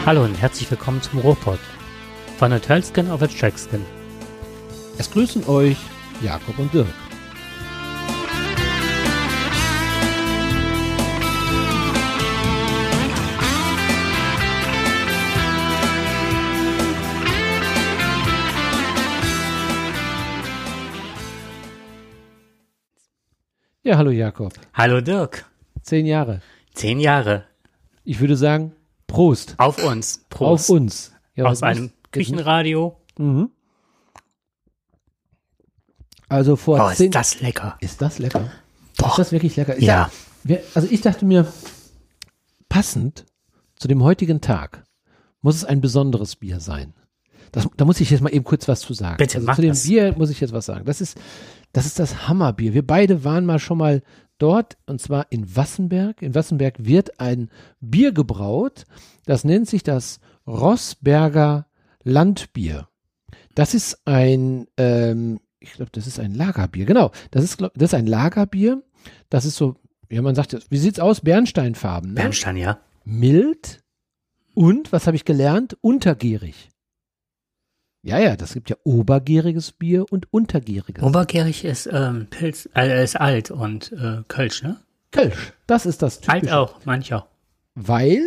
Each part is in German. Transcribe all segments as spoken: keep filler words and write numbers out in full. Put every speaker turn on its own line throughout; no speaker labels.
Hallo und herzlich willkommen zum Ruhrpott. Von der Tölskin auf der Trackskin.
Es grüßen euch Jakob und Dirk. Ja, hallo Jakob.
Hallo Dirk.
Zehn Jahre.
Zehn Jahre.
Ich würde sagen, Prost.
Auf uns. Prost.
Auf uns. Ja,
Aus einem
muss,
Küchenradio.
Mhm. Also vor
Oh,
zehn...
ist das lecker.
Ist das lecker?
Doch.
Ist das wirklich lecker? Ich
Ja.
Sag, wir, also ich dachte mir, passend zu dem heutigen Tag muss es ein besonderes Bier sein. Das, da muss ich jetzt mal eben kurz was zu sagen.
Bitte,
also
mach
zu dem
das.
Bier muss ich jetzt was sagen. Das ist, das ist das Hammerbier. Wir beide waren mal schon mal dort, und zwar in Wassenberg. In Wassenberg wird ein Bier gebraut, das nennt sich das Rossberger Landbier. Das ist ein, ähm, ich glaube, das ist ein Lagerbier. Genau, das ist, glaub, das ist ein Lagerbier. Das ist so, ja, man sagt, wie sieht's aus? Bernsteinfarben. Ne?
Bernstein, ja.
Mild und, was habe ich gelernt? Untergärig. Ja, ja, das gibt ja obergäriges Bier und untergäriges.
Obergärig ist ähm, Pilz, äh, ist alt und äh, Kölsch, ne?
Kölsch, das ist das
Alt
typische.
auch, mancher.
Weil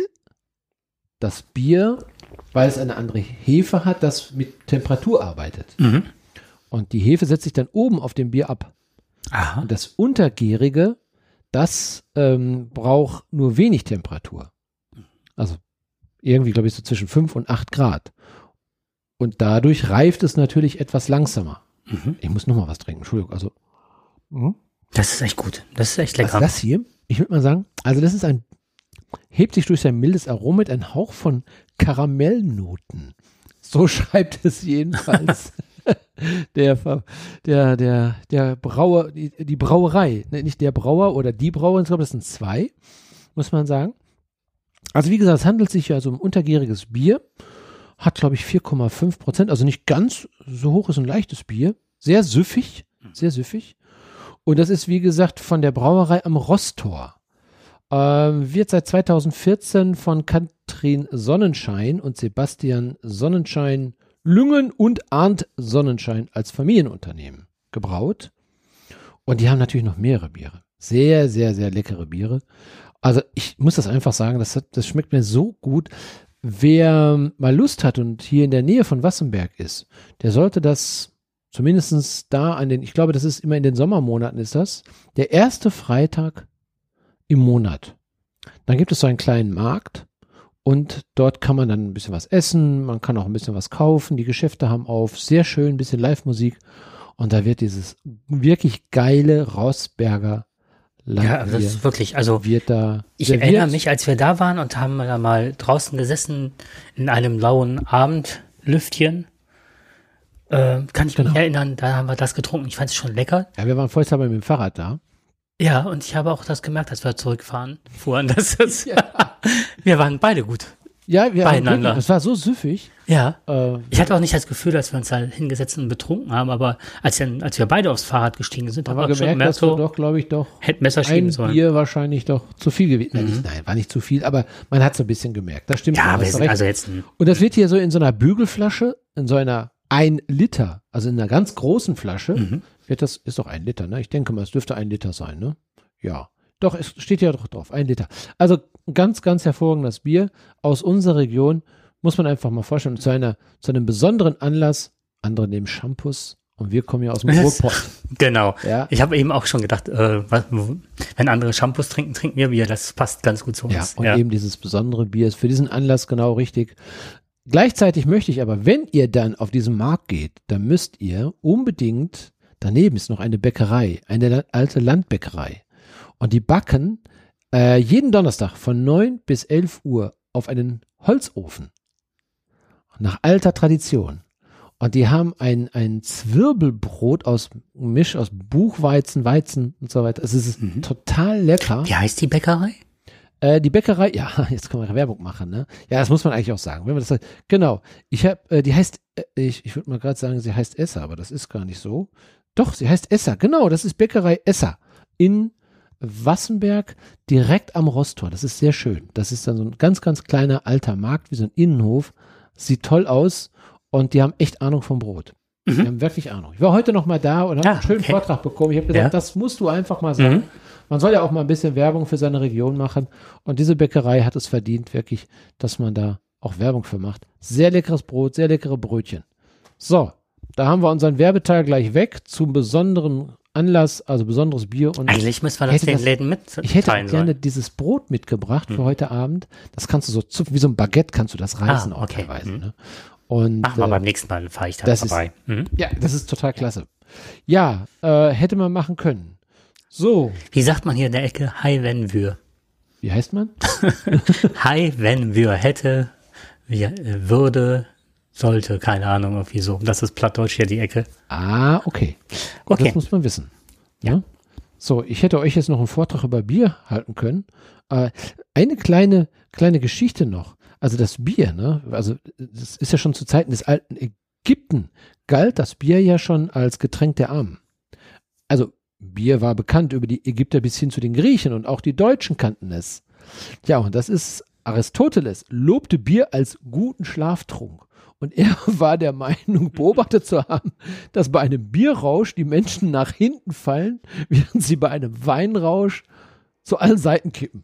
das Bier, weil es eine andere Hefe hat, das mit Temperatur arbeitet.
Mhm.
Und die Hefe setzt sich dann oben auf dem Bier ab.
Aha.
Und das Untergärige, das ähm, braucht nur wenig Temperatur. Also irgendwie, glaube ich, so zwischen fünf und acht Grad. Und dadurch reift es natürlich etwas langsamer.
Mhm.
Ich muss noch mal was trinken, Entschuldigung. Also, mhm.
Das ist echt gut. Das ist echt lecker.
Also das hier, ich würde mal sagen, also das ist ein, hebt sich durch sein mildes Arom mit einem Hauch von Karamellnoten. So schreibt es jedenfalls der, der, der, der Brauer, die, die Brauerei, ne, nicht der Brauer oder die Brauer, ich glaube, das sind zwei, muss man sagen. Also wie gesagt, es handelt sich ja so um untergäriges Bier, hat glaube ich vier Komma fünf Prozent, also nicht ganz so hoch, ist ein leichtes Bier, sehr süffig, sehr süffig. Und das ist wie gesagt von der Brauerei am Rosstor. Ähm, wird seit zweitausendvierzehn von Katrin Sonnenschein und Sebastian Sonnenschein Lüngen und Arndt Sonnenschein als Familienunternehmen gebraut. Und die haben natürlich noch mehrere Biere. Sehr, sehr, sehr leckere Biere. Also ich muss das einfach sagen, das, hat, das schmeckt mir so gut. Wer mal Lust hat und hier in der Nähe von Wassenberg ist, der sollte das zumindest da an den, ich glaube, das ist immer in den Sommermonaten ist das, der erste Freitag im Monat. Dann gibt es so einen kleinen Markt und dort kann man dann ein bisschen was essen, man kann auch ein bisschen was kaufen, die Geschäfte haben auf, sehr schön, ein bisschen Live-Musik und da wird dieses wirklich geile Rossberger Landbier,
Ja, das ist wirklich, also
wird da
ich
serviert.
erinnere mich, als wir da waren und haben da mal draußen gesessen in einem lauen Abendlüftchen, äh, kann ich
Genau.
mich erinnern, da haben wir das getrunken. Ich fand es schon lecker.
Ja, wir waren vorher mit dem Fahrrad da.
Ja, und ich habe auch das gemerkt, als wir zurückfahren, fuhren, dass das, wir waren beide gut.
Ja, wir
Beieinander.
wirklich, das war so süffig.
Ja.
Äh,
Ich hatte auch nicht das Gefühl, dass wir uns da hingesetzt und betrunken haben, aber als, wir, als wir beide aufs Fahrrad gestiegen sind, haben
aber
wir schon
gemerkt,
gemerkt,
dass wir
so,
doch, glaube ich, doch
hätten besser schieben
ein
sollen.
Bier wahrscheinlich doch zu viel gewesen. Nein,
Mhm.
nicht, nein, war nicht zu viel, aber man hat es ein bisschen gemerkt. Das stimmt.
Ja,
schon,
wir
hast du
sind
recht.
also jetzt ein,
Und das wird hier so in so einer Bügelflasche, in so einer ein Liter, also in einer ganz großen Flasche,
Mhm.
wird das, ist doch ein Liter, ne? Ich denke mal, es dürfte ein Liter sein, ne? Ja. Doch, es steht ja doch drauf, ein Liter. Also ein ganz, ganz hervorragendes Bier aus unserer Region, muss man einfach mal vorstellen, zu einer, zu einem besonderen Anlass, andere nehmen Shampoos und wir kommen ja aus dem Ruhrpott.
Genau.
Ja.
Ich habe eben auch schon gedacht, äh, was, wenn andere Shampoos trinken, trinken wir Bier. Das passt ganz gut zu
Ja,
uns.
und eben dieses besondere Bier ist für diesen Anlass genau richtig. Gleichzeitig möchte ich aber, wenn ihr dann auf diesen Markt geht, dann müsst ihr unbedingt, daneben ist noch eine Bäckerei, eine alte Landbäckerei. Und die backen äh, jeden Donnerstag von neun bis elf Uhr auf einen Holzofen. Nach alter Tradition. Und die haben ein, ein Zwirbelbrot aus Misch aus Buchweizen, Weizen und so weiter. Es ist
Mhm.
total lecker.
Wie heißt die Bäckerei?
Äh, die Bäckerei, ja, jetzt können wir Werbung machen, ne? Ja, das muss man eigentlich auch sagen. Wenn man das sagt, genau. Ich habe, äh, die heißt, äh, ich, ich würde mal gerade sagen, sie heißt Esser, aber das ist gar nicht so. Doch, sie heißt Esser, genau, das ist Bäckerei Esser in Wassenberg direkt am Rosttor. Das ist sehr schön. Das ist dann so ein ganz, ganz kleiner alter Markt, wie so ein Innenhof. Sieht toll aus und die haben echt Ahnung vom Brot. Mhm. Die haben wirklich Ahnung. Ich war heute noch mal da und habe
ah,
einen schönen
okay.
Vortrag bekommen. Ich habe gesagt, ja. das musst du einfach mal sagen. Mhm. Man soll ja auch mal ein bisschen Werbung für seine Region machen. Und diese Bäckerei hat es verdient, wirklich, dass man da auch Werbung für macht. Sehr leckeres Brot, sehr leckere Brötchen. So, da haben wir unseren Werbeteil gleich weg zum besonderen Anlass, also besonderes Bier. Und
eigentlich müssen wir das den Läden mitteilen.
Ich hätte auch gerne dieses Brot mitgebracht für hm. heute Abend. Das kannst du so, wie so ein Baguette kannst du das reißen
ah,
auch
okay.
teilweise.
Hm.
Ne? Und,
Machen wir
äh,
beim nächsten Mal, fahre ich da
das
vorbei.
Ist,
hm?
Ja, das ist total klasse. Ja, äh, hätte man machen können. So.
Wie sagt man hier in der Ecke? Hi, wenn wir.
Wie heißt man?
Hi, wenn wir hätte, wir, würde, sollte, keine Ahnung, irgendwie so. Das ist Plattdeutsch hier die Ecke.
Ah, okay.
okay.
Das muss man wissen. Ja. So, ich hätte euch jetzt noch einen Vortrag über Bier halten können. Äh, eine kleine, kleine Geschichte noch. Also das Bier, ne? Also das ist ja schon zu Zeiten des alten Ägypten, galt das Bier ja schon als Getränk der Armen. Also Bier war bekannt über die Ägypter bis hin zu den Griechen und auch die Deutschen kannten es. Ja, und das ist Aristoteles, lobte Bier als guten Schlaftrunk. Und er war der Meinung, beobachtet zu haben, dass bei einem Bierrausch die Menschen nach hinten fallen, während sie bei einem Weinrausch zu allen Seiten kippen.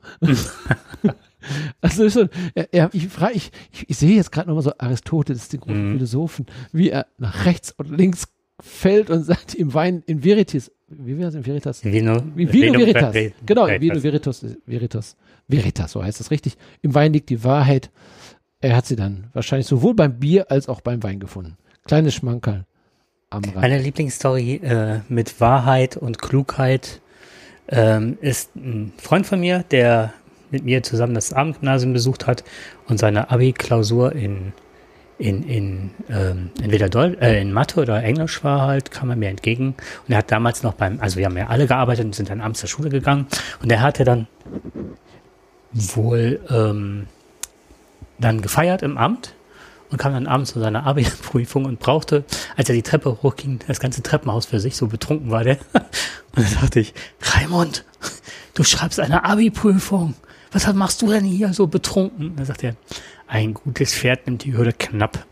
Also so, er, er, ich, frage, ich, ich, ich sehe jetzt gerade nochmal so Aristoteles, den großen mm. Philosophen, wie er nach rechts und links fällt und sagt im Wein, in Veritas, wie wäre es in Veritas?
Vino,
Vino, Vino Veritas.
Ver
Genau,
Veritas.
Vino Veritas, Veritas, Veritas, so heißt das richtig. Im Wein liegt die Wahrheit. Er hat sie dann wahrscheinlich sowohl beim Bier als auch beim Wein gefunden. Kleines Schmankerl am Rand.
Meine Lieblingsstory äh, mit Wahrheit und Klugheit ähm, ist ein Freund von mir, der mit mir zusammen das Abendgymnasium besucht hat und seine Abi-Klausur in in, in ähm, entweder Deu äh, in Mathe oder Englisch war halt, kam er mir entgegen. Und er hat damals noch beim, also wir haben ja alle gearbeitet und sind dann abends zur Schule gegangen. Und er hatte dann wohl ähm, dann gefeiert im Amt und kam dann abends zu seiner Abi-Prüfung und brauchte, als er die Treppe hochging, das ganze Treppenhaus für sich, so betrunken war der. Und da dachte ich, Raimund, du schreibst eine Abi-Prüfung. Was machst du denn hier so betrunken? Da sagt er, ein gutes Pferd nimmt die Hürde knapp.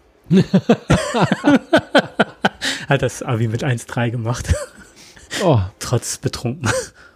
Hat das Abi mit eins Komma drei gemacht.
Oh.
Trotz betrunken.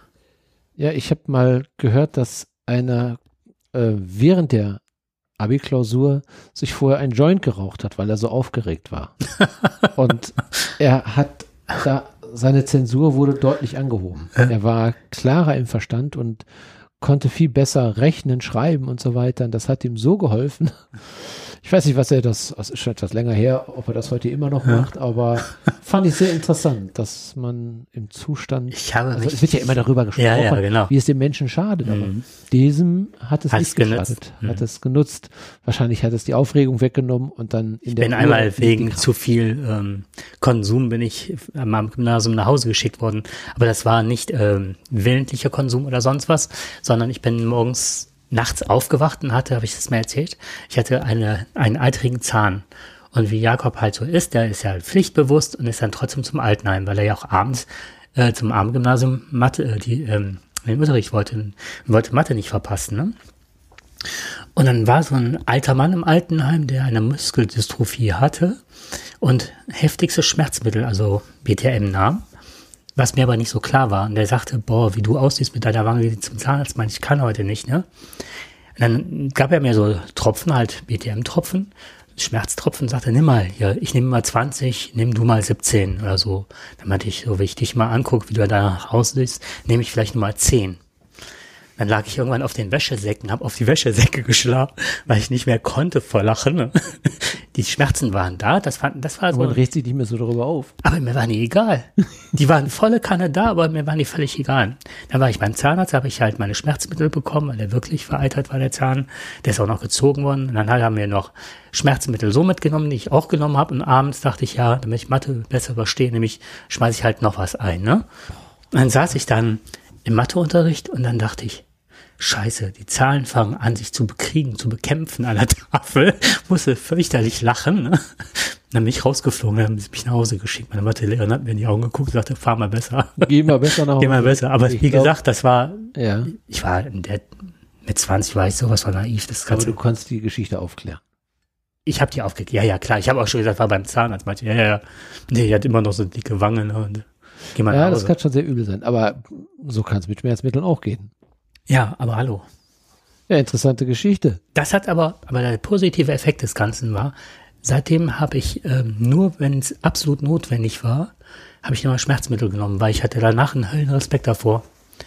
Ja, ich habe mal gehört, dass einer äh, während der Abi-Klausur sich vorher ein Joint geraucht hat, weil er so aufgeregt war. Und er hat da, seine Zensur wurde deutlich angehoben. Er war klarer im Verstand und konnte viel besser rechnen, schreiben und so weiter. Und das hat ihm so geholfen. Ich weiß nicht, was er das, das ist schon etwas länger her, ob er das heute immer noch
ja.
macht, aber fand ich sehr interessant, dass man im Zustand,
ich habe
also es wird ja immer darüber gesprochen,
ja, ja, genau.
wie es dem Menschen schadet, aber
mhm.
diesem hat es
hat
nicht
es
geschadet,
genutzt.
hat
mhm.
es genutzt. Wahrscheinlich hat es die Aufregung weggenommen und dann in
ich
der
bin
Uhr
einmal wegen zu viel ähm, Konsum bin ich am Gymnasium nach Hause geschickt worden, aber das war nicht ähm, willentlicher Konsum oder sonst was, sondern ich bin morgens nachts aufgewacht und hatte, habe ich das mal erzählt, ich hatte eine, einen eitrigen Zahn. Und wie Jakob halt so ist, der ist ja pflichtbewusst und ist dann trotzdem zum Altenheim, weil er ja auch abends äh, zum Abendgymnasium Mathe, äh, die, ähm, den Unterricht wollte, wollte Mathe nicht verpassen, ne? Und dann war so ein alter Mann im Altenheim, der eine Muskeldystrophie hatte und heftigste Schmerzmittel, also B T M nahm. Was mir aber nicht so klar war. Und der sagte, boah, wie du aussiehst mit deiner Wange, geh zum Zahnarzt, meine ich, kann heute nicht, ne? Und dann gab er mir so Tropfen, halt B T M-Tropfen, Schmerztropfen, sagte, nimm mal, hier, ich nehme mal zwanzig, nimm du mal siebzehn oder so. Dann meinte ich, so wie ich dich mal angucke, wie du da aussiehst, nehme ich vielleicht nur mal zehn. Dann lag ich irgendwann auf den Wäschesäcken, habe auf die Wäschesäcke geschlagen, weil ich nicht mehr konnte vor Lachen. Die Schmerzen waren da, das, fand, das war so.
Man regt sich nicht mehr so darüber auf.
Aber mir waren die egal. Die waren volle Kanne da, aber mir waren die völlig egal. Dann war ich beim Zahnarzt, habe ich halt meine Schmerzmittel bekommen, weil der wirklich vereitert war, der Zahn. Der ist auch noch gezogen worden. Und dann haben wir noch Schmerzmittel so mitgenommen, die ich auch genommen habe. Und abends dachte ich, ja, damit ich Mathe besser überstehe, nämlich schmeiße ich halt noch was ein, ne? Und dann saß ich dann im Matheunterricht und dann dachte ich, Scheiße, die Zahlen fangen an, sich zu bekriegen, zu bekämpfen an der Tafel. Musste fürchterlich lachen. Ne? Dann bin ich rausgeflogen, dann haben sie mich nach Hause geschickt. Meine Mathelehrerin hat mir in die Augen geguckt und sagte, fahr mal besser.
Geh mal besser nach Hause.
Geh mal besser. Aber
Ich
wie
glaub-
gesagt, das war,
Ja,
ich war in der, mit zwanzig war ich sowas von naiv. Das
aber
kannst
du
du,
kannst die Geschichte aufklären.
ich habe die aufgeklärt. Ja, ja, klar. Ich habe auch schon gesagt, war beim Zahnarzt. Meinte, ja, ja, ja. Nee, die hat immer noch so dicke Wangen. Ne? Und geh mal
Ja,
nach
das
Hause.
kann schon sehr übel sein. Aber so kann es mit Schmerzmitteln auch gehen.
Ja, aber hallo.
Ja, interessante Geschichte.
Das hat aber, aber der positive Effekt des Ganzen war, seitdem habe ich ähm, nur, wenn es absolut notwendig war, habe ich immer Schmerzmittel genommen, weil ich hatte danach einen Höllenrespekt davor.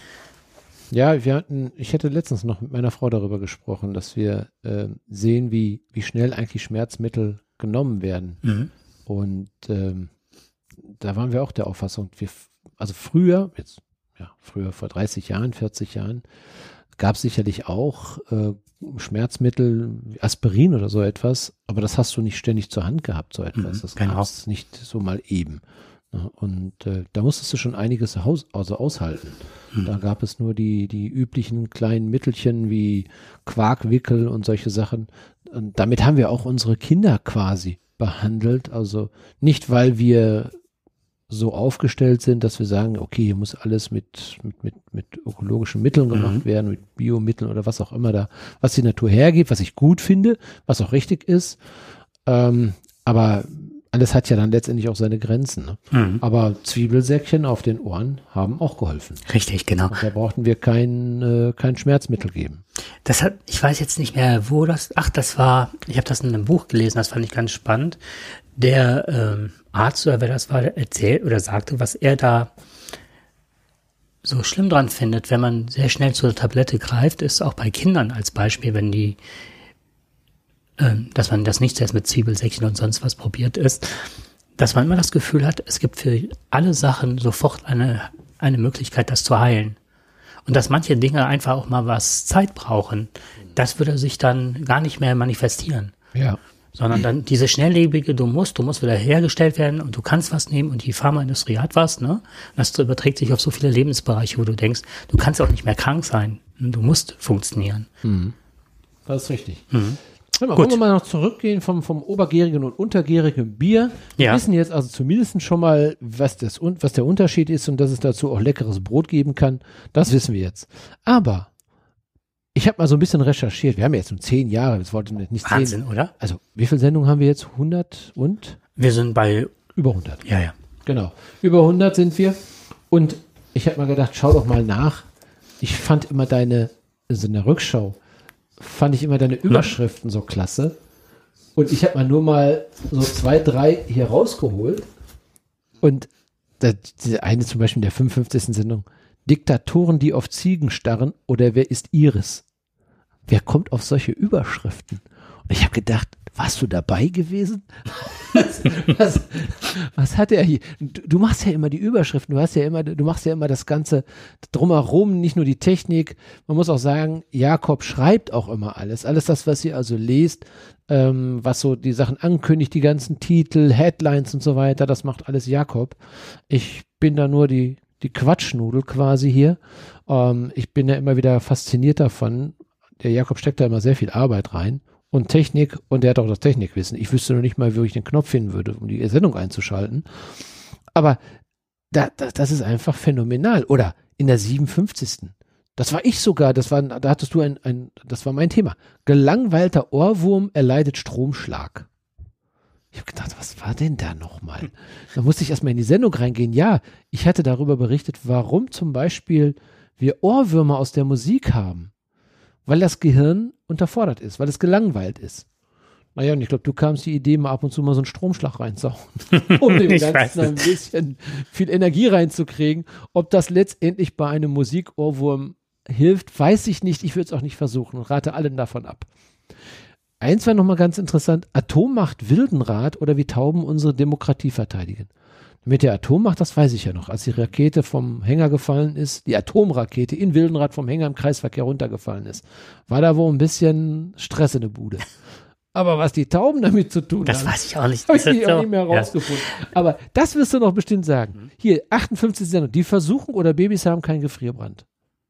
Ja, wir hatten, ich hätte letztens noch mit meiner Frau darüber gesprochen, dass wir äh, sehen, wie, wie schnell eigentlich Schmerzmittel genommen werden.
Mhm.
Und ähm, da waren wir auch der Auffassung, wir, f- also früher, jetzt, ja, früher vor dreißig Jahren, vierzig Jahren, gab es sicherlich auch äh, Schmerzmittel, wie Aspirin oder so etwas, aber das hast du nicht ständig zur Hand gehabt, so etwas.
Mhm,
Das
genau.
gab es nicht so mal eben. Ja, und äh, da musstest du schon einiges Haus, also aushalten.
Mhm.
Da gab es nur die, die üblichen kleinen Mittelchen wie Quarkwickel und solche Sachen. Und damit haben wir auch unsere Kinder quasi behandelt. Also nicht, weil wir so aufgestellt sind, dass wir sagen, okay, hier muss alles mit, mit, mit, mit ökologischen Mitteln gemacht
Mhm.
werden, mit Biomitteln oder was auch immer da, was die Natur hergibt, was ich gut finde, was auch richtig ist. Ähm, aber alles hat ja dann letztendlich auch seine Grenzen. Ne?
Mhm.
Aber Zwiebelsäckchen auf den Ohren haben auch geholfen.
Richtig, genau.
Und da brauchten wir kein, äh, kein Schmerzmittel geben.
Das hat, ich weiß jetzt nicht mehr, wo das, ach, das war, ich habe das in einem Buch gelesen, das fand ich ganz spannend. Der ähm, Arzt oder wer das war, erzählt oder sagte, was er da so schlimm dran findet, wenn man sehr schnell zur Tablette greift, ist auch bei Kindern als Beispiel, wenn die, ähm, dass man das nicht erst mit Zwiebelsäckchen und sonst was probiert ist, dass man immer das Gefühl hat, es gibt für alle Sachen sofort eine, eine Möglichkeit, das zu heilen. Und dass manche Dinge einfach auch mal was Zeit brauchen, das würde sich dann gar nicht mehr manifestieren.
Ja.
Sondern dann diese schnelllebige, du musst, du musst wieder hergestellt werden und du kannst was nehmen und die Pharmaindustrie hat was, ne? Und das überträgt sich auf so viele Lebensbereiche, wo du denkst, du kannst auch nicht mehr krank sein. Du musst funktionieren.
Mhm. Das ist richtig.
Mhm.
Mal,
Gut.
wollen wir mal noch zurückgehen vom, vom obergärigen und untergärigen Bier. Wir
Ja.
wissen jetzt also zumindest schon mal, was, das, un- was der Unterschied ist und dass es dazu auch leckeres Brot geben kann. Das wissen wir jetzt. Aber ich habe mal so ein bisschen recherchiert. Wir haben ja jetzt um zehn Jahre, das wollten wir nicht zehn.
Wahnsinn, oder?
Also wie viele Sendungen haben wir jetzt? hundert und?
Wir sind bei,
Über hundert.
ja, ja.
Genau. Über hundert sind wir. Und ich habe mal gedacht, schau doch mal nach. Ich fand immer deine, also in der Rückschau, fand ich immer deine Überschriften so klasse. Und ich habe mal nur mal so zwei, drei hier rausgeholt. Und da, diese eine zum Beispiel in der fünfundfünfzigsten Sendung, Diktatoren, die auf Ziegen starren oder wer ist Iris? Wer kommt auf solche Überschriften? Und ich habe gedacht, warst du dabei gewesen? Was, was, was hat er hier? Du, du machst ja immer die Überschriften, du hast ja immer, du machst ja immer das Ganze drumherum, nicht nur die Technik. Man muss auch sagen, Jakob schreibt auch immer alles. Alles das, was ihr also lest, ähm, was so die Sachen ankündigt, die ganzen Titel, Headlines und so weiter, das macht alles Jakob. Ich bin da nur die, die Quatschnudel quasi hier. Ähm, ich bin ja immer wieder fasziniert davon. Der Jakob steckt da immer sehr viel Arbeit rein. Und Technik, und der hat auch das Technikwissen. Ich wüsste noch nicht mal, wo ich den Knopf finden würde, um die Sendung einzuschalten. Aber da, da, das ist einfach phänomenal. Oder in der siebenundfünfzigsten Das war ich sogar, das war, da hattest du ein, ein, das war mein Thema. Gelangweilter Ohrwurm erleidet Stromschlag. Ich habe gedacht, was war denn da nochmal? Da musste ich erstmal in die Sendung reingehen. Ja, ich hatte darüber berichtet, warum zum Beispiel wir Ohrwürmer aus der Musik haben. Weil das Gehirn unterfordert ist, weil es gelangweilt ist. Naja, und ich glaube, du kamst die Idee, mal ab und zu mal so einen Stromschlag reinzuhauen, um dem
Ich
Ganzen
weiß
ein bisschen viel Energie reinzukriegen. Ob das letztendlich bei einem Musikohrwurm hilft, weiß ich nicht. Ich würde es auch nicht versuchen und rate allen davon ab. Eins war nochmal ganz interessant. Atommacht Wildenrad oder wie Tauben unsere Demokratie verteidigen. Mit der Atommacht, das weiß ich ja noch, als die Rakete vom Hänger gefallen ist, die Atomrakete in Wildenrad vom Hänger im Kreisverkehr runtergefallen ist, war da wohl ein bisschen Stress in der Bude. Aber was die Tauben damit zu tun
Das
haben,
weiß ich auch nicht.
habe ich
Das ist
auch
so-
nicht mehr
ja.
rausgefunden. Aber das wirst du noch bestimmt sagen. Hier, achtundfünfzig Sendung, die versuchen oder Babys haben keinen Gefrierbrand.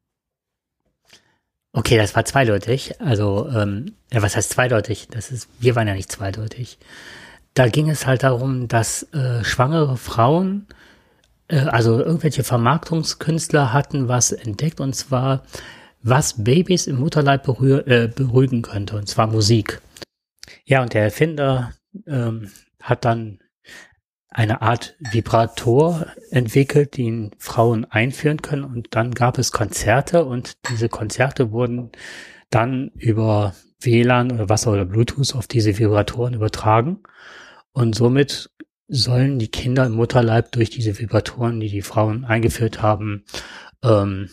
Okay, das war zweideutig. Also, ähm, ja, was heißt zweideutig? Das ist, wir waren ja nicht zweideutig. da ging es halt darum, dass äh, schwangere Frauen, äh, also irgendwelche Vermarktungskünstler hatten was entdeckt, und zwar, was Babys im Mutterleib berühr, äh, beruhigen könnte, und zwar Musik. Ja, und der Erfinder ähm, hat dann eine Art Vibrator entwickelt, den Frauen einführen können, und dann gab es Konzerte, und diese Konzerte wurden dann über W L A N oder was oder Bluetooth auf diese Vibratoren übertragen, und somit sollen die Kinder im Mutterleib durch diese Vibratoren, die die Frauen eingeführt haben, ähm,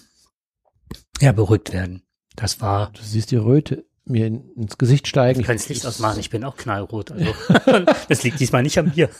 ja, beruhigt werden. Das war...
Du siehst die Röte mir in, ins Gesicht steigen.
Ich kann das Licht ausmachen, ich bin auch knallrot. Also das liegt diesmal nicht an mir.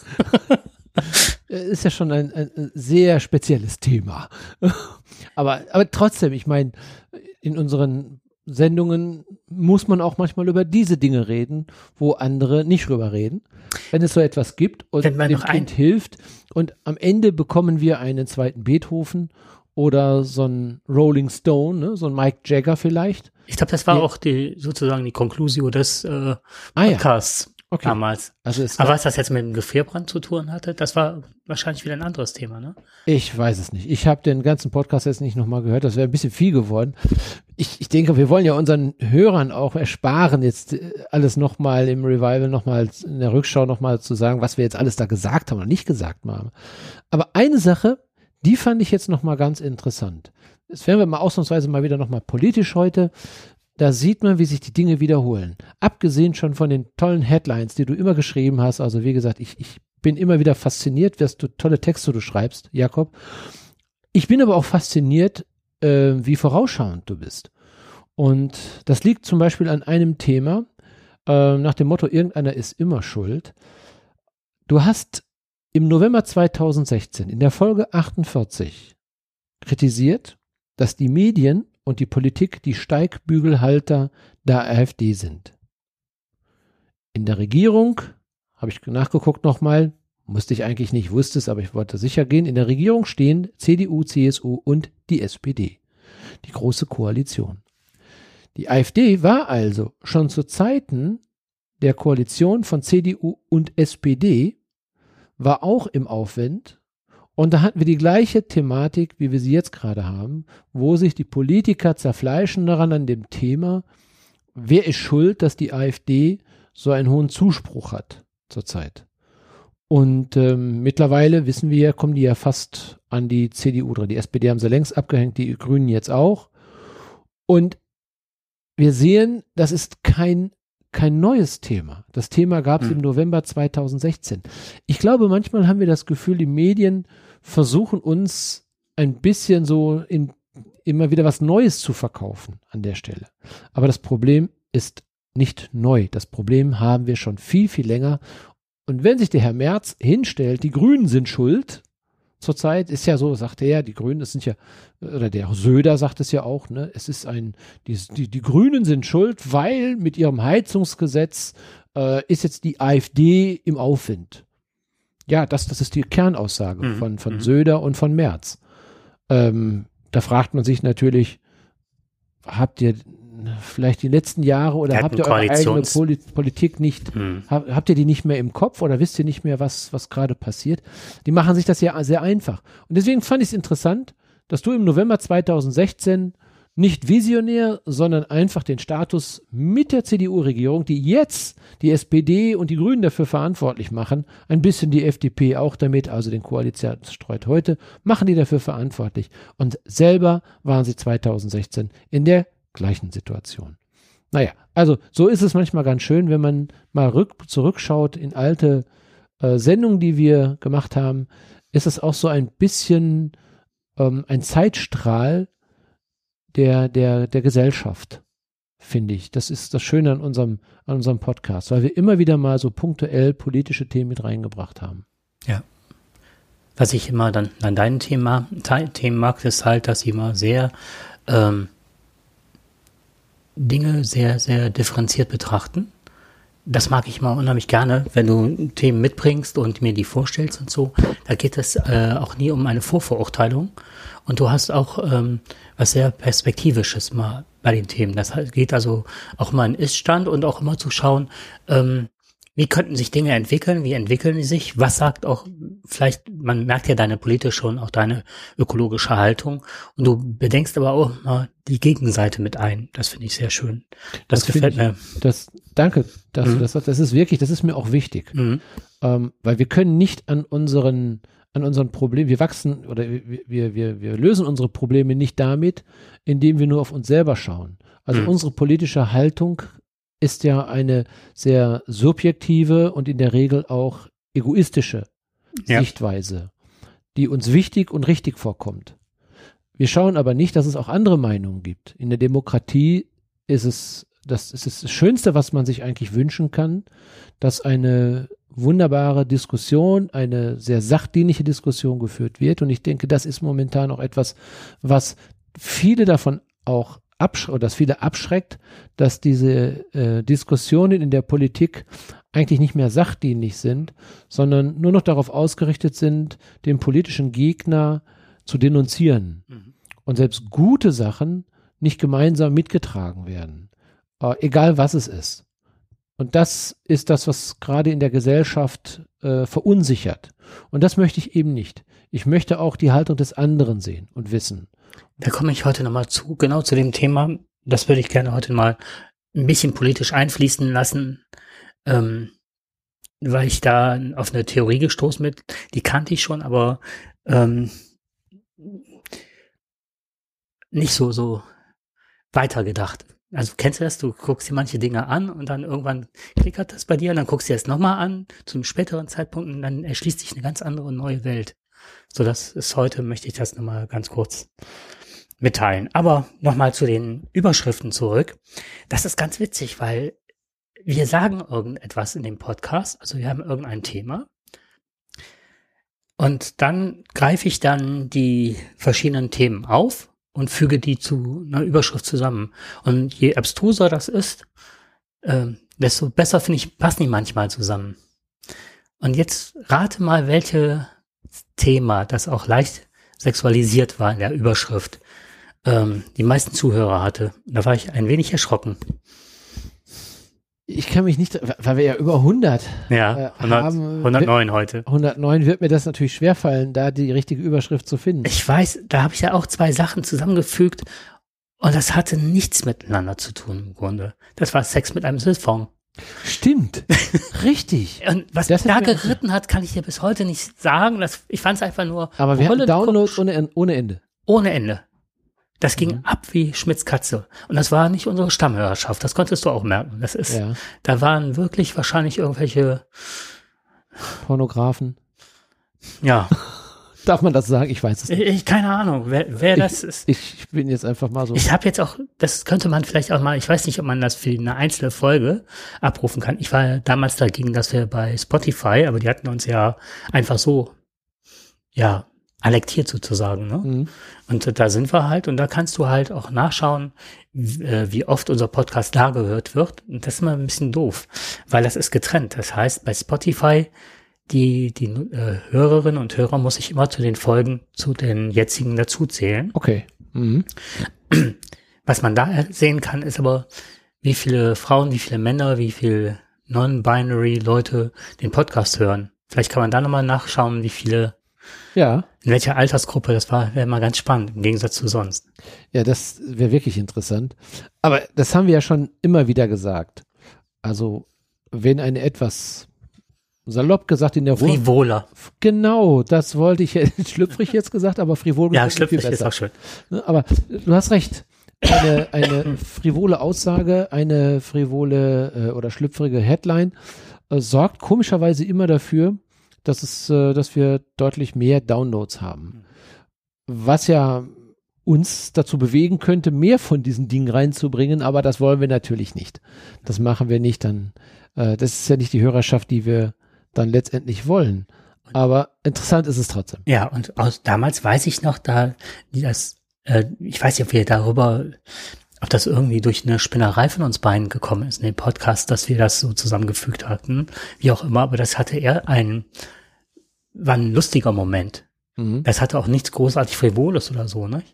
Ist ja schon ein, ein sehr spezielles Thema. Aber, aber trotzdem, ich meine, in unseren Sendungen muss man auch manchmal über diese Dinge reden, wo andere nicht drüber reden. Wenn es so etwas gibt und dem Kind ein- hilft, und am Ende bekommen wir einen zweiten Beethoven oder so ein Rolling Stone, ne? So ein Mick Jagger vielleicht.
Ich glaube, das war ja auch die sozusagen die Conclusio des äh, Podcasts.
Ah, ja. Okay.
Damals.
Also es
Aber was das jetzt mit dem Gefrierbrand zu tun hatte, das war wahrscheinlich wieder ein anderes Thema, ne?
Ich weiß es nicht. Ich habe den ganzen Podcast jetzt nicht nochmal gehört. Das wäre ein bisschen viel geworden. Ich, ich denke, wir wollen ja unseren Hörern auch ersparen, jetzt alles nochmal im Revival, nochmal in der Rückschau nochmal zu sagen, was wir jetzt alles da gesagt haben oder nicht gesagt haben. Aber eine Sache, die fand ich jetzt nochmal ganz interessant. Jetzt werden wir mal ausnahmsweise mal wieder nochmal politisch heute. Da sieht man, wie sich die Dinge wiederholen. Abgesehen schon von den tollen Headlines, die du immer geschrieben hast. Also wie gesagt, ich, ich bin immer wieder fasziniert, was du tolle Texte du schreibst, Jakob. Ich bin aber auch fasziniert, äh, wie vorausschauend du bist. Und das liegt zum Beispiel an einem Thema, äh, nach dem Motto, irgendeiner ist immer schuld. Du hast im November zweitausendsechzehn in der Folge achtundvierzig kritisiert, dass die Medien und die Politik die Steigbügelhalter der AfD sind. In der Regierung, habe ich nachgeguckt nochmal, musste ich eigentlich nicht, wusste es, aber ich wollte sicher gehen, in der Regierung stehen C D U, C S U und die S P D, die große Koalition. Die AfD war also schon zu Zeiten der Koalition von C D U und S P D, war auch im Aufwind. Und da hatten wir die gleiche Thematik, wie wir sie jetzt gerade haben, wo sich die Politiker zerfleischen daran an dem Thema, wer ist schuld, dass die AfD so einen hohen Zuspruch hat zurzeit. Und ähm, mittlerweile wissen wir ja, kommen die ja fast an die C D U dran. Die S P D haben sie längst abgehängt, die Grünen jetzt auch. Und wir sehen, das ist kein kein neues Thema. Das Thema gab es hm. im November zweitausendsechzehn. Ich glaube, manchmal haben wir das Gefühl, die Medien versuchen uns ein bisschen so in, immer wieder was Neues zu verkaufen an der Stelle. Aber das Problem ist nicht neu. Das Problem haben wir schon viel, viel länger. Und wenn sich der Herr Merz hinstellt, die Grünen sind schuld, zurzeit ist ja so, sagt er ja, die Grünen, das sind ja, oder der Söder sagt es ja auch, ne, es ist ein, die, die, die Grünen sind schuld, weil mit ihrem Heizungsgesetz äh, ist jetzt die AfD im Aufwind. Ja, das, das ist die Kernaussage mhm. von, von mhm. Söder und von Merz. Ähm, da fragt man sich natürlich, habt ihr vielleicht die letzten Jahre oder habt ihr eure eigene Poli- Politik nicht, hm. hab, habt ihr die nicht mehr im Kopf oder wisst ihr nicht mehr, was, was gerade passiert? Die machen sich das ja sehr einfach. Und deswegen fand ich es interessant, dass du im November zweitausendsechzehn nicht visionär, sondern einfach den Status mit der C D U-Regierung, die jetzt die S P D und die Grünen dafür verantwortlich machen, ein bisschen die F D P auch damit, also den Koalitionsstreit heute, machen die dafür verantwortlich. Und selber waren sie zweitausendsechzehn in der gleichen Situation. Naja, also so ist es manchmal ganz schön, wenn man mal rück, zurückschaut in alte äh, Sendungen, die wir gemacht haben, ist es auch so ein bisschen ähm, ein Zeitstrahl der, der, der Gesellschaft, finde ich. Das ist das Schöne an unserem, an unserem Podcast, weil wir immer wieder mal so punktuell politische Themen mit reingebracht haben.
Ja. Was ich immer dann an deinen Thema, Themen mag, ist halt, dass sie immer sehr ähm, Dinge sehr, sehr differenziert betrachten. Das mag ich mal unheimlich gerne, wenn du Themen mitbringst und mir die vorstellst und so. Da geht es äh, auch nie um eine Vorverurteilung. Und du hast auch ähm, was sehr Perspektivisches mal bei den Themen. Das geht also auch mal in Ist-Stand und auch immer zu schauen, ähm, wie könnten sich Dinge entwickeln, wie entwickeln die sich, was sagt auch, vielleicht, man merkt ja deine politische und auch deine ökologische Haltung und du bedenkst aber auch mal die Gegenseite mit ein. Das finde ich sehr schön. Das, das gefällt mir.
Das, danke, dass mhm. du das sagst. Das ist wirklich, das ist mir auch wichtig. Mhm. Ähm, weil wir können nicht an unseren, an unseren Problemen, wir wachsen oder wir, wir, wir, wir lösen unsere Probleme nicht damit, indem wir nur auf uns selber schauen. Also mhm. unsere politische Haltung ist ja eine sehr subjektive und in der Regel auch egoistische ja. Sichtweise, die uns wichtig und richtig vorkommt. Wir schauen aber nicht, dass es auch andere Meinungen gibt. In der Demokratie ist es das, ist das Schönste, was man sich eigentlich wünschen kann, dass eine wunderbare Diskussion, eine sehr sachdienliche Diskussion geführt wird. Und ich denke, das ist momentan auch etwas, was viele davon auch Absch- oder das viele abschreckt, dass diese äh, Diskussionen in der Politik eigentlich nicht mehr sachdienlich sind, sondern nur noch darauf ausgerichtet sind, den politischen Gegner zu denunzieren. Mhm. Und selbst gute Sachen nicht gemeinsam mitgetragen werden, äh, egal was es ist. Und das ist das, was gerade in der Gesellschaft äh, verunsichert. Und das möchte ich eben nicht. Ich möchte auch die Haltung des anderen sehen und wissen.
Da komme ich heute nochmal zu, genau zu dem Thema. Das würde ich gerne heute mal ein bisschen politisch einfließen lassen, ähm, weil ich da auf eine Theorie gestoßen bin, die kannte ich schon, aber ähm, nicht so, so weitergedacht. Also kennst du das? Du guckst dir manche Dinge an und dann irgendwann klickert das bei dir und dann guckst du dir das nochmal an zu einem späteren Zeitpunkt und dann erschließt sich eine ganz andere neue Welt. So, das ist heute, möchte ich das nochmal ganz kurz mitteilen. Aber nochmal zu den Überschriften zurück. Das ist ganz witzig, weil wir sagen irgendetwas in dem Podcast, also wir haben irgendein Thema und dann greife ich dann die verschiedenen Themen auf und füge die zu einer Überschrift zusammen. Und je abstruser das ist, äh, desto besser, finde ich, passen die manchmal zusammen. Und jetzt rate mal, welche Thema, das auch leicht sexualisiert war in der Überschrift, ähm, die meisten Zuhörer hatte. Da war ich ein wenig erschrocken.
Ich kann mich nicht, weil wir ja über hundert
ja,
äh, haben.
hundertneun heute.
hundertneun wird mir das natürlich schwerfallen, da die richtige Überschrift zu finden.
Ich weiß, da habe ich ja auch zwei Sachen zusammengefügt und das hatte nichts miteinander zu tun im Grunde. Das war Sex mit einem Siphon.
Stimmt, richtig.
Und was das da geritten hat, kann ich dir bis heute nicht sagen. Das, ich fand es einfach nur...
Aber wir hatten Downloads ohne, ohne Ende.
Ohne Ende. Das ging mhm. ab wie Schmitz Katze. Und das war nicht unsere Stammhörerschaft. Das konntest du auch merken. Das ist, ja. Da waren wirklich wahrscheinlich irgendwelche...
Pornografen.
Ja.
Darf man das sagen? Ich weiß es nicht.
Ich, keine Ahnung, wer, wer das
ich,
ist.
Ich bin jetzt einfach mal so.
Ich habe jetzt auch, das könnte man vielleicht auch mal, ich weiß nicht, ob man das für eine einzelne Folge abrufen kann. Ich war damals dagegen, dass wir bei Spotify, aber die hatten uns ja einfach so, ja, annektiert sozusagen. Ne? Mhm. Und da sind wir halt und da kannst du halt auch nachschauen, wie oft unser Podcast da gehört wird. Und das ist immer ein bisschen doof, weil das ist getrennt. Das heißt, bei Spotify Die, die äh, Hörerinnen und Hörer muss ich immer zu den Folgen, zu den jetzigen dazuzählen.
Okay. Mhm.
Was man da sehen kann, ist aber, wie viele Frauen, wie viele Männer, wie viele non-binary Leute den Podcast hören. Vielleicht kann man da nochmal nachschauen, wie viele,
ja,
in welcher Altersgruppe das war, wäre mal ganz spannend, im Gegensatz zu sonst.
Ja, das wäre wirklich interessant. Aber das haben wir ja schon immer wieder gesagt. Also, wenn eine etwas salopp gesagt in der Ruhe.
Frivoler.
Genau, das wollte ich, schlüpfrig jetzt gesagt, aber frivol
ja, schlüpfrig ist auch schön.
Aber du hast recht. Eine, eine frivole Aussage, eine frivole äh, oder schlüpfrige Headline äh, sorgt komischerweise immer dafür, dass es, äh, dass wir deutlich mehr Downloads haben. Was ja uns dazu bewegen könnte, mehr von diesen Dingen reinzubringen, aber das wollen wir natürlich nicht. Das machen wir nicht, dann, äh, das ist ja nicht die Hörerschaft, die wir dann letztendlich wollen. Aber interessant ist es trotzdem.
Ja, und aus, damals weiß ich noch, da, die das, äh, ich weiß nicht, ob wir darüber, ob das irgendwie durch eine Spinnerei von uns beiden gekommen ist in dem Podcast, dass wir das so zusammengefügt hatten, wie auch immer, aber das hatte eher ein, war ein lustiger Moment. Mhm. Das hatte auch nichts großartig Frivoles oder so, ne?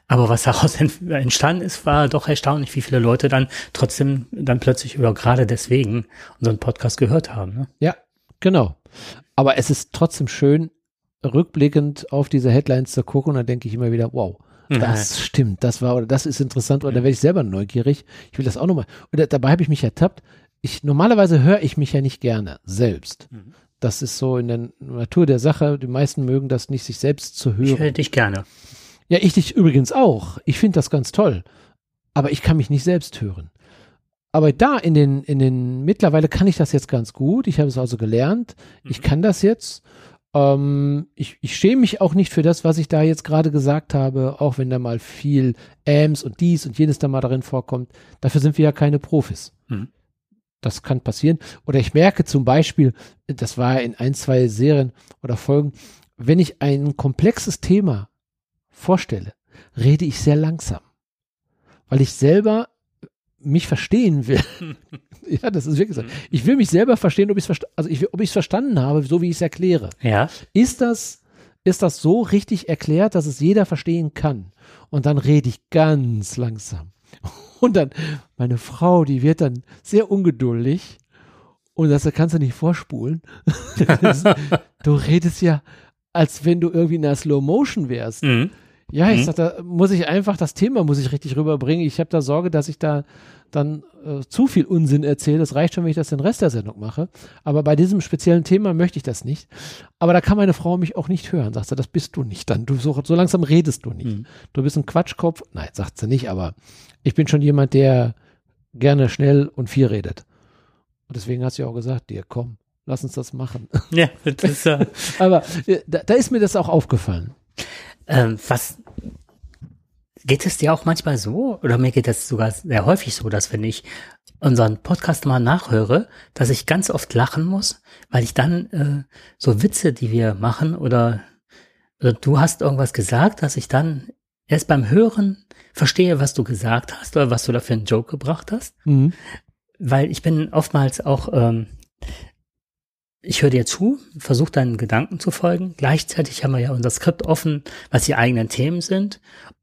Aber was daraus entstanden ist, war doch erstaunlich, wie viele Leute dann trotzdem dann plötzlich oder gerade deswegen unseren Podcast gehört haben. Ne?
Ja, genau. Aber es ist trotzdem schön, rückblickend auf diese Headlines zu gucken und dann denke ich immer wieder, wow, das ja. stimmt, das war oder das ist interessant oder da werde ich selber neugierig. Ich will das auch nochmal. Und dabei habe ich mich ertappt. Ich, normalerweise höre ich mich ja nicht gerne selbst. Mhm. Das ist so in der Natur der Sache. Die meisten mögen das nicht, sich selbst zu hören.
Ich höre dich gerne.
Ja, ich dich übrigens auch. Ich finde das ganz toll. Aber ich kann mich nicht selbst hören. Aber da in den, in den, mittlerweile kann ich das jetzt ganz gut. Ich habe es also gelernt. Mhm. Ich kann das jetzt. Ähm, ich, ich schäme mich auch nicht für das, was ich da jetzt gerade gesagt habe, auch wenn da mal viel Äms und dies und jenes da mal darin vorkommt. Dafür sind wir ja keine Profis. Mhm. Das kann passieren. Oder ich merke zum Beispiel, das war in ein, zwei Serien oder Folgen, wenn ich ein komplexes Thema vorstelle, rede ich sehr langsam, weil ich selber mich verstehen will. Ja, das ist wirklich so. Ich will mich selber verstehen, ob ich es versta- also ich, ob ich es verstanden habe, so wie ich es erkläre.
Ja.
Ist das, ist das so richtig erklärt, dass es jeder verstehen kann? Und dann rede ich ganz langsam. Und dann, meine Frau, die wird dann sehr ungeduldig und das kannst du nicht vorspulen. Das, du redest ja, als wenn du irgendwie in der Slow Motion wärst. Mhm. Ja, ich mhm. sag, da muss ich einfach, das Thema muss ich richtig rüberbringen. Ich habe da Sorge, dass ich da dann äh, zu viel Unsinn erzähle. Das reicht schon, wenn ich das den Rest der Sendung mache. Aber bei diesem speziellen Thema möchte ich das nicht. Aber da kann meine Frau mich auch nicht hören. Sagt sie, das bist du nicht dann. Du, so, so langsam redest du nicht. Mhm. Du bist ein Quatschkopf. Nein, sagt sie nicht, aber ich bin schon jemand, der gerne schnell und viel redet. Und deswegen hat sie auch gesagt, dir, komm, lass uns das machen.
Ja, das ist äh
aber äh, da, da ist mir das auch aufgefallen.
Ähm, was geht es dir auch manchmal so, oder mir geht es sogar sehr häufig so, dass wenn ich unseren Podcast mal nachhöre, dass ich ganz oft lachen muss, weil ich dann äh, so Witze, die wir machen, oder, oder du hast irgendwas gesagt, dass ich dann erst beim Hören verstehe, was du gesagt hast oder was du da für einen Joke gebracht hast. Mhm. Weil ich bin oftmals auch ähm, ich höre dir zu, versuche deinen Gedanken zu folgen. Gleichzeitig haben wir ja unser Skript offen, was die eigenen Themen sind.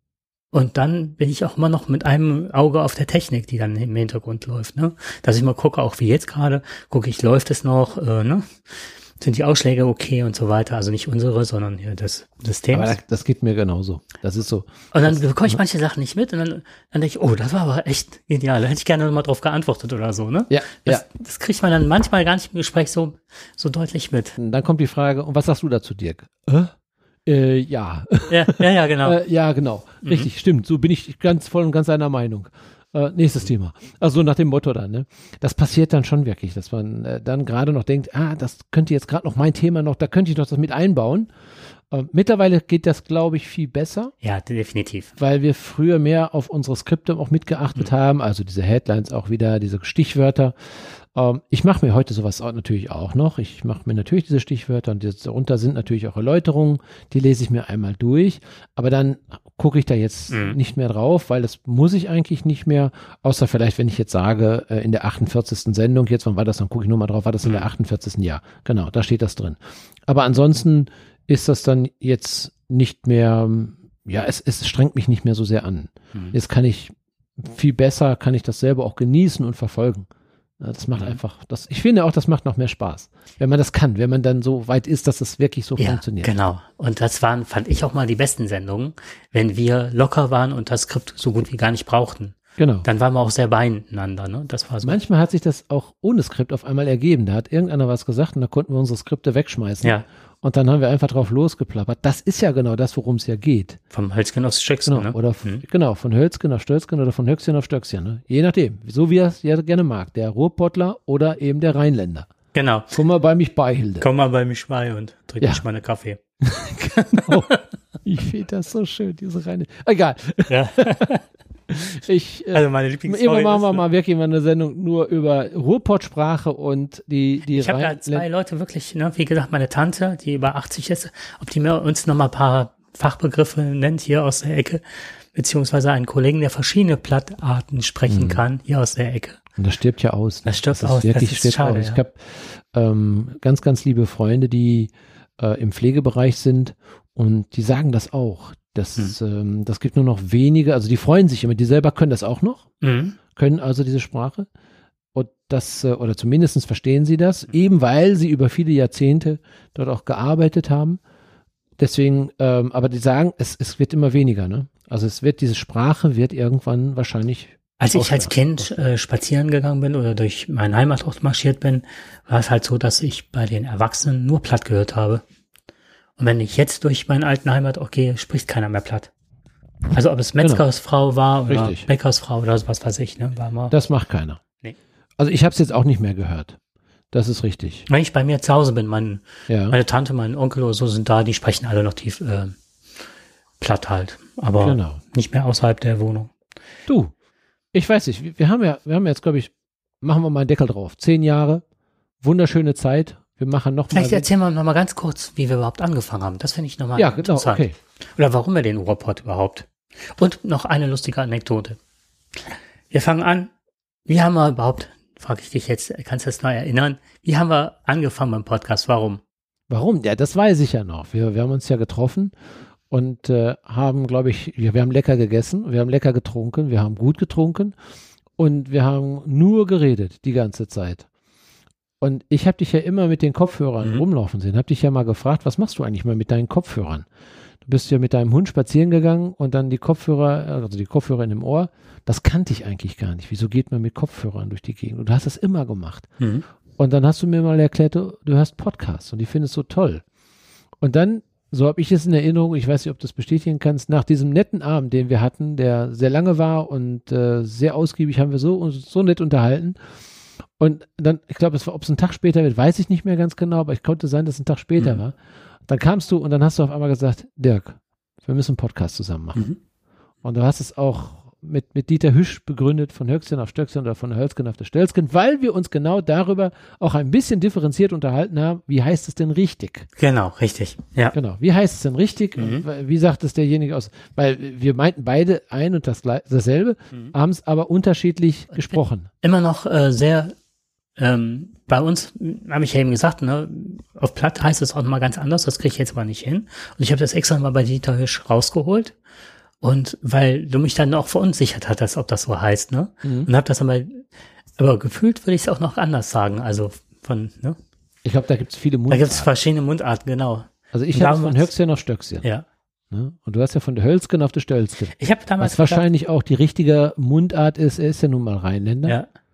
Und dann bin ich auch immer noch mit einem Auge auf der Technik, die dann im Hintergrund läuft. Ne? Dass ich mal gucke, auch wie jetzt gerade, gucke ich, läuft es noch, äh, ne? Sind die Ausschläge okay und so weiter. Also nicht unsere, sondern ja, das System.
Aber das, das geht mir genauso. Das ist so.
Und dann bekomme ich manche Sachen nicht mit und dann, dann denke ich, oh, das war aber echt genial. Da hätte ich gerne mal drauf geantwortet oder so, ne?
Ja,
das,
ja.
Das kriegt man dann manchmal gar nicht im Gespräch so, so deutlich mit.
Und dann kommt die Frage, und was sagst du dazu, Dirk? Äh? Äh, ja.
Ja, ja, ja, genau.
äh, ja, genau. Richtig, mhm. Stimmt. So bin ich ganz voll und ganz einer Meinung. Äh, nächstes Thema. Also nach dem Motto dann, ne? Das passiert dann schon wirklich, dass man äh, dann gerade noch denkt, ah, das könnte jetzt gerade noch mein Thema noch, da könnte ich doch das mit einbauen. Äh, mittlerweile geht das, glaube ich, viel besser.
Ja, definitiv.
Weil wir früher mehr auf unsere Skripte auch mitgeachtet mhm. haben, also diese Headlines auch wieder, diese Stichwörter. Ähm, ich mache mir heute sowas auch natürlich auch noch. Ich mache mir natürlich diese Stichwörter und darunter sind natürlich auch Erläuterungen, die lese ich mir einmal durch, aber dann gucke ich da jetzt mhm. nicht mehr drauf, weil das muss ich eigentlich nicht mehr, außer vielleicht, wenn ich jetzt sage, äh, in der achtundvierzigsten Sendung, jetzt, wann war das, dann gucke ich nur mal drauf, war das in der achtundvierzigsten Ja, genau, da steht das drin. Aber ansonsten ist das dann jetzt nicht mehr, ja, es, es strengt mich nicht mehr so sehr an. Mhm. Jetzt kann ich viel besser, kann ich das selber auch genießen und verfolgen. Das macht einfach, das, ich finde auch, das macht noch mehr Spaß, wenn man das kann, wenn man dann so weit ist, dass es wirklich so
ja,
funktioniert.
Genau. Und das waren, fand ich auch mal die besten Sendungen, wenn wir locker waren und das Skript so gut wie gar nicht brauchten.
Genau.
Dann waren wir auch sehr beieinander, ne? Das war so.
Manchmal hat sich das auch ohne Skript auf einmal ergeben. Da hat irgendeiner was gesagt und da konnten wir unsere Skripte wegschmeißen.
Ja.
Und dann haben wir einfach drauf losgeplappert. Das ist ja genau das, worum es ja geht.
Vom Hölzgen aufs Stöckchen,
genau,
ne?
Oder
hm.
Genau, von Hölzgen auf Stöckchen oder von Höchstchen auf Stöckchen. Ne? Je nachdem, so wie er es ja gerne mag. Der Ruhrpottler oder eben der Rheinländer.
Genau.
Komm mal bei mich bei, Hilde.
Komm mal bei mich bei und trink
ja.
mich mal einen Kaffee.
Genau. Ich finde das so schön, diese Rheine. Egal.
Ja.
Ich, äh,
also meine Lieblingsstory.
Immer machen wir mal wirklich mal eine Sendung nur über Ruhrpott-Sprache und die die
Ich habe da zwei Leute wirklich, ne, wie gesagt, meine Tante, die über achtzig ist, ob die mir uns noch mal ein paar Fachbegriffe nennt hier aus der Ecke, beziehungsweise einen Kollegen, der verschiedene Plattarten sprechen mhm. kann, hier aus der Ecke.
Und das stirbt ja aus.
Das stirbt
das
aus.
Wirklich
das ist schade,
aus.
ja.
Ich habe ähm, ganz, ganz liebe Freunde, die äh, im Pflegebereich sind und die sagen das auch. Das,
Mhm.
ähm, das gibt nur noch wenige, also die freuen sich immer, die selber können das auch noch,
Mhm.
können also diese Sprache und das, äh, oder zumindest verstehen sie das, eben weil sie über viele Jahrzehnte dort auch gearbeitet haben. Deswegen, ähm, aber die sagen, es, es wird immer weniger, ne? Also es wird, diese Sprache wird irgendwann wahrscheinlich.
Als ich als
aussterben.
Kind äh, spazieren gegangen bin oder durch meinen Heimatort marschiert bin, war es halt so, dass ich bei den Erwachsenen nur Platt gehört habe. Und wenn ich jetzt durch meinen alten Heimatort gehe, spricht keiner mehr Platt. Also ob es Metzgersfrau war oder
Richtig.
Bäckersfrau oder was weiß ich, ne, war mal.
Das macht keiner.
Nee.
Also ich habe es jetzt auch nicht mehr gehört. Das ist richtig.
Wenn ich bei mir zu Hause bin, mein,
Ja.
meine Tante, mein Onkel oder so sind da, die sprechen alle noch tief äh, Platt halt. Aber
Genau.
nicht mehr außerhalb der Wohnung.
Du, ich weiß nicht, wir- wir haben ja, wir haben jetzt, glaube ich, machen wir mal einen Deckel drauf. Zehn Jahre, wunderschöne Zeit. Wir machen noch
Vielleicht
mal.
erzählen wir noch mal ganz kurz, wie wir überhaupt angefangen haben. Das finde ich nochmal
Ja, genau,
interessant.
okay.
Oder warum wir den Ruhrpott überhaupt. Und noch eine lustige Anekdote. Wir fangen an. Wie haben wir überhaupt, frage ich dich jetzt, kannst du das neu erinnern? Wie haben wir angefangen beim Podcast? Warum?
Warum? Ja, das weiß ich ja noch. Wir, wir haben uns ja getroffen und äh, haben, glaube ich, wir, wir haben lecker gegessen, wir haben lecker getrunken, wir haben gut getrunken und wir haben nur geredet die ganze Zeit. Und ich habe dich ja immer mit den Kopfhörern
Mhm.
rumlaufen sehen, habe dich ja mal gefragt, was machst du eigentlich mal mit deinen Kopfhörern? Du bist ja mit deinem Hund spazieren gegangen und dann die Kopfhörer, also die Kopfhörer in dem Ohr, das kannte ich eigentlich gar nicht. Wieso geht man mit Kopfhörern durch die Gegend? Und du hast das immer gemacht.
Mhm.
Und dann hast du mir mal erklärt, du, du hörst Podcasts und die findest du toll. Und dann, so habe ich es in Erinnerung, ich weiß nicht, ob du das bestätigen kannst, nach diesem netten Abend, den wir hatten, der sehr lange war und äh, sehr ausgiebig, haben wir so, uns so nett unterhalten. Und dann, ich glaube, ob es ein Tag später wird, weiß ich nicht mehr ganz genau, aber ich konnte sein, dass es ein Tag später
Mhm.
war. Dann kamst du und dann hast du auf einmal gesagt, Dirk, wir müssen einen Podcast zusammen machen.
Mhm.
Und du hast es auch mit, mit Dieter Hüsch begründet, von Höchstgen auf Stöckchen oder von Hölzgen auf der Stelzgen, weil wir uns genau darüber auch ein bisschen differenziert unterhalten haben, wie heißt es denn richtig?
Genau, richtig. Ja.
Genau, wie heißt es denn richtig?
Mhm.
Und wie sagt es derjenige aus? Weil wir meinten beide ein und das, gle- dasselbe,
Mhm.
haben es aber unterschiedlich gesprochen.
Immer noch äh, sehr, ähm, bei uns, habe ich ja eben gesagt, ne, auf Platt heißt es auch mal ganz anders, das kriege ich jetzt aber nicht hin. Und ich habe das extra mal bei Dieter Hüsch rausgeholt. Und weil du mich dann auch verunsichert hattest, ob das so heißt, ne?
Mhm.
Und hab das aber, aber gefühlt würde ich es auch noch anders sagen. Also von, ne?
Ich glaube, da gibt es viele
Da
Mundarten.
gibt es verschiedene Mundarten, genau.
Also ich
Und
habe von
damals-
Höchstgen auf Stöckchen.
Ja.
Ne? Und du hast ja von der Hölzgen auf der Stelzgen.
Ich habe damals
Was wahrscheinlich auch die richtige Mundart ist, er ist ja nun mal Rheinländer.
gedacht, ja.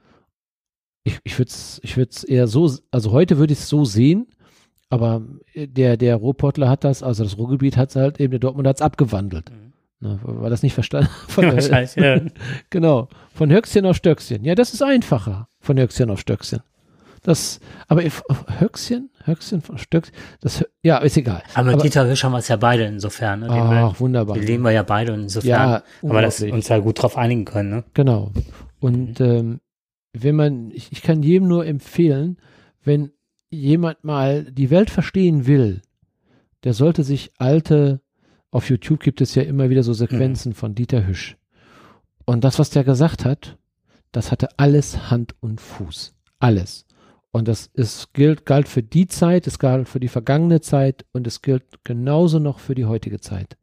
Ich, ich würde es ich würd's eher so, also heute würde ich es so sehen, aber der, der Ruhrpottler hat das, also das Ruhrgebiet hat es halt eben, der Dortmund hat es abgewandelt.
Mhm.
Ne, war das nicht verstanden? Von der,
Wahrscheinlich, ja.
genau, von Höchstchen auf Stöckchen. Ja, das ist einfacher, von Höchstchen auf Stöckchen. Das, aber if, Höchstchen, Höchstchen von Stöckchen, das, ja, ist egal.
Aber mit
Aber-
Dieter Hüsch haben wir es ja beide insofern. Ne? Den
Ach, wunderbar.
wir, die leben wir ja beide insofern.
Ja,
aber das
unglaublich.
uns ja gut drauf einigen können, ne?
Genau. Und ähm, wenn man, ich, ich kann jedem nur empfehlen, wenn jemand mal die Welt verstehen will, der sollte sich alte, auf YouTube gibt es ja immer wieder so Sequenzen von Dieter Hüsch. Und das, was der gesagt hat, das hatte alles Hand und Fuß. Alles. Und das ist, gilt, galt für die Zeit, es galt für die vergangene Zeit und es gilt genauso noch für die heutige Zeit.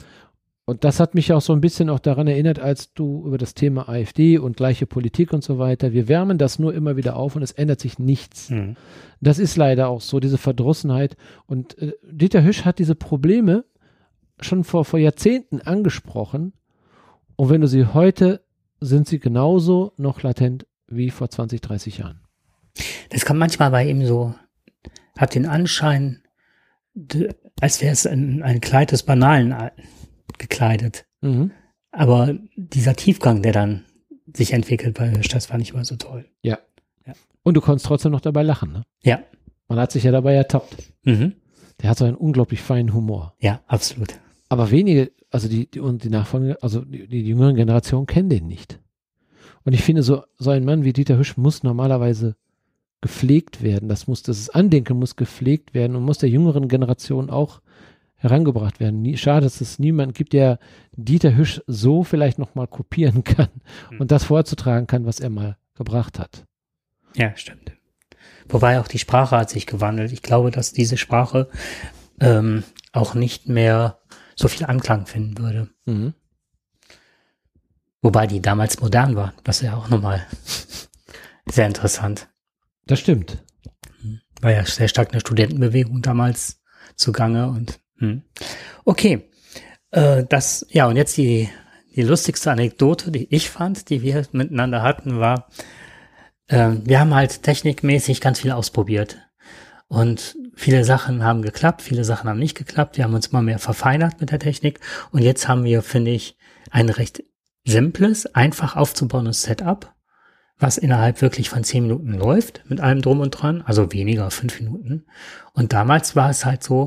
Und das hat mich auch so ein bisschen auch daran erinnert, als du über das Thema AfD und gleiche Politik und so weiter, wir wärmen das nur immer wieder auf und es ändert sich nichts.
Mhm.
Das ist leider auch so, diese Verdrossenheit. Und äh, Dieter Hüsch hat diese Probleme schon vor, vor Jahrzehnten angesprochen. Und wenn du sie heute, sind sie genauso noch latent wie vor zwanzig, dreißig Jahren.
Das kommt manchmal bei ihm so, hat den Anschein, d- als wäre es ein, ein Kleid des Banalen äh, gekleidet.
Mhm.
Aber dieser Tiefgang, der dann sich entwickelt bei Hüsch, das fand ich immer so toll.
Ja.
Ja.
Und du konntest trotzdem noch dabei lachen, ne?
Ja.
Man hat sich ja dabei ertappt.
Mhm.
Der hat so einen unglaublich feinen Humor.
Ja, absolut.
Aber wenige, also die, die und die Nachfolger, also die, die jüngeren Generationen kennen den nicht. Und ich finde, so, so ein Mann wie Dieter Hüsch muss normalerweise gepflegt werden. Das muss, das Andenken muss gepflegt werden und muss der jüngeren Generation auch herangebracht werden. Nie, schade, dass es niemand gibt, der Dieter Hüsch so vielleicht nochmal kopieren kann
Hm.
und das vorzutragen kann, was er mal gebracht hat.
Ja, stimmt. Wobei auch die Sprache hat sich gewandelt. Ich glaube, dass diese Sprache ähm, auch nicht mehr so viel Anklang finden würde.
Mhm.
Wobei die damals modern war. Das ist ja auch nochmal sehr interessant.
Das stimmt.
War ja sehr stark eine Studentenbewegung damals zugange. Und hm. Okay, äh, das, ja, und jetzt die, die lustigste Anekdote, die ich fand, die wir miteinander hatten, war, äh, wir haben halt technikmäßig ganz viel ausprobiert. Und viele Sachen haben geklappt, viele Sachen haben nicht geklappt. Wir haben uns immer mehr verfeinert mit der Technik. Und jetzt haben wir, finde ich, ein recht simples, einfach aufzubauendes Setup, was innerhalb wirklich von zehn Minuten läuft, mit allem drum und dran, also weniger, fünf Minuten. Und damals war es halt so,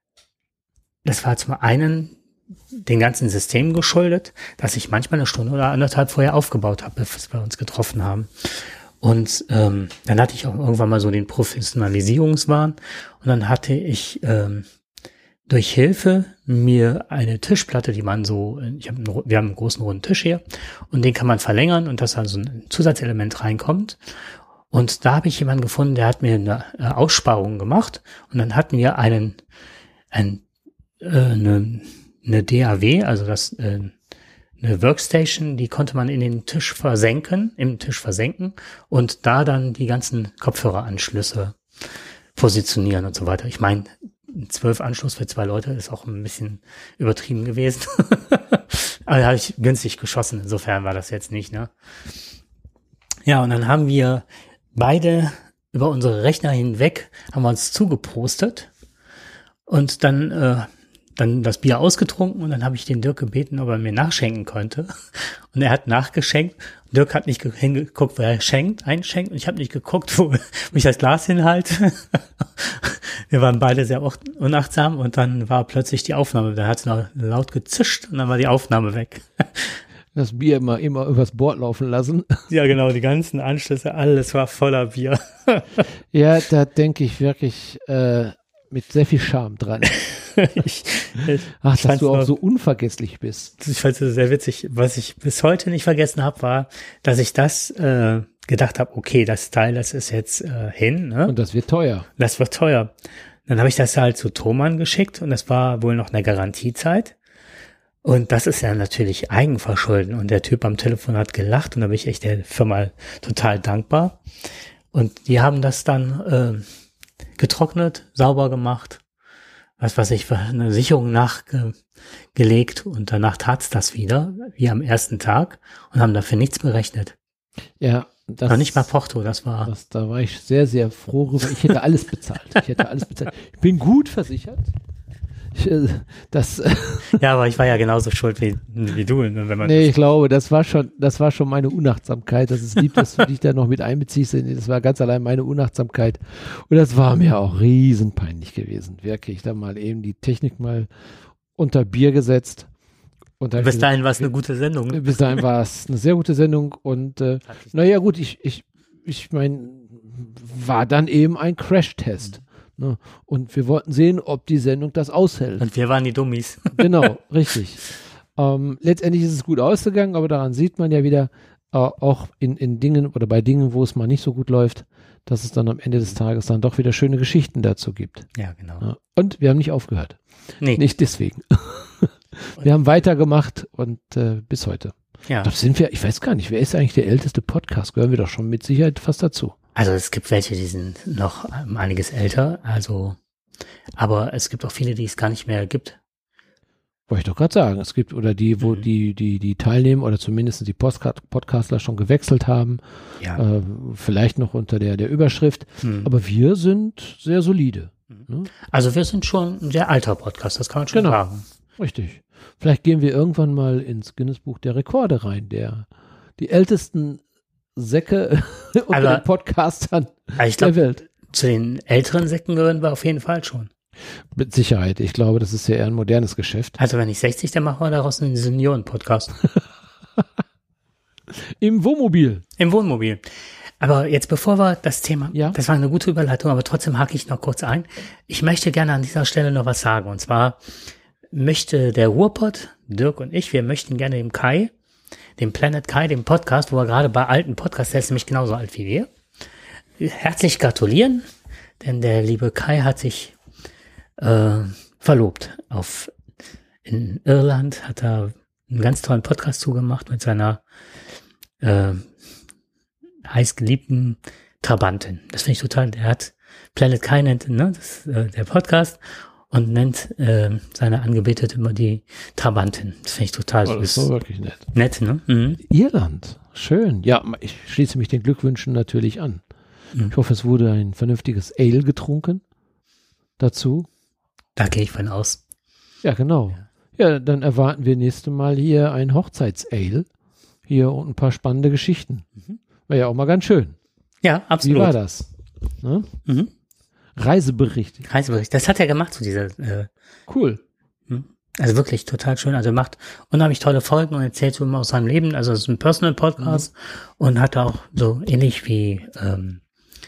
das war zum einen den ganzen Systemen geschuldet, dass ich manchmal eine Stunde oder anderthalb vorher aufgebaut habe, bis wir uns getroffen haben. Und ähm, dann hatte ich auch irgendwann mal so den Professionalisierungswahn und dann hatte ich ähm, durch Hilfe mir eine Tischplatte, die man so, ich hab, wir haben einen großen runden Tisch hier und den kann man verlängern und dass da so ein Zusatzelement reinkommt. Und da habe ich jemanden gefunden, der hat mir eine äh, Aussparung gemacht und dann hatten wir einen, ein, äh, eine, eine D A W, also das äh, eine Workstation, die konnte man in den Tisch versenken, im Tisch versenken und da dann die ganzen Kopfhöreranschlüsse positionieren und so weiter. Ich meine, zwölf Anschluss für zwei Leute ist auch ein bisschen übertrieben gewesen. Aber da habe ich günstig geschossen, insofern war das jetzt nicht, ne? Ja, und dann haben wir beide über unsere Rechner hinweg, haben wir uns zugepostet und dann äh, dann das Bier ausgetrunken und dann habe ich den Dirk gebeten, ob er mir nachschenken könnte. Und er hat nachgeschenkt. Dirk hat nicht hingeguckt, wo er schenkt, einschenkt und ich habe nicht geguckt, wo, wo ich das Glas hinhalte. Wir waren beide sehr unachtsam und dann war plötzlich die Aufnahme. Dann hat es noch laut gezischt und dann war die Aufnahme weg.
Das Bier immer, immer übers Bord laufen lassen.
Ja, genau, die ganzen Anschlüsse, alles war voller Bier.
Ja, da denke ich wirklich äh, mit sehr viel Charme dran.
ich, ich
Ach, dass du auch noch so unvergesslich bist.
Ich fand es sehr witzig. Was ich bis heute nicht vergessen habe, war, dass ich das äh, gedacht habe, okay, das Teil, das ist jetzt äh, hin. Ne?
Und das wird teuer.
Das wird teuer. Dann habe ich das halt zu Thomann geschickt und das war wohl noch eine Garantiezeit. Und das ist ja natürlich Eigenverschulden. Und der Typ am Telefon hat gelacht und da bin ich echt der Firma total dankbar. Und die haben das dann äh, getrocknet, sauber gemacht, was weiß ich, eine Sicherung nachgelegt und danach tat's das wieder, wie am ersten Tag und haben dafür nichts berechnet.
Ja, das.
Noch nicht mal Porto, das war.
Das, da war ich sehr, sehr froh rüber. Ich hätte alles bezahlt. Ich hätte alles bezahlt. Ich bin gut versichert. Ich, äh, das,
ja, aber ich war ja genauso schuld wie, wie du. Wenn man
nee, ich glaube, das war schon, das war schon meine Unachtsamkeit. Das ist lieb, dass du dich da noch mit einbeziehst. Das war ganz allein meine Unachtsamkeit. Und das war mir auch riesenpeinlich gewesen. Wirklich, da mal eben die Technik mal unter Bier gesetzt. Und
bis dahin war es eine gute Sendung.
Bis dahin war es eine sehr gute Sendung. Und äh, naja, gut, ich, ich, ich meine, war dann eben ein Crash-Test. Ne? Und wir wollten sehen, ob die Sendung das aushält.
Und wir waren die Dummies.
Genau, richtig. Ähm, letztendlich ist es gut ausgegangen, aber daran sieht man ja wieder, äh, auch in, in Dingen oder bei Dingen, wo es mal nicht so gut läuft, dass es dann am Ende des Tages dann doch wieder schöne Geschichten dazu gibt.
Ja, genau.
Ja. Und wir haben nicht aufgehört.
Nee.
Nicht deswegen. Wir haben weitergemacht und äh, bis heute.
Ja.
Das sind wir, ich weiß gar nicht, wer ist eigentlich der älteste Podcast? Gehören wir doch schon mit Sicherheit fast dazu.
Also es gibt welche, die sind noch um einiges älter, also, aber es gibt auch viele, die es gar nicht mehr gibt.
Wollte ich doch gerade sagen. Es gibt, oder die, wo mhm. die, die, die teilnehmen oder zumindest die Podcast Podcastler schon gewechselt haben.
Ja.
Äh, vielleicht noch unter der, der Überschrift. Mhm. Aber wir sind sehr solide.
Mhm.
Ne?
Also wir sind schon ein sehr alter Podcast, das kann man schon
genau.
sagen.
Richtig. Vielleicht gehen wir irgendwann mal ins Guinness-Buch der Rekorde rein, der die ältesten Säcke unter
Aber,
den Podcastern
ich glaub,
der Welt.
Zu den älteren Säcken gehören wir auf jeden Fall schon.
Mit Sicherheit. Ich glaube, das ist ja eher ein modernes Geschäft.
Also wenn ich sechzig, dann machen wir daraus einen Senioren-Podcast.
Im Wohnmobil.
Im Wohnmobil. Aber jetzt bevor wir das Thema,
ja?
das war eine gute Überleitung, aber trotzdem hake ich noch kurz ein. Ich möchte gerne an dieser Stelle noch was sagen. Und zwar möchte der Ruhrpott, Dirk und ich, wir möchten gerne dem Kai, dem Planet Kai, dem Podcast, wo wir gerade bei alten Podcasts, der ist nämlich genauso alt wie wir, herzlich gratulieren, denn der liebe Kai hat sich äh, verlobt. Auf, in Irland hat er einen ganz tollen Podcast zugemacht mit seiner äh, heißgeliebten Trabantin. Das finde ich total, der hat Planet Kai nennt, ne, das, äh, der Podcast und nennt äh, seine Angebetete immer die Trabantin. Das finde ich total
oh,
süß.
Das ist so wirklich nett.
Nett, ne? Mhm.
Irland, schön. Ja, ich schließe mich den Glückwünschen natürlich an. Mhm. Ich hoffe, es wurde ein vernünftiges Ale getrunken dazu.
Da gehe ich von aus.
Ja, genau. Ja, dann erwarten wir nächstes Mal hier ein Hochzeits-Ale. Hier und ein paar spannende Geschichten. Mhm. Wäre ja auch mal ganz schön.
Ja, absolut.
Wie war das? Ne?
Mhm.
Reisebericht.
Reisebericht. Das hat er gemacht zu dieser. Äh,
cool.
Also wirklich total schön. Also er macht unheimlich tolle Folgen und erzählt so immer aus seinem Leben. Also es ist ein Personal Podcast mhm. und hat auch so ähnlich wie ähm,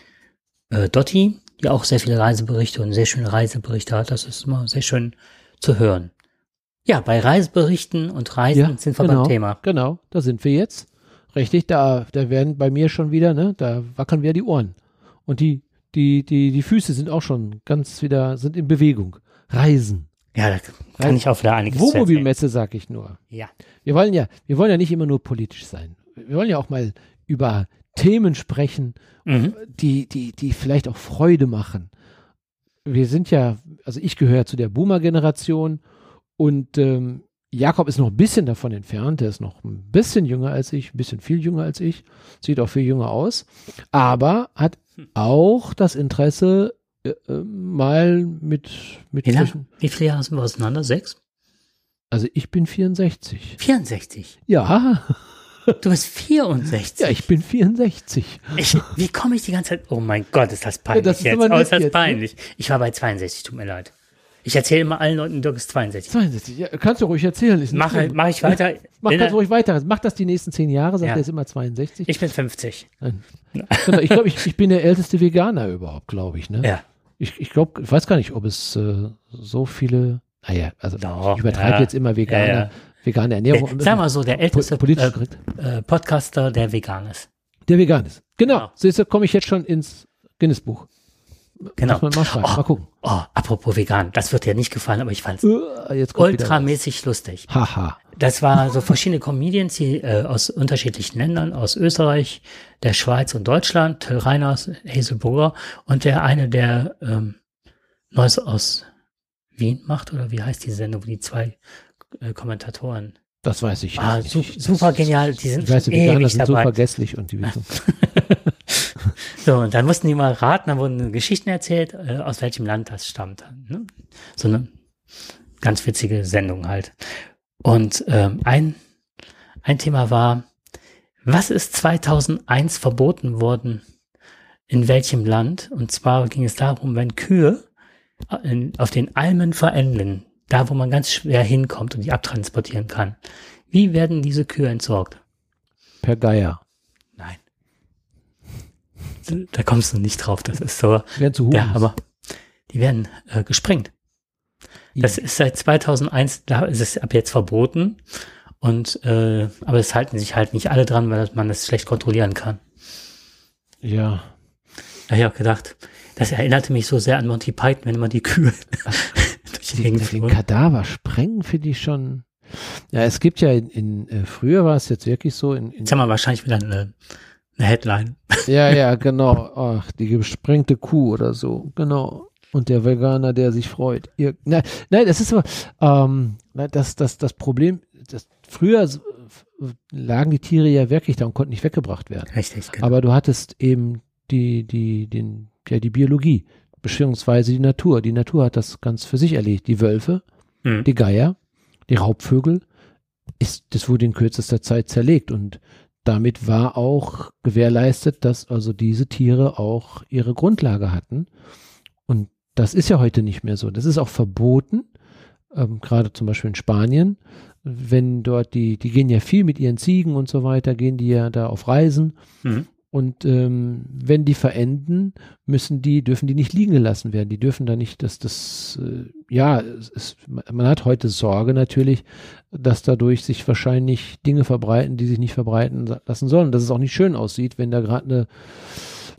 äh, Dotti, die auch sehr viele Reiseberichte und sehr schöne Reiseberichte hat. Das ist immer sehr schön zu hören. Ja, bei Reiseberichten und Reisen
ja,
sind wir
genau,
beim Thema.
Genau, da sind wir jetzt. Richtig, da, da werden bei mir schon wieder, ne, da wackeln wieder die Ohren. Und die, die, die, die Füße sind auch schon ganz wieder, sind in Bewegung. Reisen.
Ja, da kann Reisen. Ich auch wieder einiges
Wohnmobilmesse, sag ich nur.
Ja.
Wir wollen ja, wir wollen ja nicht immer nur politisch sein. Wir wollen ja auch mal über Themen sprechen, mhm. die, die, die vielleicht auch Freude machen. Wir sind ja, also ich gehöre zu der Boomer-Generation und ähm, Jakob ist noch ein bisschen davon entfernt, der ist noch ein bisschen jünger als ich, ein bisschen viel jünger als ich, sieht auch viel jünger aus, aber hat auch das Interesse, äh, mal mit... mit
wie, lang, wie viele Jahre sind wir auseinander? Sechs?
Also ich bin vierundsechzig.
vierundsechzig?
Ja.
Du bist vierundsechzig?
Ja, ich bin vierundsechzig.
Ich, wie komme ich die ganze Zeit... Oh mein Gott, ist das peinlich
ja, das ist
jetzt. Oh, ist das
jetzt,
peinlich.
Ne?
Ich war bei zweiundsechzig, tut mir leid. Ich erzähle immer allen Leuten, Dirk ist zweiundsechzig.
zweiundsechzig, ja, kannst du ruhig erzählen. Ist
mach, mach ich weiter.
Mach kannst du ruhig weiter. Mach das die nächsten zehn Jahre, sagt ja. Er ist immer zweiundsechzig.
Ich bin fünfzig.
Nein. Ich glaube, ich, ich bin der älteste Veganer überhaupt, glaube ich. Ne?
Ja.
Ich, ich glaube, ich weiß gar nicht, ob es äh, so viele, naja, also
Doch,
ich übertreibe
ja.
jetzt immer vegane, ja, ja. vegane Ernährung.
Der, sag mal so, der älteste
po
äh, äh, Podcaster, der vegan ist.
Der vegan ist. Genau. genau. Siehst du, komme ich jetzt schon ins Guinness-Buch.
Genau.
Muss man mal schreiben.
Oh,
mal gucken.
Oh, apropos vegan, das wird dir nicht gefallen, aber ich fand es
uh,
ultramäßig lustig.
Haha.
Das war so verschiedene Comedians, die äh, aus unterschiedlichen Ländern, aus Österreich, der Schweiz und Deutschland, Till Reiners, Hazelburger und der eine, der ähm, Neues aus Wien macht, oder wie heißt die Sendung, wo die zwei äh, Kommentatoren.
Das weiß ich
ah,
nicht.
Su super genial, die sind
ich weiß, die Veganer sind
dabei.
so vergesslich und die wissen.
So, und dann mussten die mal raten, dann wurden Geschichten erzählt, äh, aus welchem Land das stammt. Ne? So eine ganz witzige Sendung halt. Und ähm, ein, ein Thema war, was ist zweitausendeins verboten worden, in welchem Land? Und zwar ging es darum, wenn Kühe in, auf den Almen verenden, da wo man ganz schwer hinkommt und die abtransportieren kann. Wie werden diese Kühe entsorgt?
Per Geier.
Nein. Da kommst du nicht drauf, das ist so.
Werden zu
ja, aber die werden äh, gesprengt. Ja. Das ist seit zweitausendeins, da ist es ab jetzt verboten. Und äh, aber es halten sich halt nicht alle dran, weil man das schlecht kontrollieren kann.
Ja.
Da habe ich auch gedacht, das erinnerte mich so sehr an Monty Python, wenn immer die Kühe durch die Gegend
den Kadaver sprengen, finde ich schon. Ja, es gibt ja in, in äh, früher war es jetzt wirklich so in, in
jetzt haben wir wahrscheinlich wieder eine, eine Headline.
Ja, ja, genau. Ach, die gesprengte Kuh oder so, genau. Und der Veganer, der sich freut. Ihr, nein, nein, das ist aber ähm, das, das, das Problem, das, früher lagen die Tiere ja wirklich da und konnten nicht weggebracht werden.
Richtig, genau.
Aber du hattest eben die, die, den, ja, die Biologie, beziehungsweise die Natur. Die Natur hat das ganz für sich erledigt. Die Wölfe, mhm. die Geier, die Raubvögel, ist, das wurde in kürzester Zeit zerlegt und damit war auch gewährleistet, dass also diese Tiere auch ihre Grundlage hatten. Und das ist ja heute nicht mehr so. Das ist auch verboten, ähm, gerade zum Beispiel in Spanien, wenn dort die, die gehen ja viel mit ihren Ziegen und so weiter, gehen die ja da auf Reisen. Mhm. Und ähm, wenn die verenden, müssen die, dürfen die nicht liegen gelassen werden. Die dürfen da nicht, dass das, äh, ja, es, es, man hat heute Sorge natürlich, dass dadurch sich wahrscheinlich Dinge verbreiten, die sich nicht verbreiten lassen sollen. Dass es auch nicht schön aussieht, wenn da gerade eine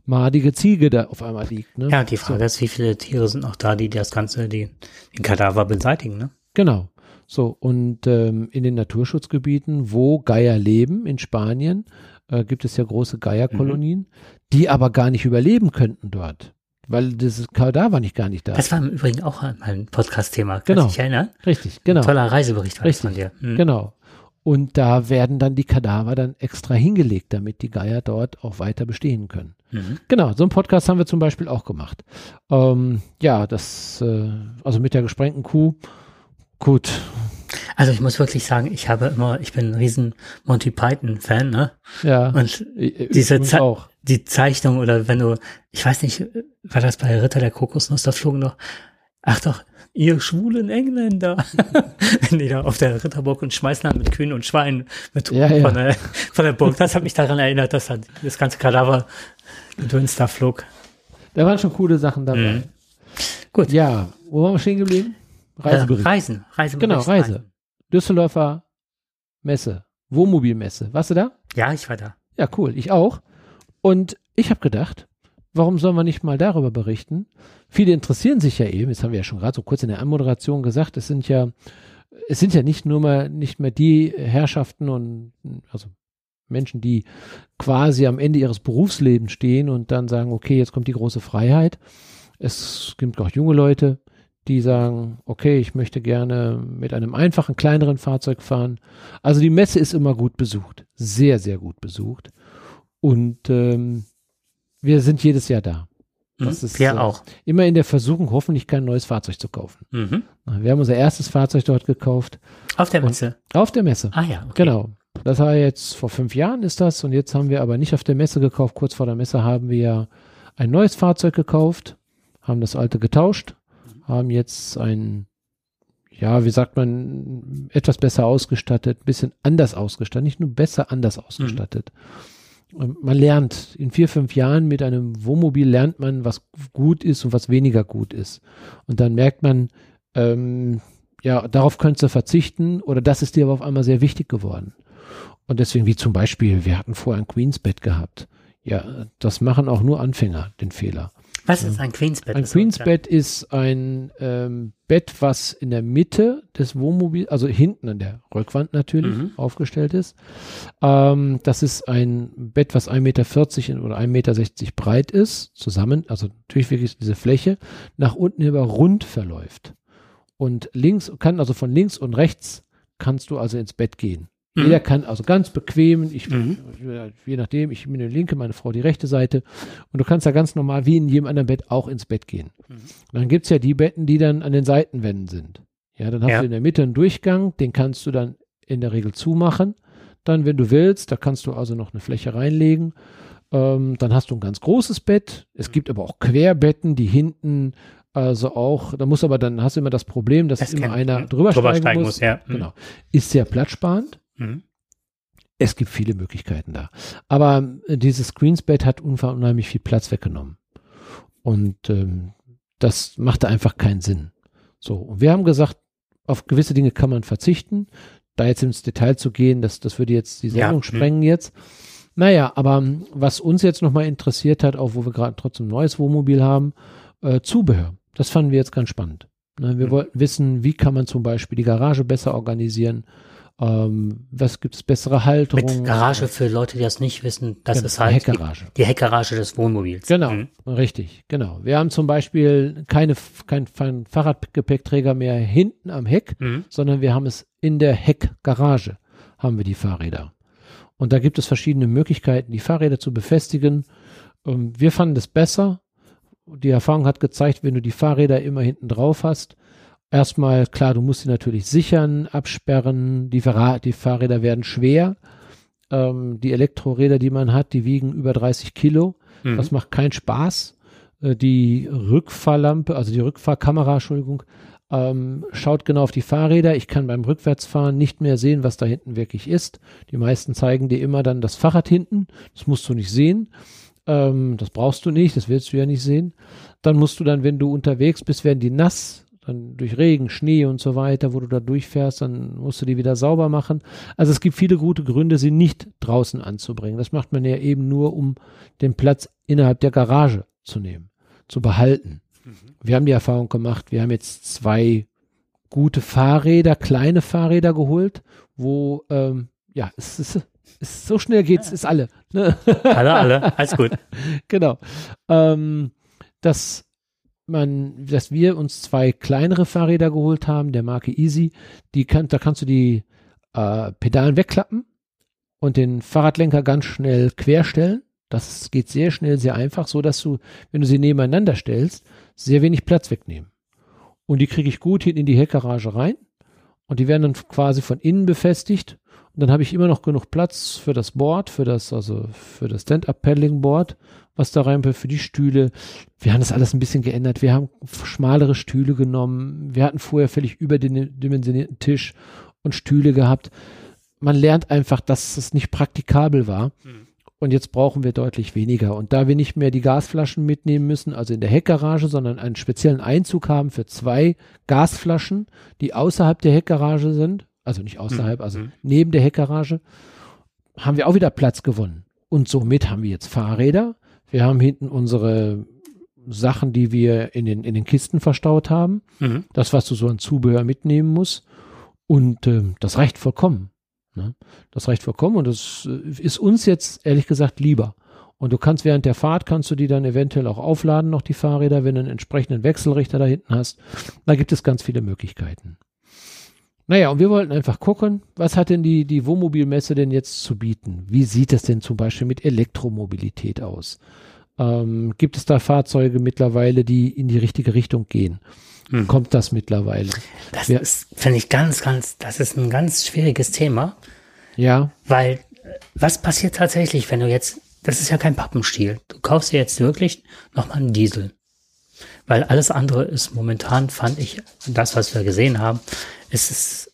madige Ziege da auf einmal liegt. Ne?
Ja, die Frage so. ist, wie viele Tiere sind noch da, die das Ganze, die den Kadaver beseitigen, ne?
Genau. So, und ähm, in den Naturschutzgebieten, wo Geier leben, in Spanien, äh, gibt es ja große Geierkolonien, mhm. die aber gar nicht überleben könnten dort, weil das Kadaver nicht gar nicht da.
Das war im Übrigen auch ein Podcast-Thema, kann
genau.
ich mich erinnern?
Richtig, genau.
Ein toller Reisebericht war
Richtig,
das von dir. Mhm.
Genau. Und da werden dann die Kadaver dann extra hingelegt, damit die Geier dort auch weiter bestehen können. Mhm. Genau, so einen Podcast haben wir zum Beispiel auch gemacht. Ähm, ja, das, äh, also mit der gesprengten Kuh, gut.
Also ich muss wirklich sagen, ich habe immer, ich bin ein riesen Monty Python-Fan, ne?
Ja.
Und diese Ze- auch. die Zeichnung oder wenn du, ich weiß nicht, war das bei Ritter der Kokosnuss, da flogen noch, ach doch, ihr schwulen Engländer. Wenn die da auf der Ritterburg und schmeißen dann mit Kühen und Schweinen mit
ja, ja.
Von, der, von der Burg. Das hat mich daran erinnert, dass halt das ganze Kadaver gedöns da flog.
Da waren schon coole Sachen dabei. Mhm.
Gut.
Ja, wo waren wir stehen geblieben? Reisebericht.
Äh, Reisen. Reisebericht.
Genau, Reise. Düsseldorfer Messe. Wohnmobilmesse. Warst du da?
Ja, ich war da.
Ja, cool. Ich auch. Und ich habe gedacht, warum sollen wir nicht mal darüber berichten? Viele interessieren sich ja eben, das haben wir ja schon gerade so kurz in der Anmoderation gesagt, es sind ja, es sind ja nicht nur mal, nicht mehr die Herrschaften und, also Menschen, die quasi am Ende ihres Berufslebens stehen und dann sagen, okay, jetzt kommt die große Freiheit. Es gibt auch junge Leute, die sagen, okay, ich möchte gerne mit einem einfachen, kleineren Fahrzeug fahren. Also die Messe ist immer gut besucht, sehr, sehr gut besucht. Und ähm, wir sind jedes Jahr da. Das
mhm,
ist
wir
äh,
auch.
Immer in der Versuchung, hoffentlich kein neues Fahrzeug zu kaufen.
Mhm.
Wir haben unser erstes Fahrzeug dort gekauft.
Auf der Messe?
Auf der Messe.
Ah ja, okay.
Genau. Das war jetzt vor fünf Jahren ist das und jetzt haben wir aber nicht auf der Messe gekauft. Kurz vor der Messe haben wir ein neues Fahrzeug gekauft, haben das alte getauscht, haben jetzt ein, ja, wie sagt man, etwas besser ausgestattet, ein bisschen anders ausgestattet, nicht nur besser, anders ausgestattet. Mhm. Man lernt, in vier, fünf Jahren mit einem Wohnmobil lernt man, was gut ist und was weniger gut ist. Und dann merkt man, ähm, ja, darauf könntest du verzichten oder das ist dir aber auf einmal sehr wichtig geworden. Und deswegen, wie zum Beispiel, wir hatten vorher ein Queensbett gehabt. Ja, das machen auch nur Anfänger, den Fehler.
Was ist ein Queensbett?
Ein Queensbett ist ein ähm, Bett, was in der Mitte des Wohnmobils, also hinten an der Rückwand natürlich, mhm. aufgestellt ist. Ähm, das ist ein Bett, was ein Meter vierzig oder ein Meter sechzig breit ist, zusammen, also natürlich wirklich diese Fläche, nach unten über rund verläuft. Und links, kann also von links und rechts kannst du also ins Bett gehen. Mhm. Jeder kann also ganz bequem, ich, mhm. je nachdem, ich bin die linke, meine Frau die rechte Seite und du kannst da ganz normal wie in jedem anderen Bett auch ins Bett gehen. Mhm. Und dann gibt's ja die Betten, die dann an den Seitenwänden sind. Ja, dann hast ja. du in der Mitte einen Durchgang, den kannst du dann in der Regel zumachen. Dann, wenn du willst, da kannst du also noch eine Fläche reinlegen. Ähm, dann hast du ein ganz großes Bett. Es gibt aber auch Querbetten, die hinten also auch, da muss aber dann, hast du immer das Problem, dass
das
immer
kann,
einer
ja.
drüber,
drüber
steigen,
steigen
muss.
muss ja.
Genau. Ist sehr platzsparend. Mhm. Es gibt viele Möglichkeiten da. Aber äh, dieses Queensbett hat unheimlich viel Platz weggenommen. Und ähm, das machte einfach keinen Sinn. So, und wir haben gesagt, auf gewisse Dinge kann man verzichten. Da jetzt ins Detail zu gehen, das, das würde jetzt die Sendung ja. sprengen mhm. jetzt. Naja, aber was uns jetzt nochmal interessiert hat, auch wo wir gerade trotzdem ein neues Wohnmobil haben, äh, Zubehör. Das fanden wir jetzt ganz spannend. Ne, wir mhm. wollten wissen, wie kann man zum Beispiel die Garage besser organisieren, ähm, was gibt es bessere Halterung.
Mit Garage für Leute, die das nicht wissen, das
genau,
ist halt
die Heckgarage.
Die, die Heckgarage des Wohnmobils.
Genau,
mhm.
richtig, genau. Wir haben zum Beispiel keine, kein, kein Fahrradgepäckträger mehr hinten am Heck, mhm. sondern wir haben es in der Heckgarage, haben wir die Fahrräder. Und da gibt es verschiedene Möglichkeiten, die Fahrräder zu befestigen. Ähm, wir fanden das besser. Die Erfahrung hat gezeigt, wenn du die Fahrräder immer hinten drauf hast, erstmal, klar, du musst sie natürlich sichern, absperren, die, Fahrrad, die Fahrräder werden schwer, ähm, die Elektroräder, die man hat, die wiegen über dreißig Kilo, mhm. das macht keinen Spaß. Äh, die Rückfahrlampe, also die Rückfahrkamera, Entschuldigung, ähm, schaut genau auf die Fahrräder, ich kann beim Rückwärtsfahren nicht mehr sehen, was da hinten wirklich ist. Die meisten zeigen dir immer dann das Fahrrad hinten, das musst du nicht sehen. Ähm, das brauchst du nicht, das willst du ja nicht sehen. Dann musst du dann, wenn du unterwegs bist, werden die nass, dann durch Regen, Schnee und so weiter, wo du da durchfährst, dann musst du die wieder sauber machen. Also es gibt viele gute Gründe, sie nicht draußen anzubringen. Das macht man ja eben nur, um den Platz innerhalb der Garage zu nehmen, zu behalten. Mhm. Wir haben die Erfahrung gemacht, wir haben jetzt zwei gute Fahrräder, kleine Fahrräder geholt, wo, ähm, ja, es ist, es so schnell geht's, ist alle. Ne?
Alle, alle, alles gut.
Genau. Ähm, das Man, dass wir uns zwei kleinere Fahrräder geholt haben, der Marke Easy, die kann, da kannst du die äh, Pedalen wegklappen und den Fahrradlenker ganz schnell querstellen. Das geht sehr schnell, sehr einfach, so dass du, wenn du sie nebeneinander stellst, sehr wenig Platz wegnehmen. Und die kriege ich gut hinten in die Heckgarage rein und die werden dann quasi von innen befestigt und dann habe ich immer noch genug Platz für das Board, für das, also für das Stand-Up-Paddling-Board, was da reinpasst, für die Stühle. Wir haben das alles ein bisschen geändert. Wir haben schmalere Stühle genommen. Wir hatten vorher völlig überdimensionierten Tisch und Stühle gehabt. Man lernt einfach, dass es nicht praktikabel war. Mhm. Und jetzt brauchen wir deutlich weniger. Und da wir nicht mehr die Gasflaschen mitnehmen müssen, also in der Heckgarage, sondern einen speziellen Einzug haben für zwei Gasflaschen, die außerhalb der Heckgarage sind, also nicht außerhalb, mhm. also neben der Heckgarage, haben wir auch wieder Platz gewonnen. Und somit haben wir jetzt Fahrräder. Wir haben hinten unsere Sachen, die wir in den, in den Kisten verstaut haben. Mhm. Das, was du so an Zubehör mitnehmen musst. Und äh, das reicht vollkommen. Ne? Das reicht vollkommen und das ist uns jetzt ehrlich gesagt lieber. Und du kannst während der Fahrt, kannst du die dann eventuell auch aufladen, noch die Fahrräder, wenn du einen entsprechenden Wechselrichter da hinten hast. Da gibt es ganz viele Möglichkeiten. Naja, und wir wollten einfach gucken, was hat denn die, die Wohnmobilmesse denn jetzt zu bieten? Wie sieht es denn zum Beispiel mit Elektromobilität aus? Ähm, gibt es da Fahrzeuge mittlerweile, die in die richtige Richtung gehen? Hm. Kommt das mittlerweile?
Das wir, ist, finde ich, ganz, ganz, das ist ein ganz schwieriges Thema.
Ja.
Weil, was passiert tatsächlich, wenn du jetzt, das ist ja kein Pappenstiel, du kaufst dir jetzt wirklich nochmal einen Diesel. Weil alles andere ist momentan, fand ich, das, was wir gesehen haben, ist es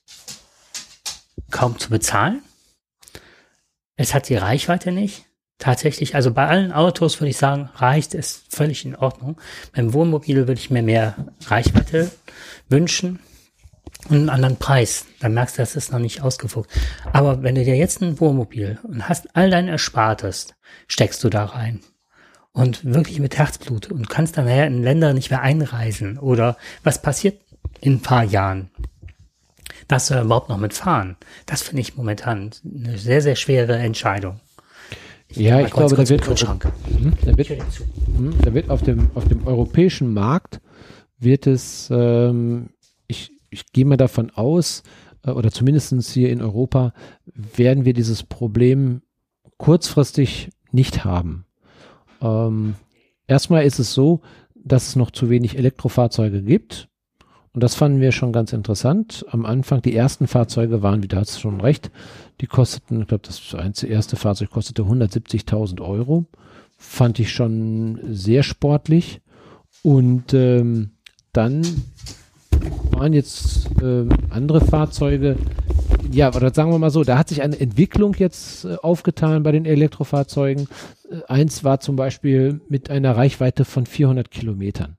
kaum zu bezahlen. Es hat die Reichweite nicht. Tatsächlich, also bei allen Autos würde ich sagen, reicht es völlig in Ordnung. Beim Wohnmobil würde ich mir mehr Reichweite wünschen und einen anderen Preis. Dann merkst du, das ist noch nicht ausgefuchst. Aber wenn du dir jetzt ein Wohnmobil und hast all dein Erspartes, steckst du da rein. Und wirklich mit Herzblut und kannst dann nachher in Länder nicht mehr einreisen. Oder was passiert in ein paar Jahren? Darfst du da überhaupt noch mitfahren? Das finde ich momentan eine sehr, sehr schwere Entscheidung.
Ich ja, ich glaube, da wird, hm, da, wird, hm, da wird auf dem, auf dem europäischen Markt wird es, ähm, ich, ich gehe mal davon aus, äh, oder zumindest hier in Europa, werden wir dieses Problem kurzfristig nicht haben. Ähm, erstmal ist es so, dass es noch zu wenig Elektrofahrzeuge gibt. Und das fanden wir schon ganz interessant. Am Anfang, die ersten Fahrzeuge waren, wie du hast schon recht, die kosteten, ich glaube, das erste Fahrzeug kostete hundertsiebzigtausend Euro. Fand ich schon sehr sportlich. Und ähm, dann waren jetzt äh, andere Fahrzeuge, ja, oder sagen wir mal so, da hat sich eine Entwicklung jetzt äh, aufgetan bei den Elektrofahrzeugen. Äh, eins war zum Beispiel mit einer Reichweite von vierhundert Kilometern.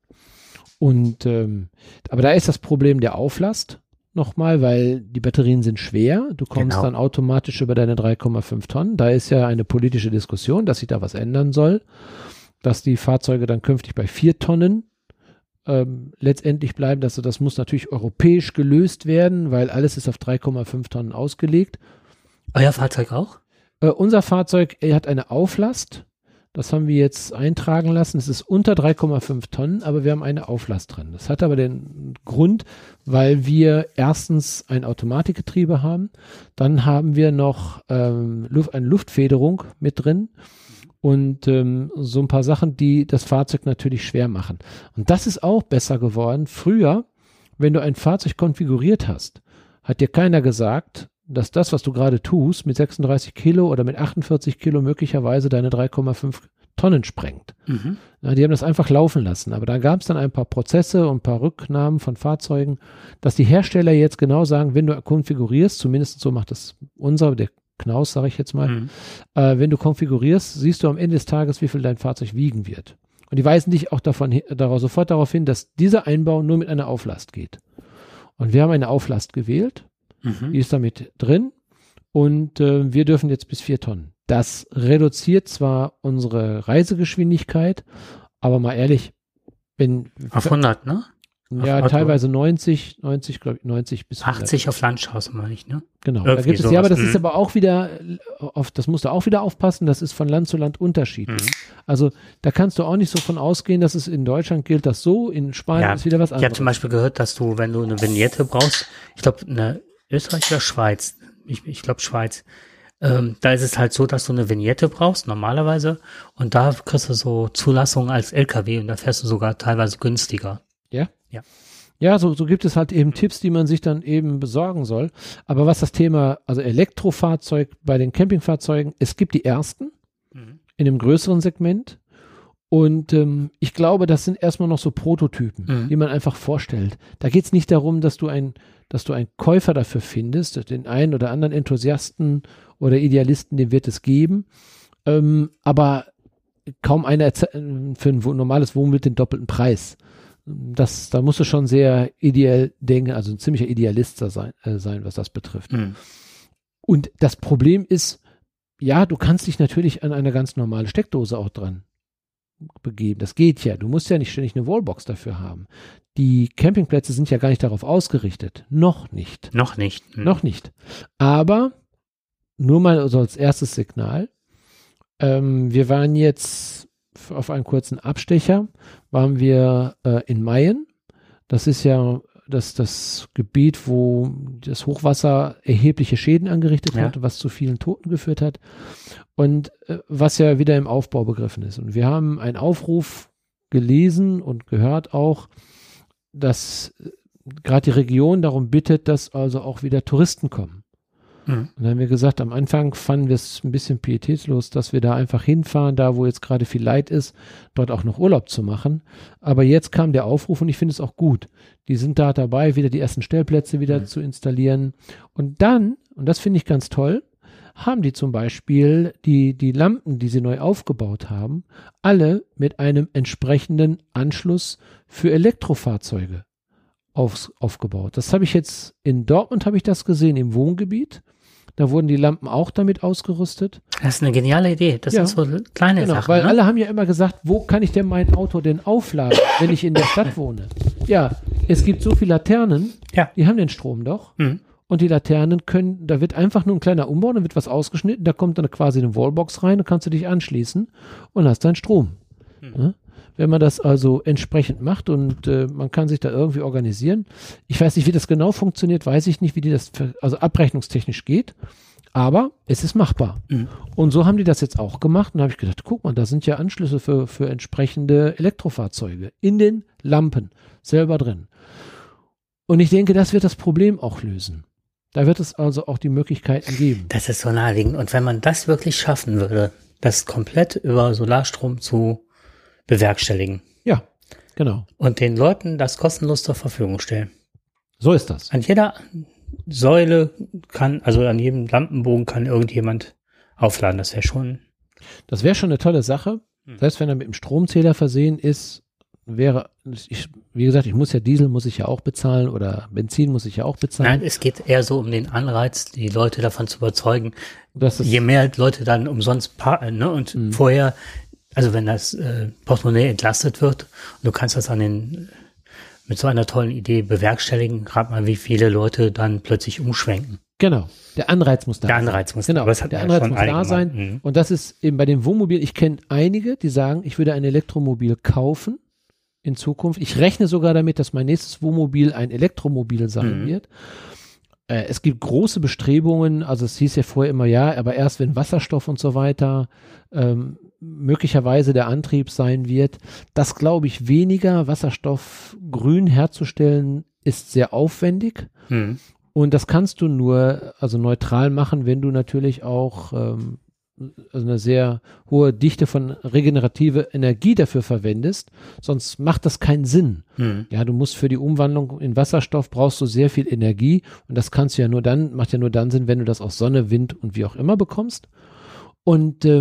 Und ähm, aber da ist das Problem der Auflast nochmal, weil die Batterien sind schwer. Du kommst genau. dann automatisch über deine drei Komma fünf Tonnen. Da ist ja eine politische Diskussion, dass sich da was ändern soll, dass die Fahrzeuge dann künftig bei vier Tonnen ähm, letztendlich bleiben. Das, das muss natürlich europäisch gelöst werden, weil alles ist auf drei Komma fünf Tonnen ausgelegt.
Euer Fahrzeug auch?
Äh, unser Fahrzeug er hat eine Auflast. Das haben wir jetzt eintragen lassen. Es ist unter drei Komma fünf Tonnen, aber wir haben eine Auflast drin. Das hat aber den Grund, weil wir erstens ein Automatikgetriebe haben, dann haben wir noch ähm, Luft, eine Luftfederung mit drin und ähm, so ein paar Sachen, die das Fahrzeug natürlich schwer machen. Und das ist auch besser geworden. Früher, wenn du ein Fahrzeug konfiguriert hast, hat dir keiner gesagt, dass das, was du gerade tust, mit sechsunddreißig Kilo oder mit achtundvierzig Kilo möglicherweise deine drei Komma fünf Tonnen sprengt. Mhm. Ja, die haben das einfach laufen lassen. Aber da gab es dann ein paar Prozesse und ein paar Rücknahmen von Fahrzeugen, dass die Hersteller jetzt genau sagen, wenn du konfigurierst, zumindest so macht das unser, der Knaus, sage ich jetzt mal, mhm. äh, wenn du konfigurierst, siehst du am Ende des Tages, wie viel dein Fahrzeug wiegen wird. Und die weisen dich auch davon, hin- darauf, sofort darauf hin, dass dieser Einbau nur mit einer Auflast geht. Und wir haben eine Auflast gewählt,
Mhm.
die ist damit drin und äh, wir dürfen jetzt bis vier Tonnen. Das reduziert zwar unsere Reisegeschwindigkeit, aber mal ehrlich, wenn
Auf hundert, ne?
ja
auf Auto.
teilweise neunzig, neunzig, glaube ich, neunzig bis hundert.
achtzig auf Landstraße, meine ich, ne?
Genau. Da
Irgendwie
gibt es, ja, aber das
sowas,
ist
mhm.
aber auch wieder, auf, das musst du auch wieder aufpassen, das ist von Land zu Land unterschiedlich.
Mhm.
Also da kannst du auch nicht so von ausgehen, dass es in Deutschland gilt das so, in Spanien
Ja,
ist wieder was
ich habe
anderes.
zum Beispiel gehört, dass du, wenn du eine Vignette brauchst, ich glaube, eine Österreich oder Schweiz, ich, ich glaube Schweiz, ähm, da ist es halt so, dass du eine Vignette brauchst, normalerweise, und da kriegst du so Zulassungen als L K W und da fährst du sogar teilweise günstiger.
Ja?
Ja.
Ja, so, so gibt es halt eben Tipps, die man sich dann eben besorgen soll. Aber was das Thema, also Elektrofahrzeug bei den Campingfahrzeugen, es gibt die ersten
Mhm.
in einem größeren Segment. Und ähm, ich glaube, das sind erstmal noch so Prototypen,
Mhm.
die man einfach vorstellt. Da geht es nicht darum, dass du ein, dass du einen Käufer dafür findest, den einen oder anderen Enthusiasten oder Idealisten, den wird es geben. Ähm, aber kaum einer erze- für ein wo- normales Wohnmobil den doppelten Preis. Das, da musst du schon sehr ideell denken, also ein ziemlicher Idealist sein, äh, sein, was das betrifft.
Mhm.
Und das Problem ist, ja, du kannst dich natürlich an eine ganz normale Steckdose auch dran begeben. Das geht ja. Du musst ja nicht ständig eine Wallbox dafür haben. Die Campingplätze sind ja gar nicht darauf ausgerichtet. Noch nicht.
Noch nicht. Mhm.
Noch nicht. Aber nur mal so als erstes Signal. Ähm, wir waren jetzt f- auf einen kurzen Abstecher, waren wir äh, in Mayen. Das ist ja das, das Gebiet, wo das Hochwasser erhebliche Schäden angerichtet
Ja.
hat, was zu vielen Toten geführt hat und äh, was ja wieder im Aufbau begriffen ist. Und wir haben einen Aufruf gelesen und gehört auch, dass äh, gerade die Region darum bittet, dass also auch wieder Touristen kommen.
Mhm.
Und dann haben wir gesagt, am Anfang fanden wir es ein bisschen pietätslos, dass wir da einfach hinfahren, da wo jetzt gerade viel Leid ist, dort auch noch Urlaub zu machen. Aber jetzt kam der Aufruf und ich finde es auch gut. Die sind da dabei, wieder die ersten Stellplätze wieder
Mhm.
zu installieren. Und dann, und das finde ich ganz toll, haben die zum Beispiel die, die Lampen, die sie neu aufgebaut haben, alle mit einem entsprechenden Anschluss für Elektrofahrzeuge aufs, aufgebaut. Das habe ich jetzt in Dortmund habe ich das gesehen, im Wohngebiet. Da wurden die Lampen auch damit ausgerüstet.
Das ist eine geniale Idee. Das
Ja.
sind so kleine
Genau,
Sachen.
weil
ne?
alle haben ja immer gesagt, wo kann ich denn mein Auto denn aufladen, wenn ich in der Stadt wohne? Ja, es gibt so viele Laternen,
Ja.
die haben den Strom doch.
Mhm.
Und die Laternen können, da wird einfach nur ein kleiner Umbau, dann wird was ausgeschnitten, da kommt dann quasi eine Wallbox rein, dann kannst du dich anschließen und hast deinen Strom.
Mhm.
Ja? Wenn man das also entsprechend macht und äh, man kann sich da irgendwie organisieren. Ich weiß nicht, wie das genau funktioniert, weiß ich nicht, wie die das, für, also abrechnungstechnisch geht, aber es ist machbar.
Mhm.
Und so haben die das jetzt auch gemacht und da habe ich gedacht, guck mal, da sind ja Anschlüsse für, für entsprechende Elektrofahrzeuge in den Lampen selber drin. Und ich denke, das wird das Problem auch lösen. Da wird es also auch die Möglichkeiten geben.
Das ist so naheliegend. Und wenn man das wirklich schaffen würde, das komplett über Solarstrom zu bewerkstelligen
Ja, genau.
und den Leuten das kostenlos zur Verfügung stellen.
So ist das.
An jeder Säule kann, also an jedem Lampenbogen kann irgendjemand aufladen. Das wäre schon.
Das wäre schon eine tolle Sache. Selbst wenn er mit dem Stromzähler versehen ist, wäre, ich, wie gesagt, ich muss ja Diesel, muss ich ja auch bezahlen oder Benzin muss ich ja auch bezahlen.
Nein, es geht eher so um den Anreiz, die Leute davon zu überzeugen.
Das ist,
Je mehr Leute dann umsonst parken, ne? Und
Mhm.
vorher, also wenn das äh, Portemonnaie entlastet wird und du kannst das an den mit so einer tollen Idee bewerkstelligen, gerade mal, wie viele Leute dann plötzlich umschwenken.
genau. Der Anreiz muss da
Der
sein.
Anreiz muss
Genau,
aber es hat
der
ja
Anreiz
schon
muss
einige
da sein.
gemacht. Mhm.
Und das ist eben bei dem Wohnmobil, ich kenne einige, die sagen, ich würde ein Elektromobil kaufen in Zukunft. Ich rechne sogar damit, dass mein nächstes Wohnmobil ein Elektromobil sein
Mhm.
wird. Äh, es gibt große Bestrebungen, also es hieß ja vorher immer, ja, aber erst wenn Wasserstoff und so weiter ähm, möglicherweise der Antrieb sein wird. Das glaube ich weniger. Wasserstoff grün herzustellen ist sehr aufwendig.
Mhm.
Und das kannst du nur also neutral machen, wenn du natürlich auch ähm, also eine sehr hohe Dichte von regenerative Energie dafür verwendest. Sonst macht das keinen Sinn.
Mhm.
Ja, du musst für die Umwandlung in Wasserstoff brauchst du sehr viel Energie und das kannst du ja nur dann, macht ja nur dann Sinn, wenn du das aus Sonne, Wind und wie auch immer bekommst. Und ähm,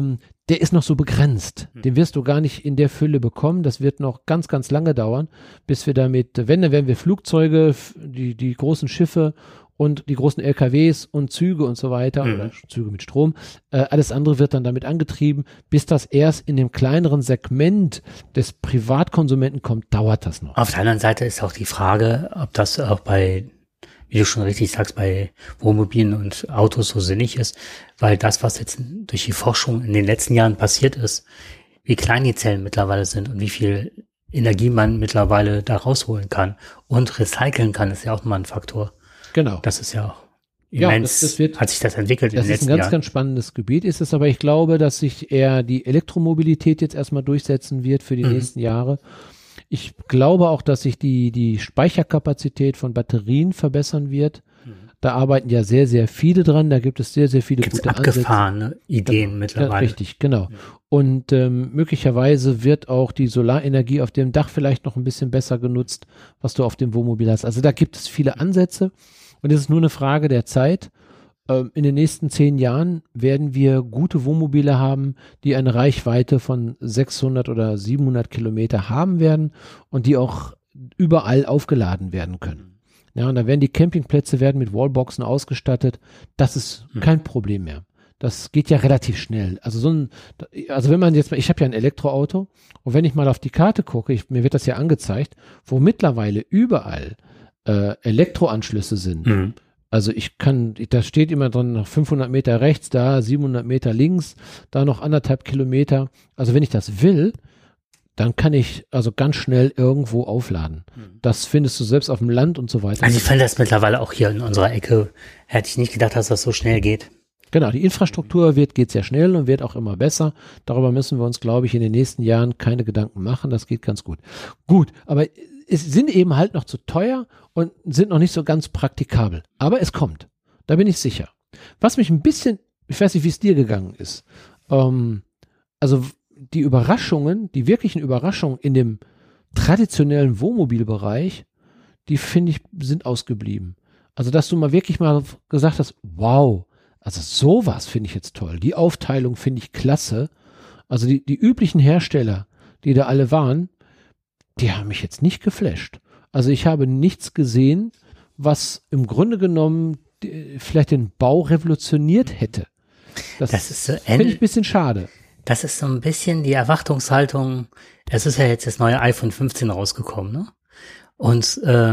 der ist noch so begrenzt. Den wirst du gar nicht in der Fülle bekommen. Das wird noch ganz, ganz lange dauern, bis wir damit, wenn, dann werden wir Flugzeuge, die, die großen Schiffe und die großen L K Ws und Züge und so weiter, mhm. oder Züge mit Strom, äh, alles andere wird dann damit angetrieben. Bis das erst in dem kleineren Segment des Privatkonsumenten kommt, dauert das noch.
Auf der anderen Seite ist auch die Frage, ob das auch bei, wie du schon richtig sagst, bei Wohnmobilen und Autos so sinnig ist, weil das, was jetzt durch die Forschung in den letzten Jahren passiert ist, wie klein die Zellen mittlerweile sind und wie viel Energie man mittlerweile da rausholen kann und recyceln kann, ist ja auch nochmal ein Faktor.
Genau.
Das ist ja auch
immens,
ja, das, das wird, hat sich das entwickelt in den letzten Jahren.
Das ist ein ganz, ganz spannendes Gebiet, ist es, aber ich glaube, dass sich eher die Elektromobilität jetzt erstmal durchsetzen wird für die mhm. nächsten Jahre. Ich glaube auch, dass sich die, die Speicherkapazität von Batterien verbessern wird. Mhm. Da arbeiten ja sehr, sehr viele dran. Da gibt es sehr, sehr viele
Gibt's
gute
abgefahrene
Ansätze.
Ideen
ja,
mittlerweile.
Ja, richtig, genau. Ja. Und ähm, möglicherweise wird auch die Solarenergie auf dem Dach vielleicht noch ein bisschen besser genutzt, was du auf dem Wohnmobil hast. Also da gibt es viele Ansätze und es ist nur eine Frage der Zeit. In den nächsten zehn Jahren werden wir gute Wohnmobile haben, die eine Reichweite von sechshundert oder siebenhundert Kilometer haben werden und die auch überall aufgeladen werden können. Ja, und dann werden die Campingplätze werden mit Wallboxen ausgestattet. Das ist kein Problem mehr. Das geht ja relativ schnell. Also so ein, also wenn man jetzt mal, ich habe ja ein Elektroauto und wenn ich mal auf die Karte gucke, ich, mir wird das ja angezeigt, wo mittlerweile überall äh, Elektroanschlüsse sind. Mhm. Also ich kann, da steht immer dran, noch fünfhundert Meter rechts, da siebenhundert Meter links, da noch anderthalb Kilometer. Also wenn ich das will, dann kann ich also ganz schnell irgendwo aufladen. Mhm. Das findest du selbst auf dem Land und so weiter.
Also ich finde das mittlerweile auch hier in unserer Ecke, hätte ich nicht gedacht, dass das so schnell geht.
Genau, die Infrastruktur wird, geht sehr schnell und wird auch immer besser. Darüber müssen wir uns, glaube ich, in den nächsten Jahren keine Gedanken machen. Das geht ganz gut. Gut, aber es sind eben halt noch zu teuer und sind noch nicht so ganz praktikabel. Aber es kommt. Da bin ich sicher. Was mich ein bisschen, ich weiß nicht, wie es dir gegangen ist. Ähm, also die Überraschungen, die wirklichen Überraschungen in dem traditionellen Wohnmobilbereich, die finde ich, sind ausgeblieben. Also dass du mal wirklich mal gesagt hast, wow, also sowas finde ich jetzt toll. Die Aufteilung finde ich klasse. Also die, die üblichen Hersteller, die da alle waren, die haben mich jetzt nicht geflasht. Also ich habe nichts gesehen, was im Grunde genommen die, vielleicht den Bau revolutioniert hätte. Das,
das ist so
finde ich ein bisschen schade.
Das ist so ein bisschen die Erwartungshaltung. Es ist ja jetzt das neue iPhone fünfzehn rausgekommen, ne? Und äh,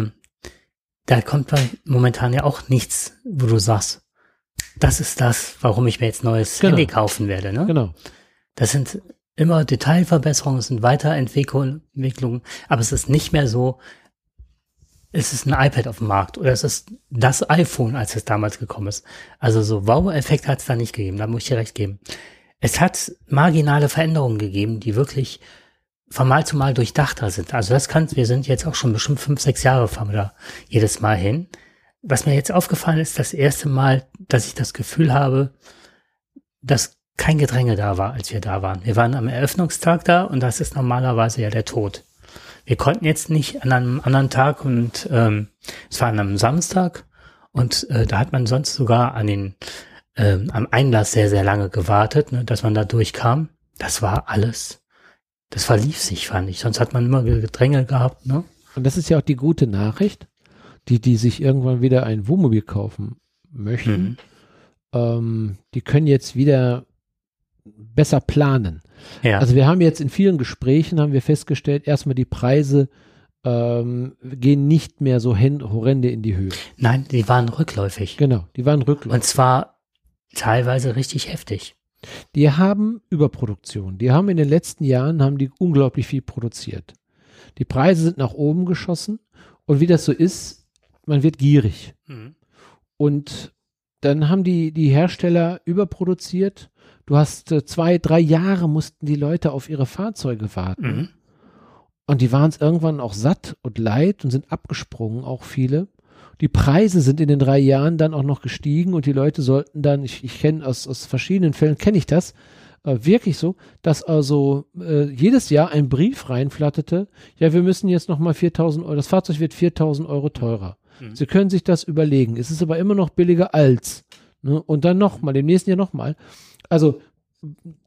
da kommt momentan ja auch nichts, wo du sagst, das ist das, warum ich mir jetzt neues
genau.
Handy kaufen werde, ne?
Genau.
Das sind immer Detailverbesserungen, es sind Weiterentwicklungen, aber es ist nicht mehr so, es ist ein iPad auf dem Markt oder es ist das iPhone, als es damals gekommen ist. Also so Wow-Effekt hat es da nicht gegeben, da muss ich dir recht geben. Es hat marginale Veränderungen gegeben, die wirklich von Mal zu Mal durchdachter sind. Also das kann, wir sind jetzt auch schon bestimmt fünf, sechs Jahre fahren wir da jedes Mal hin. Was mir jetzt aufgefallen ist, das erste Mal, dass ich das Gefühl habe, dass kein Gedränge da war, als wir da waren. Wir waren am Eröffnungstag da und das ist normalerweise ja der Tod. Wir konnten jetzt nicht an einem anderen Tag und ähm, es war an einem Samstag und äh, da hat man sonst sogar an den ähm, am Einlass sehr, sehr lange gewartet, ne, dass man da durchkam. Das war alles. Das verlief sich, fand ich. Sonst hat man immer Gedränge gehabt, ne?
Und das ist ja auch die gute Nachricht, die, die sich irgendwann wieder ein Wohnmobil kaufen möchten. Mhm. Ähm, die können jetzt wieder besser planen.
Ja.
Also wir haben jetzt in vielen Gesprächen, haben wir festgestellt, erstmal die Preise ähm, gehen nicht mehr so horrende in die Höhe.
Nein, die waren rückläufig.
Genau, die waren rückläufig.
Und zwar teilweise richtig heftig.
Die haben Überproduktion. Die haben in den letzten Jahren haben die unglaublich viel produziert. Die Preise sind nach oben geschossen und wie das so ist, man wird gierig. Mhm. Und dann haben die, die Hersteller überproduziert. Du hast äh, zwei, drei Jahre mussten die Leute auf ihre Fahrzeuge warten. Mhm. Und die waren es irgendwann auch satt und leid und sind abgesprungen, auch viele. Die Preise sind in den drei Jahren dann auch noch gestiegen und die Leute sollten dann, ich, ich kenne aus, aus verschiedenen Fällen, kenne ich das, äh, wirklich so, dass also äh, jedes Jahr ein Brief reinflatterte, ja, wir müssen jetzt nochmal viertausend Euro, das Fahrzeug wird viertausend Euro teurer. Mhm. Sie können sich das überlegen. Es ist aber immer noch billiger als. Ne? Und dann nochmal, im nächsten Jahr nochmal. Also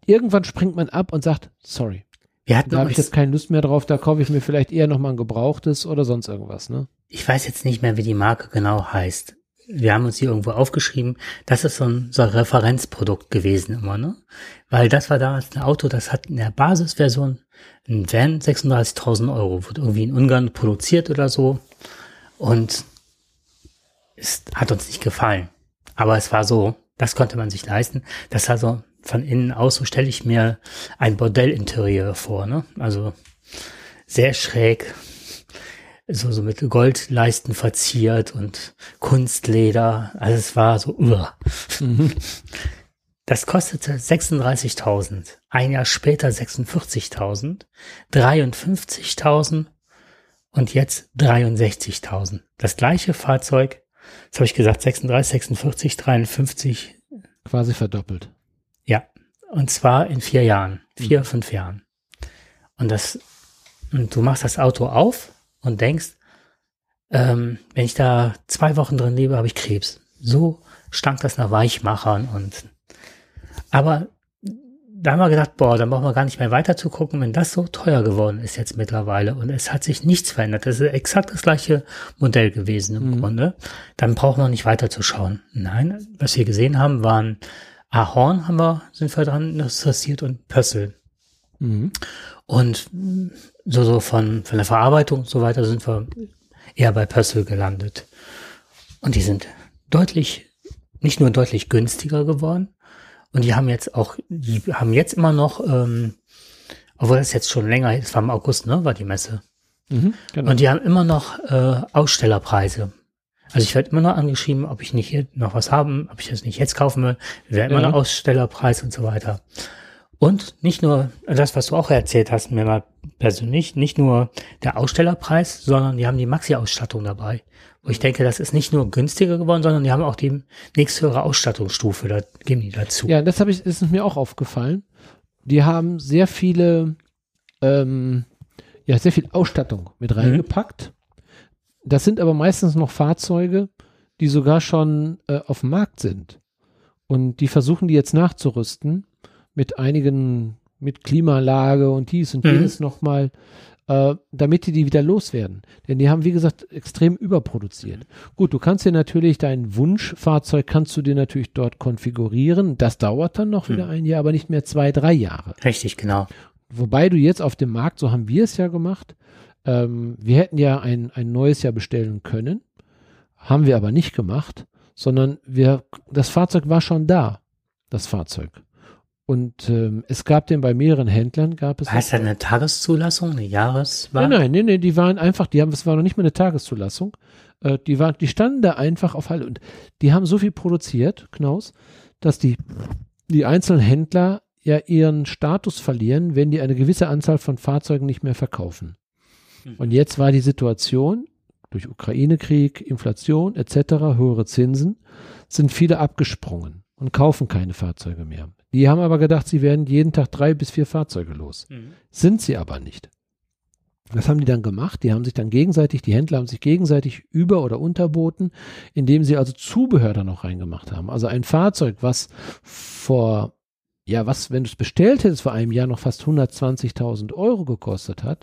irgendwann springt man ab und sagt, sorry.
Wir hatten
Da habe ich jetzt keine Lust mehr drauf, da kaufe ich mir vielleicht eher nochmal ein gebrauchtes oder sonst irgendwas, ne?
Ich weiß jetzt nicht mehr, wie die Marke genau heißt. Wir haben uns hier irgendwo aufgeschrieben, das ist so ein, so ein Referenzprodukt gewesen immer, ne? Weil das war damals ein Auto, das hat in der Basisversion ein Van sechsunddreißigtausend Euro, wird irgendwie in Ungarn produziert oder so und es hat uns nicht gefallen. Aber es war so, das konnte man sich leisten. Das war so von innen aus, so stelle ich mir ein Bordellinterieur vor, ne? Also sehr schräg, so, so mit Goldleisten verziert und Kunstleder. Also es war so, uah. Mhm. Das kostete sechsunddreißigtausend. Ein Jahr später sechsundvierzigtausend, dreiundfünfzigtausend und jetzt dreiundsechzigtausend. Das gleiche Fahrzeug, das habe ich gesagt, sechsunddreißig, sechsundvierzig, dreiundfünfzig.
Quasi verdoppelt.
Ja, und zwar in vier Jahren, vier, mhm. fünf Jahren. Und das, und du machst das Auto auf und denkst, ähm, wenn ich da zwei Wochen drin lebe, habe ich Krebs. So stank das nach Weichmachern und, aber da haben wir gedacht, boah, dann brauchen wir gar nicht mehr weiter zu gucken, wenn das so teuer geworden ist jetzt mittlerweile und es hat sich nichts verändert. Das ist exakt das gleiche Modell gewesen im mhm. Grunde. Dann brauchen wir nicht weiter zu schauen. Nein, was wir gesehen haben, waren Ahorn haben wir, sind wir dran interessiert und Pössl. Mhm. Und so, so von, von der Verarbeitung und so weiter sind wir eher bei Pössl gelandet. Und die sind deutlich, nicht nur deutlich günstiger geworden, und die haben jetzt auch, die haben jetzt immer noch, ähm, obwohl das jetzt schon länger, es war im August, ne, war die Messe. Mhm, genau. Und die haben immer noch äh, Ausstellerpreise. Also ich werde immer noch angeschrieben, ob ich nicht hier noch was haben, ob ich das nicht jetzt kaufen will. Wir werden immer ja. noch Ausstellerpreis und so weiter. Und nicht nur das, was du auch erzählt hast, mir mal persönlich, nicht nur der Ausstellerpreis, sondern die haben die Maxi-Ausstattung dabei. Wo ich denke, das ist nicht nur günstiger geworden, sondern die haben auch die nächsthöhere Ausstattungsstufe, da geben die dazu.
Ja, das habe ich, ist mir auch aufgefallen. Die haben sehr viele, ähm, ja, sehr viel Ausstattung mit reingepackt. Mhm. Das sind aber meistens noch Fahrzeuge, die sogar schon äh, auf dem Markt sind. Und die versuchen die jetzt nachzurüsten mit einigen, mit Klimaanlage und dies und jenes mhm. nochmal, äh, damit die die wieder loswerden. Denn die haben, wie gesagt, extrem überproduziert. Gut, du kannst dir natürlich dein Wunschfahrzeug, kannst du dir natürlich dort konfigurieren. Das dauert dann noch mhm. wieder ein Jahr, aber nicht mehr zwei, drei Jahre.
Richtig, genau.
Wobei du jetzt auf dem Markt, so haben wir es ja gemacht, ähm, wir hätten ja ein, ein neues Jahr bestellen können, haben wir aber nicht gemacht, sondern wir, das Fahrzeug war schon da, das Fahrzeug. Und ähm, es gab den bei mehreren Händlern, gab es.
War es eine Tageszulassung, eine Jahreswahl?
Nein, nein, nein, nein, die waren einfach, die haben, es war noch nicht mal eine Tageszulassung. Äh, die waren, die standen da einfach auf Halle und die haben so viel produziert, Knaus, dass die, die einzelnen Händler ja ihren Status verlieren, wenn die eine gewisse Anzahl von Fahrzeugen nicht mehr verkaufen. Mhm. Und jetzt war die Situation, durch Ukraine-Krieg, Inflation et cetera, höhere Zinsen, sind viele abgesprungen und kaufen keine Fahrzeuge mehr. Die haben aber gedacht, sie werden jeden Tag drei bis vier Fahrzeuge los. Mhm. Sind sie aber nicht. Was haben die dann gemacht? Die haben sich dann gegenseitig, die Händler haben sich gegenseitig über- oder unterboten, indem sie also Zubehör da noch reingemacht haben. Also ein Fahrzeug, was vor, ja, was, wenn du es bestellt hättest, vor einem Jahr noch fast hundertzwanzigtausend Euro gekostet hat,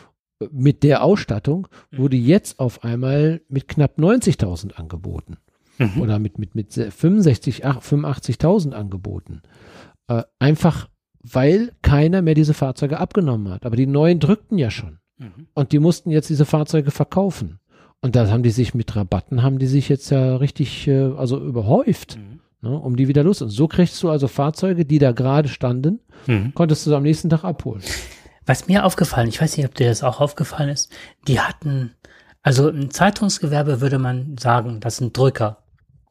mit der Ausstattung, wurde jetzt auf einmal mit knapp neunzigtausend angeboten. Mhm. Oder mit, mit, mit fünfundsechzig, fünfundachtzigtausend angeboten. Äh, einfach, weil keiner mehr diese Fahrzeuge abgenommen hat. Aber die neuen drückten ja schon. Mhm. Und die mussten jetzt diese Fahrzeuge verkaufen. Und da haben die sich mit Rabatten, haben die sich jetzt ja richtig, äh, also überhäuft, mhm. ne, um die wieder los. Und so kriegst du also Fahrzeuge, die da gerade standen, mhm. konntest du am nächsten Tag abholen.
Was mir aufgefallen, ich weiß nicht, ob dir das auch aufgefallen ist, die hatten, also im Zeitungsgewerbe würde man sagen, das sind Drücker.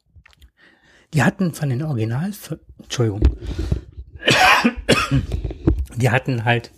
Die hatten von den Original, Entschuldigung, die hatten halt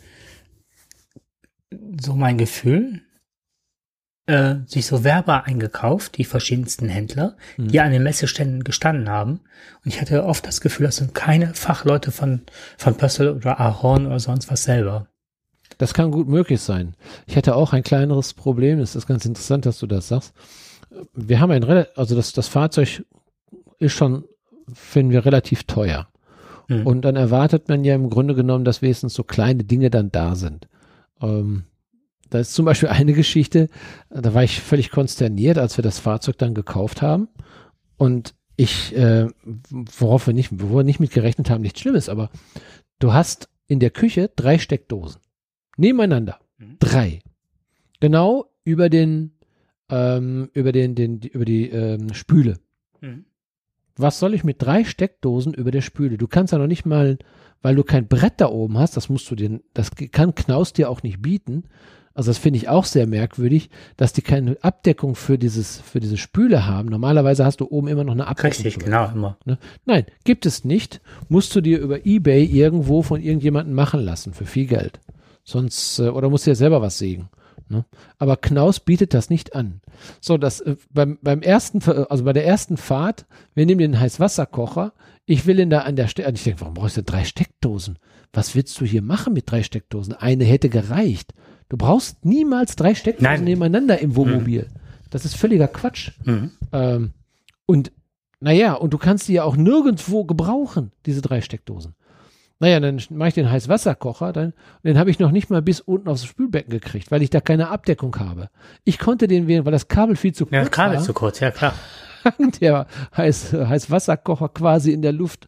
so mein Gefühl, äh, sich so Werber eingekauft, die verschiedensten Händler, mhm. die an den Messeständen gestanden haben. Und ich hatte oft das Gefühl, das sind keine Fachleute von, von Pössl oder Ahorn oder sonst was selber.
Das kann gut möglich sein. Ich hatte auch ein kleineres Problem, es ist ganz interessant, dass du das sagst. Wir haben ein, also das, das Fahrzeug ist schon, finden wir, relativ teuer. Mhm. Und dann erwartet man ja im Grunde genommen, dass wenigstens so kleine Dinge dann da sind. Ähm, da ist zum Beispiel eine Geschichte, da war ich völlig konsterniert, als wir das Fahrzeug dann gekauft haben. Und ich, äh, worauf wir nicht, wo wir nicht mit gerechnet haben, nichts Schlimmes, aber du hast in der Küche drei Steckdosen. Nebeneinander. Mhm. Drei. Genau über den, ähm, über den, den, die, über die ähm, Spüle. Mhm. Was soll ich mit drei Steckdosen über der Spüle? Du kannst ja noch nicht mal, weil du kein Brett da oben hast, das musst du dir, das kann Knaus dir auch nicht bieten. Also das finde ich auch sehr merkwürdig, dass die keine Abdeckung für dieses, für diese Spüle haben. Normalerweise hast du oben immer noch eine Abdeckung.
Richtig, genau, immer.
Ne? Nein, gibt es nicht. Musst du dir über eBay irgendwo von irgendjemandem machen lassen für viel Geld. Sonst, äh, oder musst du dir selber was sägen. Ne? Aber Knaus bietet das nicht an. So, das äh, beim, beim ersten, also bei der ersten Fahrt, wir nehmen den Heißwasserkocher, ich will ihn da an der Stelle, ich denke, warum brauchst du drei Steckdosen? Was willst du hier machen mit drei Steckdosen? Eine hätte gereicht. Du brauchst niemals drei Steckdosen Nein. nebeneinander im Wohnmobil. Mhm. Das ist völliger Quatsch. Mhm. Ähm, und naja, und du kannst die ja auch nirgendwo gebrauchen, diese drei Steckdosen. Naja, dann mache ich den Heißwasserkocher, dann, den habe ich noch nicht mal bis unten aufs Spülbecken gekriegt, weil ich da keine Abdeckung habe. Ich konnte den wählen, weil das Kabel viel zu kurz war. Ja, das Kabel
ist zu kurz, ja klar.
Der Heiß, Heißwasserkocher quasi in der Luft.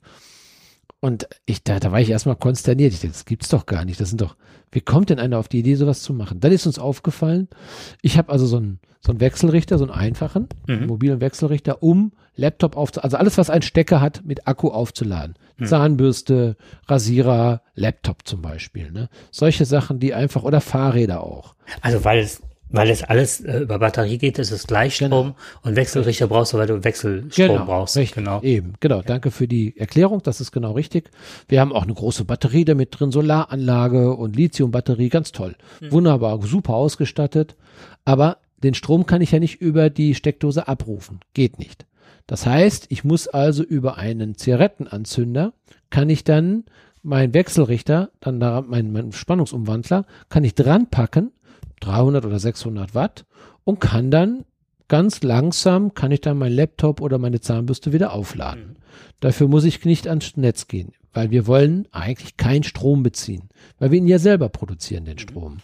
Und ich, da, da war ich erstmal konsterniert. Ich dachte, das gibt's doch gar nicht. Das sind doch, wie kommt denn einer auf die Idee, sowas zu machen? Dann ist uns aufgefallen, ich habe also so einen, so einen Wechselrichter, so einen einfachen, mhm. mobilen Wechselrichter, um Laptop aufzuladen, also alles, was einen Stecker hat, mit Akku aufzuladen. Mhm. Zahnbürste, Rasierer, Laptop zum Beispiel. Ne? Solche Sachen, die einfach, oder Fahrräder auch.
Also weil es Weil es alles äh, über Batterie geht, ist es Gleichstrom genau. und Wechselrichter brauchst du, weil du Wechselstrom
genau,
brauchst.
Richtig, genau, eben, genau. Ja. Danke für die Erklärung, das ist genau richtig. Wir haben auch eine große Batterie damit drin, Solaranlage und Lithiumbatterie, ganz toll. Mhm. Wunderbar, super ausgestattet. Aber den Strom kann ich ja nicht über die Steckdose abrufen. Geht nicht. Das heißt, ich muss also über einen Zigarettenanzünder, kann ich dann meinen Wechselrichter, dann da, mein, mein Spannungsumwandler, kann ich dran packen, dreihundert oder sechshundert Watt, und kann dann ganz langsam, kann ich dann mein Laptop oder meine Zahnbürste wieder aufladen. Mhm. Dafür muss ich nicht ans Netz gehen, weil wir wollen eigentlich keinen Strom beziehen, weil wir ihn ja selber produzieren, den Strom. Mhm.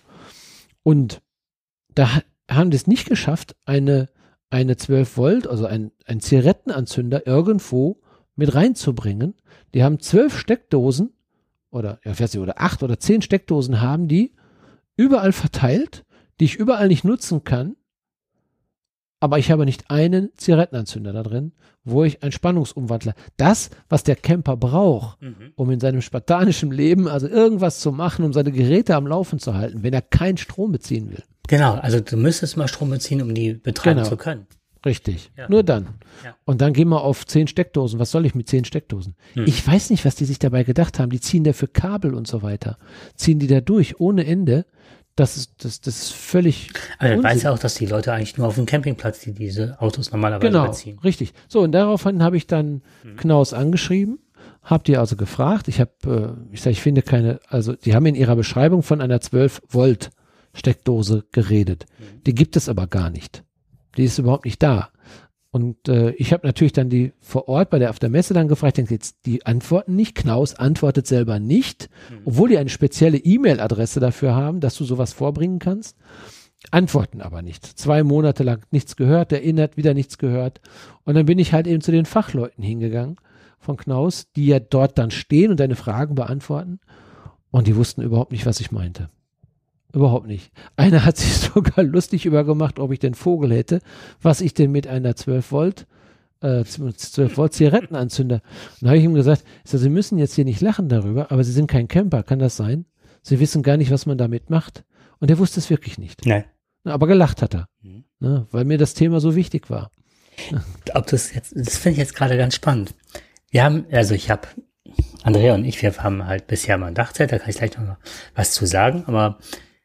Und da haben wir es nicht geschafft, eine, eine zwölf Volt, also ein, ein Zigarettenanzünder irgendwo mit reinzubringen. Die haben zwölf Steckdosen oder, ja, ich weiß nicht, oder acht oder zehn Steckdosen haben die überall verteilt, die ich überall nicht nutzen kann, aber ich habe nicht einen Zigarettenanzünder da drin, wo ich einen Spannungsumwandler, das, was der Camper braucht, mhm. um in seinem spartanischen Leben also irgendwas zu machen, um seine Geräte am Laufen zu halten, wenn er keinen Strom beziehen will.
Genau, also du müsstest mal Strom beziehen, um die betreiben genau. zu können.
Richtig, ja. Nur dann. Ja. Und dann gehen wir auf zehn Steckdosen. Was soll ich mit zehn Steckdosen? Hm. Ich weiß nicht, was die sich dabei gedacht haben. Die ziehen dafür Kabel und so weiter. Ziehen die da durch, ohne Ende. Das ist, das, das ist völlig
Aber du weißt ja auch, dass die Leute eigentlich nur auf dem Campingplatz, die diese Autos normalerweise
genau,
beziehen.
Genau, richtig. So, und daraufhin habe ich dann hm. Knaus angeschrieben, habe die also gefragt. Ich habe, äh, ich sage, ich finde keine, also die haben in ihrer Beschreibung von einer zwölf Volt Steckdose geredet. Hm. Die gibt es aber gar nicht. Die ist überhaupt nicht da. Und äh, ich habe natürlich dann die vor Ort bei der auf der Messe dann gefragt, denke jetzt, die antworten nicht. Knaus antwortet selber nicht, mhm. obwohl die eine spezielle E-Mail-Adresse dafür haben, dass du sowas vorbringen kannst. Antworten aber nicht. Zwei Monate lang nichts gehört, erinnert, wieder nichts gehört. Und dann bin ich halt eben zu den Fachleuten hingegangen von Knaus, die ja dort dann stehen und deine Fragen beantworten. Und die wussten überhaupt nicht, was ich meinte. Überhaupt nicht. Einer hat sich sogar lustig übergemacht, ob ich den Vogel hätte, was ich denn mit einer zwölf Volt, äh, zwölf Volt Zigarettenanzünder. Und da habe ich ihm gesagt, ich sage, Sie müssen jetzt hier nicht lachen darüber, aber Sie sind kein Camper, kann das sein? Sie wissen gar nicht, was man damit macht. Und er wusste es wirklich nicht.
Nein.
Aber gelacht hat er, mhm. ne, weil mir das Thema so wichtig war.
Ob das jetzt, das finde ich jetzt gerade ganz spannend. Wir haben, also ich habe, Andrea und ich, wir haben halt bisher mal ein Dachzelt, da kann ich gleich noch mal was zu sagen, aber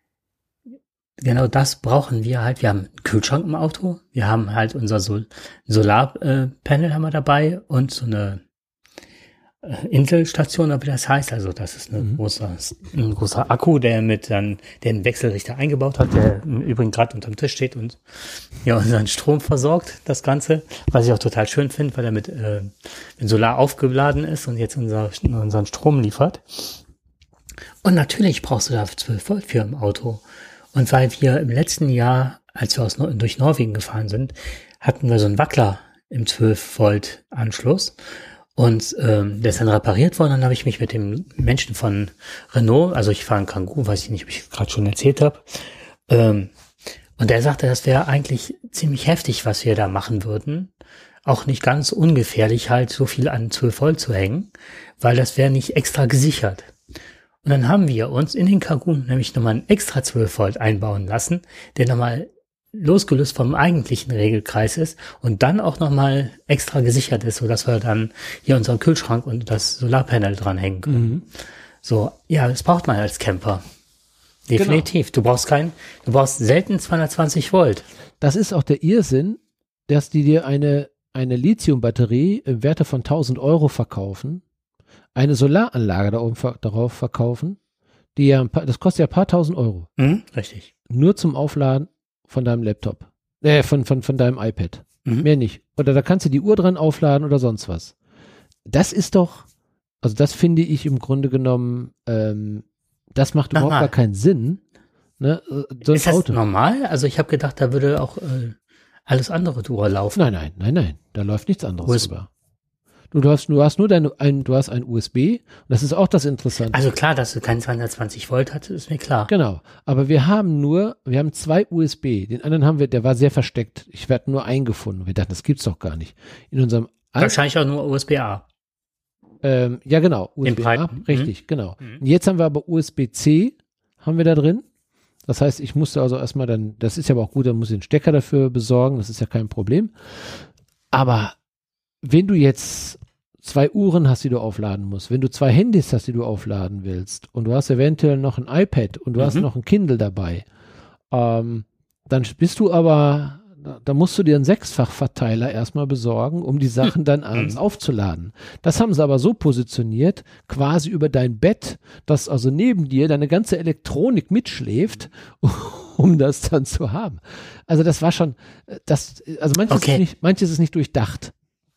genau das brauchen wir halt. Wir haben einen Kühlschrank im Auto. Wir haben halt unser Sol- Solarpanel haben wir dabei und so eine Intelstation, wie das heißt. Also das ist eine
Mhm.
große, ein großer Akku, der mit dann den Wechselrichter eingebaut hat, der im Übrigen gerade unterm Tisch steht und ja unseren Strom versorgt, das Ganze. Was ich auch total schön finde, weil er mit, äh, mit Solar aufgeladen ist und jetzt unser, unseren Strom liefert. Und natürlich brauchst du da zwölf Volt für im Auto. Und weil wir im letzten Jahr, als wir aus, durch Norwegen gefahren sind, hatten wir so einen Wackler im zwölf Volt Anschluss. Und ähm, der ist dann repariert worden. Dann habe ich mich mit dem Menschen von Renault, also ich fahre einen Kangoo, weiß ich nicht, ob ich gerade schon erzählt habe. Ähm, und der sagte, das wäre eigentlich ziemlich heftig, was wir da machen würden. Auch nicht ganz ungefährlich, halt so viel an zwölf Volt zu hängen, weil das wäre nicht extra gesichert. Und dann haben wir uns in den Kangoo nämlich nochmal einen extra zwölf Volt einbauen lassen, der nochmal losgelöst vom eigentlichen Regelkreis ist und dann auch nochmal extra gesichert ist, sodass wir dann hier unseren Kühlschrank und das Solarpanel dranhängen können.
Mhm.
So, ja, das braucht man als Camper. Definitiv. Genau. Du brauchst kein, du brauchst selten zweihundertzwanzig Volt.
Das ist auch der Irrsinn, dass die dir eine, eine Lithium-Batterie im Werte von tausend Euro verkaufen, eine Solaranlage da oben ver- darauf verkaufen, die ja ein paar, das kostet ja ein paar tausend Euro.
Mhm, richtig.
Nur zum Aufladen von deinem Laptop. Äh, von, von, von deinem iPad.
Mhm.
Mehr nicht. Oder da kannst du die Uhr dran aufladen oder sonst was. Das ist doch, also das finde ich im Grunde genommen, ähm, das macht überhaupt
Normal.
gar keinen Sinn. Ne? So ein
Ist das
Auto.
normal? Also ich habe gedacht, da würde auch äh, alles andere drüber laufen.
Nein, nein, nein, nein. Da läuft nichts anderes
U S-
drüber. Du, du hast, du hast nur deine, ein, du hast ein U S B. Und das ist auch das Interessante.
Also klar, dass du keinen zweihundertzwanzig Volt hast, ist mir klar.
Genau. Aber wir haben nur, wir haben zwei U S B. Den anderen haben wir, der war sehr versteckt. Ich werde nur eingefunden. Wir dachten, das gibt's doch gar nicht. In unserem alten,
Wahrscheinlich auch nur U S B A.
ähm, ja genau, U S B A,
breiten,
richtig, genau.
Mhm.
Und jetzt haben wir aber U S B C, haben wir da drin. Das heißt, ich musste also erstmal dann, das ist ja aber auch gut, dann muss ich den Stecker dafür besorgen, das ist ja kein Problem. Aber wenn du jetzt zwei Uhren hast, die du aufladen musst, wenn du zwei Handys hast, die du aufladen willst und du hast eventuell noch ein iPad und du
Mhm.
hast noch ein Kindle dabei, ähm, dann bist du aber, da musst du dir einen Sechsfachverteiler erstmal besorgen, um die Sachen dann abends
Mhm.
aufzuladen. Das haben sie aber so positioniert, quasi über dein Bett, dass also neben dir deine ganze Elektronik mitschläft, um das dann zu haben. Also das war schon, das, also manches,
Okay.
ist, nicht, manches ist nicht durchdacht.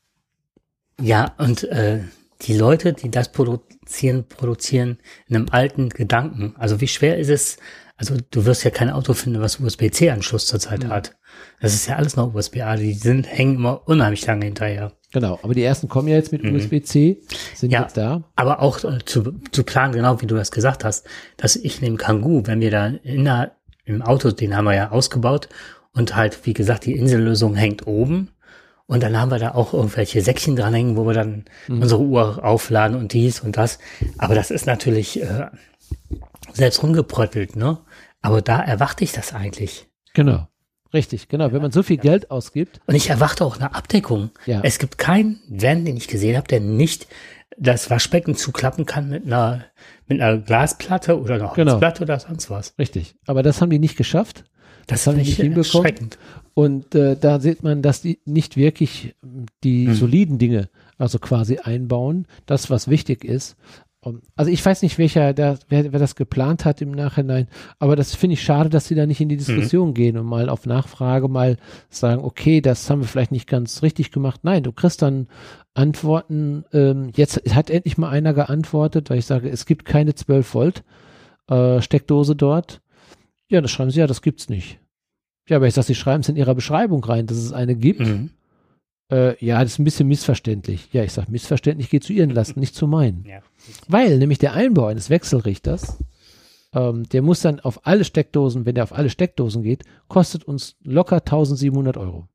Ja, und äh, die Leute, die das produzieren, produzieren in einem alten Gedanken. Also wie schwer ist es, also du wirst ja kein Auto finden, was U S B C Anschluss zurzeit
Mhm.
hat. Das ist ja alles noch U S B A, die sind, hängen immer unheimlich lange hinterher.
Genau, aber die ersten kommen ja jetzt mit
Mhm.
U S B C, sind
Ja.
jetzt da.
Aber auch äh, zu, zu planen, genau wie du das gesagt hast, dass ich in dem Kangoo, wenn wir da in der, im Auto, den haben wir ja ausgebaut und halt, wie gesagt, die Insellösung hängt oben und dann haben wir da auch irgendwelche Säckchen dranhängen, wo wir dann
Mhm.
unsere Uhr aufladen und dies und das. Aber das ist natürlich äh, selbst rumgebröttelt, ne? Aber da erwarte ich das eigentlich.
Genau, richtig, genau. Wenn man so viel Geld ausgibt,
Und ich erwarte auch eine Abdeckung.
Ja.
Es gibt keinen Van, den ich gesehen habe, der nicht das Waschbecken zuklappen kann mit einer, mit einer Glasplatte oder einer
Genau.
Holzplatte oder sonst was.
richtig. Aber das haben die nicht geschafft.
Das,
Das haben
finde
die
ich
nicht hinbekommen.
erschreckend.
Und äh, da sieht man, dass die nicht wirklich die
Mhm.
soliden Dinge also quasi einbauen, das, was wichtig ist. Um, also ich weiß nicht, welcher, der, wer, wer das geplant hat im Nachhinein, aber das finde ich schade, dass sie da nicht in die Diskussion gehen und mal auf Nachfrage mal sagen, okay, das haben wir vielleicht nicht ganz richtig gemacht. Nein, du kriegst dann Antworten. Ähm, jetzt hat endlich mal einer geantwortet, weil ich sage, es gibt keine zwölf Volt äh, Steckdose dort. Ja, das schreiben sie, ja, das gibt's nicht. Ja, aber ich sage, sie schreiben es in ihrer Beschreibung rein, dass es eine gibt.
Mhm.
Äh, ja, das ist ein bisschen missverständlich. Ja, ich sage, missverständlich geht zu ihren Lasten, nicht zu meinen.
Ja.
Weil nämlich der Einbau eines Wechselrichters, ähm, der muss dann auf alle Steckdosen, wenn der auf alle Steckdosen geht, kostet uns locker tausendsiebenhundert Euro.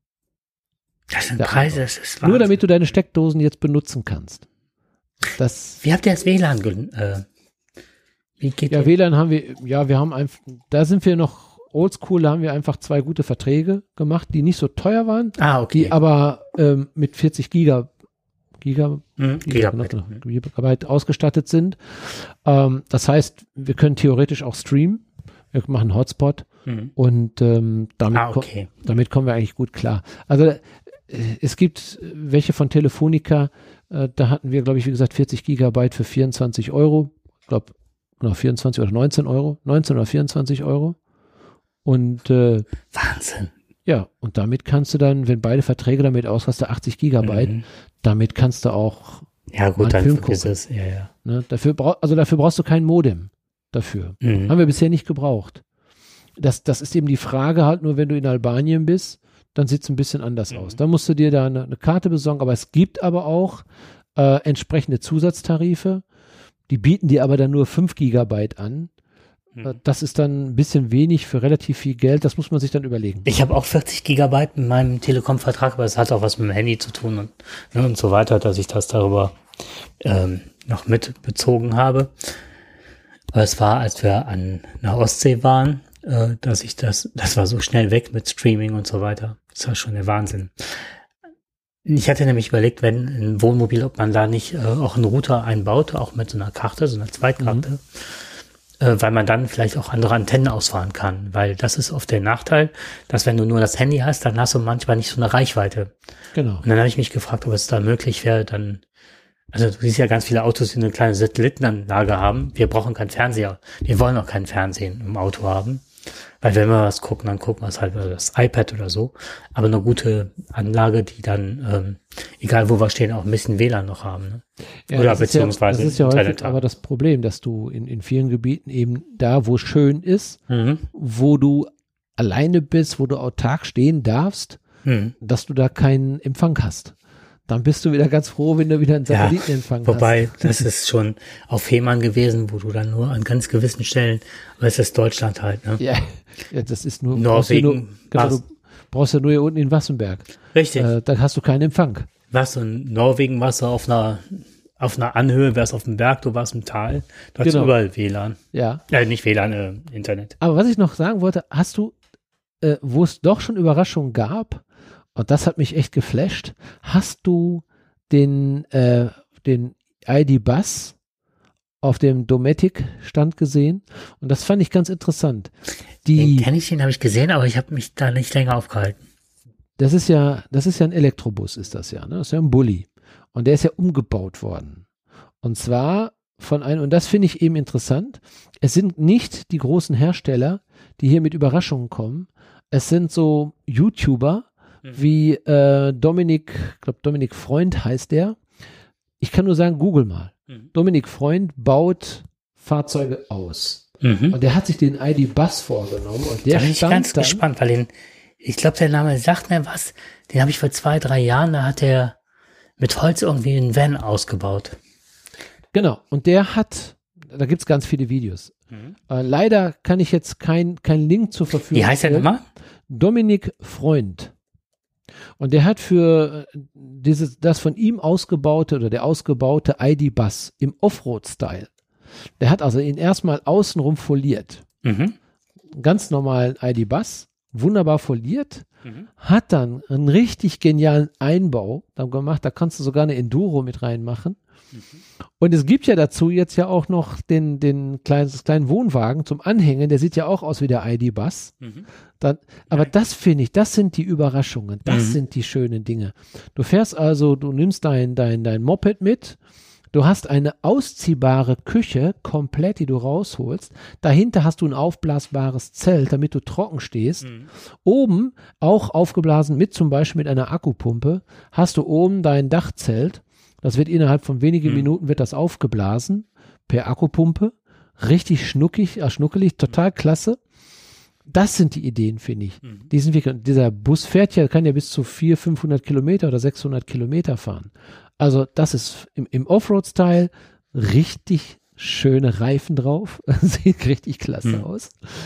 Das sind
Der
Preise,
Einbau.
das ist Wahnsinn.
Nur damit du deine Steckdosen jetzt benutzen kannst. Das,
Wie habt ihr das W L A N ge äh, Wie geht
ja,
das?
W L A N haben wir, ja, wir haben einfach, da sind wir noch oldschool, da haben wir einfach zwei gute Verträge gemacht, die nicht so teuer waren,
Ah, okay.
die aber ähm, mit vierzig Giga, Giga,
Mhm.
Gigabyte,
Gigabyte.
Gigabyte ausgestattet sind. Ähm, das heißt, wir können theoretisch auch streamen. Wir machen Hotspot
Mhm.
und ähm, damit,
Ah,
ko-
okay.
damit kommen wir eigentlich gut klar. Also äh, es gibt welche von Telefonica, Äh, da hatten wir, glaube ich, wie gesagt, vierzig Gigabyte für vierundzwanzig Euro. Ich glaube, genau, vierundzwanzig oder neunzehn Euro. neunzehn oder vierundzwanzig Euro. Und äh,
Wahnsinn.
Ja, und damit kannst du dann, wenn beide Verträge damit auskosten, achtzig Gigabyte, mhm. damit kannst du auch
ja gut, dann ist es, ja, ja.
Ne, dafür brauch, also dafür brauchst du kein Modem dafür. Mhm. Haben wir bisher nicht gebraucht. Das, das ist eben die Frage halt nur, wenn du in Albanien bist, dann sieht es ein bisschen anders mhm. aus. Da musst du dir da eine, eine Karte besorgen, aber es gibt aber auch äh, entsprechende Zusatztarife, die bieten dir aber dann nur fünf Gigabyte an. Das ist dann ein bisschen wenig für relativ viel Geld. Das muss man sich dann überlegen.
Ich habe auch vierzig Gigabyte mit meinem Telekom-Vertrag, aber es hat auch was mit dem Handy zu tun und, ne, und so weiter, dass ich das darüber ähm, noch mitbezogen habe. Aber es war, als wir an der Ostsee waren, äh, dass ich das, das war so schnell weg mit Streaming und so weiter. Das war schon der Wahnsinn. Ich hatte nämlich überlegt, wenn ein Wohnmobil, ob man da nicht äh, auch einen Router einbaut, auch mit so einer Karte, so einer Zweitkarte. Mhm. Weil man dann vielleicht auch andere Antennen ausfahren kann, weil das ist oft der Nachteil, dass wenn du nur das Handy hast, dann hast du manchmal nicht so eine Reichweite.
Genau.
Und dann habe ich mich gefragt, ob es da möglich wäre, dann, also du siehst ja ganz viele Autos, die eine kleine Satellitenanlage haben. Wir brauchen keinen Fernseher. Wir wollen auch keinen Fernsehen im Auto haben. Weil wenn wir was gucken, dann gucken wir es halt über das iPad oder so. Aber eine gute Anlage, die dann, ähm, egal wo wir stehen, auch ein bisschen W L A N noch haben. Ne?
Ja,
oder
das
beziehungsweise
ist ja, das ist ja häufig aber das Problem, dass du in, in vielen Gebieten eben da, wo es schön ist, mhm. wo du alleine bist, wo du autark stehen darfst, mhm. dass du da keinen Empfang hast. Dann bist du wieder ganz froh, wenn du wieder einen Satellitenempfang
ja, wobei, hast. Wobei, das ist schon auf Fehmarn gewesen, wo du dann nur an ganz gewissen Stellen, aber es ist Deutschland halt, ne?
Ja, ja das ist nur,
Norwegen.
Nur, genau, du brauchst ja nur hier unten in Wassenberg.
Richtig.
Äh, dann hast du keinen Empfang.
Was, in Norwegen warst du auf einer, auf einer Anhöhe, wärst auf dem Berg, du warst im Tal, du hast genau. überall W L A N.
Ja.
Äh, nicht W L A N, äh, Internet.
Aber was ich noch sagen wollte, hast du, äh, wo es doch schon Überraschungen gab, und das hat mich echt geflasht, hast du den, äh, den I D-Bus auf dem Dometic-Stand gesehen? Und das fand ich ganz interessant. Die,
den kenne ich, den habe ich gesehen, aber ich habe mich da nicht länger aufgehalten.
Das ist ja, das ist ja ein Elektrobus, ist das ja, ne? Das ist ja ein Bulli. Und der ist ja umgebaut worden. Und zwar von einem, und das finde ich eben interessant, es sind nicht die großen Hersteller, die hier mit Überraschungen kommen. Es sind so YouTuber, wie äh, Dominik, ich glaube Dominik Freund heißt der. Ich kann nur sagen, google mal. Mhm. Dominik Freund baut Fahrzeuge aus. Mhm. Und der hat sich den I D-Bus vorgenommen. Und der
da bin ich
stand
ganz
dann,
gespannt, weil den, ich glaube, der Name sagt mir was. Den habe ich vor zwei, drei Jahren, da hat er mit Holz irgendwie einen Van ausgebaut.
Genau. Und der hat, da gibt es ganz viele Videos. Mhm. Äh, leider kann ich jetzt kein, kein Link zur Verfügung
stellen. Wie heißt der nochmal?
Dominik Freund. Und der hat für dieses, das von ihm ausgebaute oder der ausgebaute I D-Bus im Offroad-Style, der hat also ihn erstmal außenrum foliert. Mhm. Ganz normalen I D-Bus, wunderbar foliert, mhm. hat dann einen richtig genialen Einbau dann gemacht, da kannst du sogar eine Enduro mit reinmachen. Mhm. Und es gibt ja dazu jetzt ja auch noch den, den kleinen, das kleinen Wohnwagen zum Anhängen, der sieht ja auch aus wie der I D-Bus. Mhm. Dann, aber Nein. das finde ich, das sind die Überraschungen, das mhm. sind die schönen Dinge. Du fährst also, du nimmst dein, dein, dein Moped mit, du hast eine ausziehbare Küche komplett, die du rausholst. Dahinter hast du ein aufblasbares Zelt, damit du trocken stehst. Mhm. Oben, auch aufgeblasen mit zum Beispiel mit einer Akkupumpe, hast du oben dein Dachzelt. Das wird innerhalb von wenigen mhm. Minuten wird das aufgeblasen per Akkupumpe. Richtig schnuckig, äh, schnuckelig, total klasse. Das sind die Ideen, finde ich. Mhm. Die sind wirklich, dieser Bus fährt ja, kann ja bis zu vierhundert, fünfhundert Kilometer oder sechshundert Kilometer fahren. Also das ist im, im Offroad-Style richtig schöne Reifen drauf. Sieht richtig klasse mhm. aus.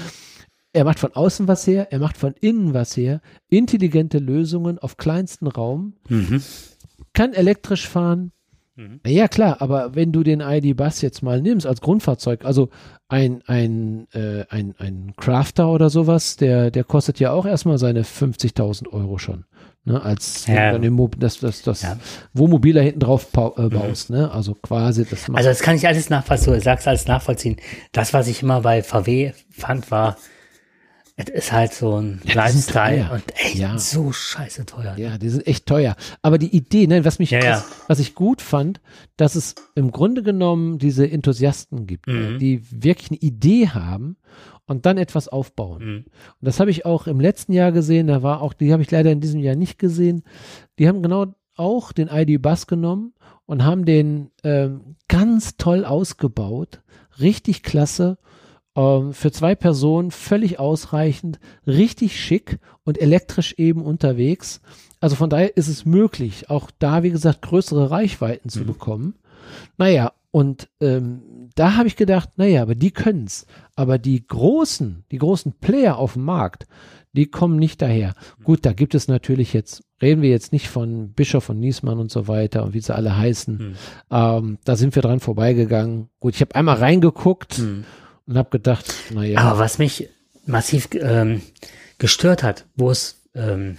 Er macht von außen was her, er macht von innen was her. Intelligente Lösungen auf kleinstem Raum. Mhm. Kann elektrisch fahren. Mhm. Ja klar, aber wenn du den I D-Bus jetzt mal nimmst als Grundfahrzeug, also ein, ein, äh, ein, ein Crafter oder sowas, der, der kostet ja auch erstmal seine fünfzigtausend Euro schon. Ne, als
ja.
dann im, das, das, das ja. Wohnmobil da hinten drauf äh, baust, mhm. ne? Also quasi das macht.
Also das kann ich alles nachvollziehen, du sagst alles nachvollziehen. Das, was ich immer bei V W fand, war, Es ist halt so ein
Ja, die sind
Lifestyle
teuer.
und echt
Ja.
so scheiße teuer.
Ja, die sind echt teuer. Aber die Idee, ne, was mich,
Ja, ja.
was ich gut fand, dass es im Grunde genommen diese Enthusiasten gibt, ne,
Mhm.
die wirklich eine Idee haben und dann etwas aufbauen.
Mhm.
Und das habe ich auch im letzten Jahr gesehen, da war auch, die habe ich leider in diesem Jahr nicht gesehen. Die haben genau auch den I D-Bus genommen und haben den ähm, ganz toll ausgebaut. Richtig klasse. Ähm, für zwei Personen völlig ausreichend, richtig schick und elektrisch eben unterwegs. Also von daher ist es möglich, auch da, wie gesagt, größere Reichweiten zu
Mhm.
bekommen. Naja, und ähm, da habe ich gedacht, naja, aber die können's. Aber die großen, die großen Player auf dem Markt, die kommen nicht daher. Gut, da gibt es natürlich jetzt, reden wir jetzt nicht von Bischof und Niesmann und so weiter und wie sie alle heißen.
Mhm.
Ähm, da sind wir dran vorbeigegangen. Gut, ich habe einmal reingeguckt
Mhm.
und habe gedacht, naja.
Aber was mich massiv ähm, gestört hat, wo es, ähm,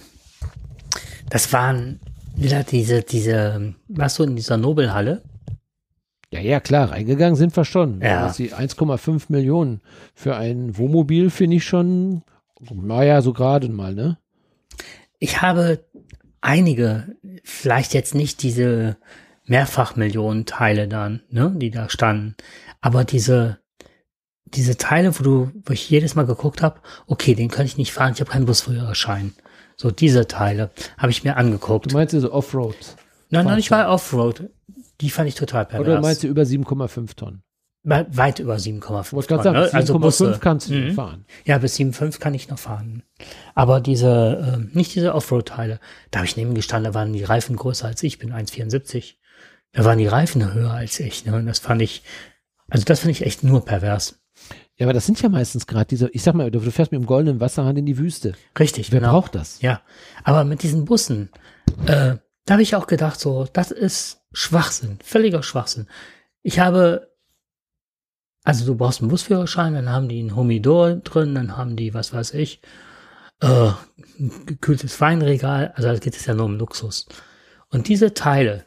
das waren wieder diese, diese, warst du in dieser Nobelhalle?
Ja, ja, klar, reingegangen sind wir schon.
Ja.
Also die eins Komma fünf Millionen für ein Wohnmobil finde ich schon, naja, so gerade mal, ne?
Ich habe einige, vielleicht jetzt nicht diese Mehrfachmillionen-Teile dann, ne, die da standen, aber diese, diese Teile, wo du, wo ich jedes Mal geguckt habe, okay, den kann ich nicht fahren, ich habe keinen Busführerschein. So, diese Teile habe ich mir angeguckt.
Du meinst diese Offroad?
Nein, nein, ich war Offroad. Die fand ich total pervers.
Oder meinst du über sieben Komma fünf Tonnen?
Weit weit über sieben Komma fünf.
Ich wollte gerade sagen,
ne?
sieben Komma fünf
Busse.
kannst du
Mhm.
fahren.
Ja, bis sieben Komma fünf kann ich noch fahren. Aber diese, ähm, nicht diese Offroad-Teile. Da habe ich neben gestanden, da waren die Reifen größer als ich, bin eins Komma vierundsiebzig. Da waren die Reifen höher als ich. Ne? Und das fand ich, also das finde ich echt nur pervers.
Ja, aber das sind ja meistens gerade diese, ich sag mal, du fährst mit dem goldenen Wasserhahn in die Wüste.
Richtig,
Wer
genau.
braucht das?
Ja, aber mit diesen Bussen, äh, da habe ich auch gedacht, so, das ist Schwachsinn, völliger Schwachsinn. Ich habe, also du brauchst einen Busführerschein, dann haben die ein Humidor drin, dann haben die, was weiß ich, äh, ein gekühltes Weinregal, also da geht es ja nur um Luxus. Und diese Teile,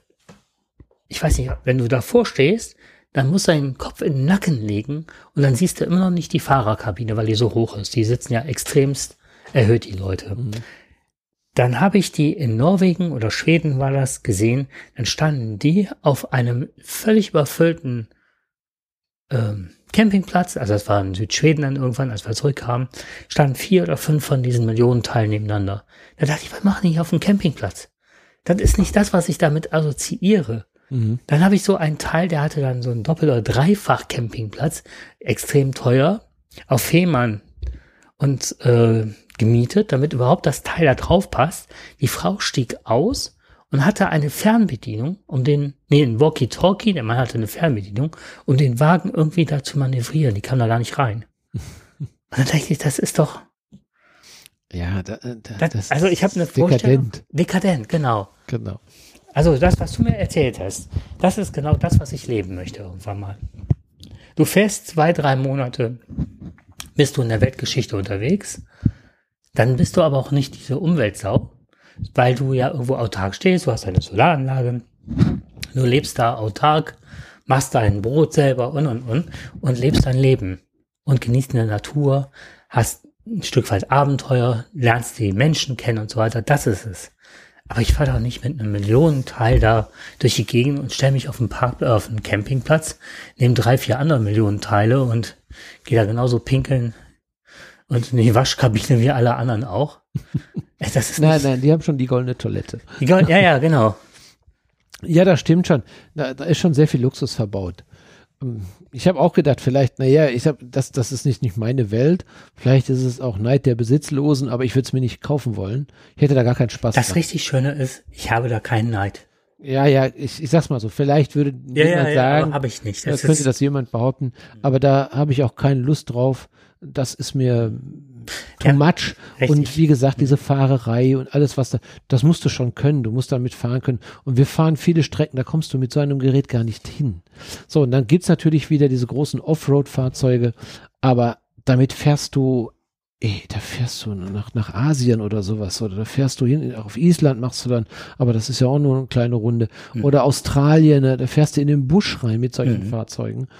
ich weiß nicht, wenn du davor stehst, dann musst du deinen Kopf in den Nacken legen und dann siehst du immer noch nicht die Fahrerkabine, weil die so hoch ist. Die sitzen ja extremst erhöht, die Leute. Mhm. Dann habe ich die in Norwegen oder Schweden war das gesehen, dann standen die auf einem völlig überfüllten ähm, Campingplatz, also das war in Südschweden dann irgendwann, als wir zurückkamen, standen vier oder fünf von diesen Millionenteilen nebeneinander. Da dachte ich, was machen die hier auf dem Campingplatz? Das ist nicht das, was ich damit assoziiere. Mhm. Dann habe ich so einen Teil, der hatte dann so einen Doppel- oder Dreifach-Campingplatz, extrem teuer, auf Fehmarn und äh, gemietet, damit überhaupt das Teil da drauf passt. Die Frau stieg aus und hatte eine Fernbedienung, um den, nee, ein Walkie-Talkie, der Mann hatte eine Fernbedienung, um den Wagen irgendwie da zu manövrieren. Die kam da gar nicht rein. Und dann dachte ich, das ist doch...
Ja, da, da,
das,
das
also ich habe eine Vorstellung.
Dekadent.
Dekadent, genau.
Genau.
Also das, was du mir erzählt hast, das ist genau das, was ich leben möchte irgendwann mal. Du fährst zwei, drei Monate, bist du in der Weltgeschichte unterwegs, dann bist du aber auch nicht diese Umweltsau, weil du ja irgendwo autark stehst, du hast eine Solaranlage, du lebst da autark, machst dein Brot selber und und und und lebst dein Leben und genießt in der Natur, hast ein Stück weit Abenteuer, lernst die Menschen kennen und so weiter, das ist es. Aber ich fahre doch nicht mit einem Millionenteil da durch die Gegend und stelle mich auf einen Park, äh, auf einen Campingplatz, nehme drei, vier andere Millionenteile und gehe da genauso pinkeln und in die Waschkabine wie alle anderen auch. Das ist
nein,
nicht,
nein, die haben schon die goldene Toilette.
Die Gold, ja, ja, genau.
Ja, das stimmt schon. Da, da ist schon sehr viel Luxus verbaut. Ich habe auch gedacht, vielleicht, naja, ich hab, das, das ist nicht, nicht meine Welt. Vielleicht ist es auch Neid der Besitzlosen, aber ich würde es mir nicht kaufen wollen. Ich hätte da gar keinen Spaß.
Das
dran.
richtig Schöne ist, ich habe da keinen Neid.
Ja, ja, ich, ich sag's mal so, vielleicht würde
ja,
jemand
ja,
sagen,
ja, habe ich nicht.
Das
Das
könnte
ist,
das jemand behaupten, aber da habe ich auch keine Lust drauf. Das ist mir too
ja,
much.
richtig.
Und wie gesagt, diese Fahrerei und alles, was da, das musst du schon können. Du musst damit fahren können. Und wir fahren viele Strecken, da kommst du mit so einem Gerät gar nicht hin. So, und dann gibt's natürlich wieder diese großen Offroad-Fahrzeuge, aber damit fährst du, ey, da fährst du nach, nach Asien oder sowas, oder da fährst du hin, auf Island machst du dann, aber das ist ja auch nur eine kleine Runde. Mhm. Oder Australien, da fährst du in den Busch rein mit solchen mhm. Fahrzeugen.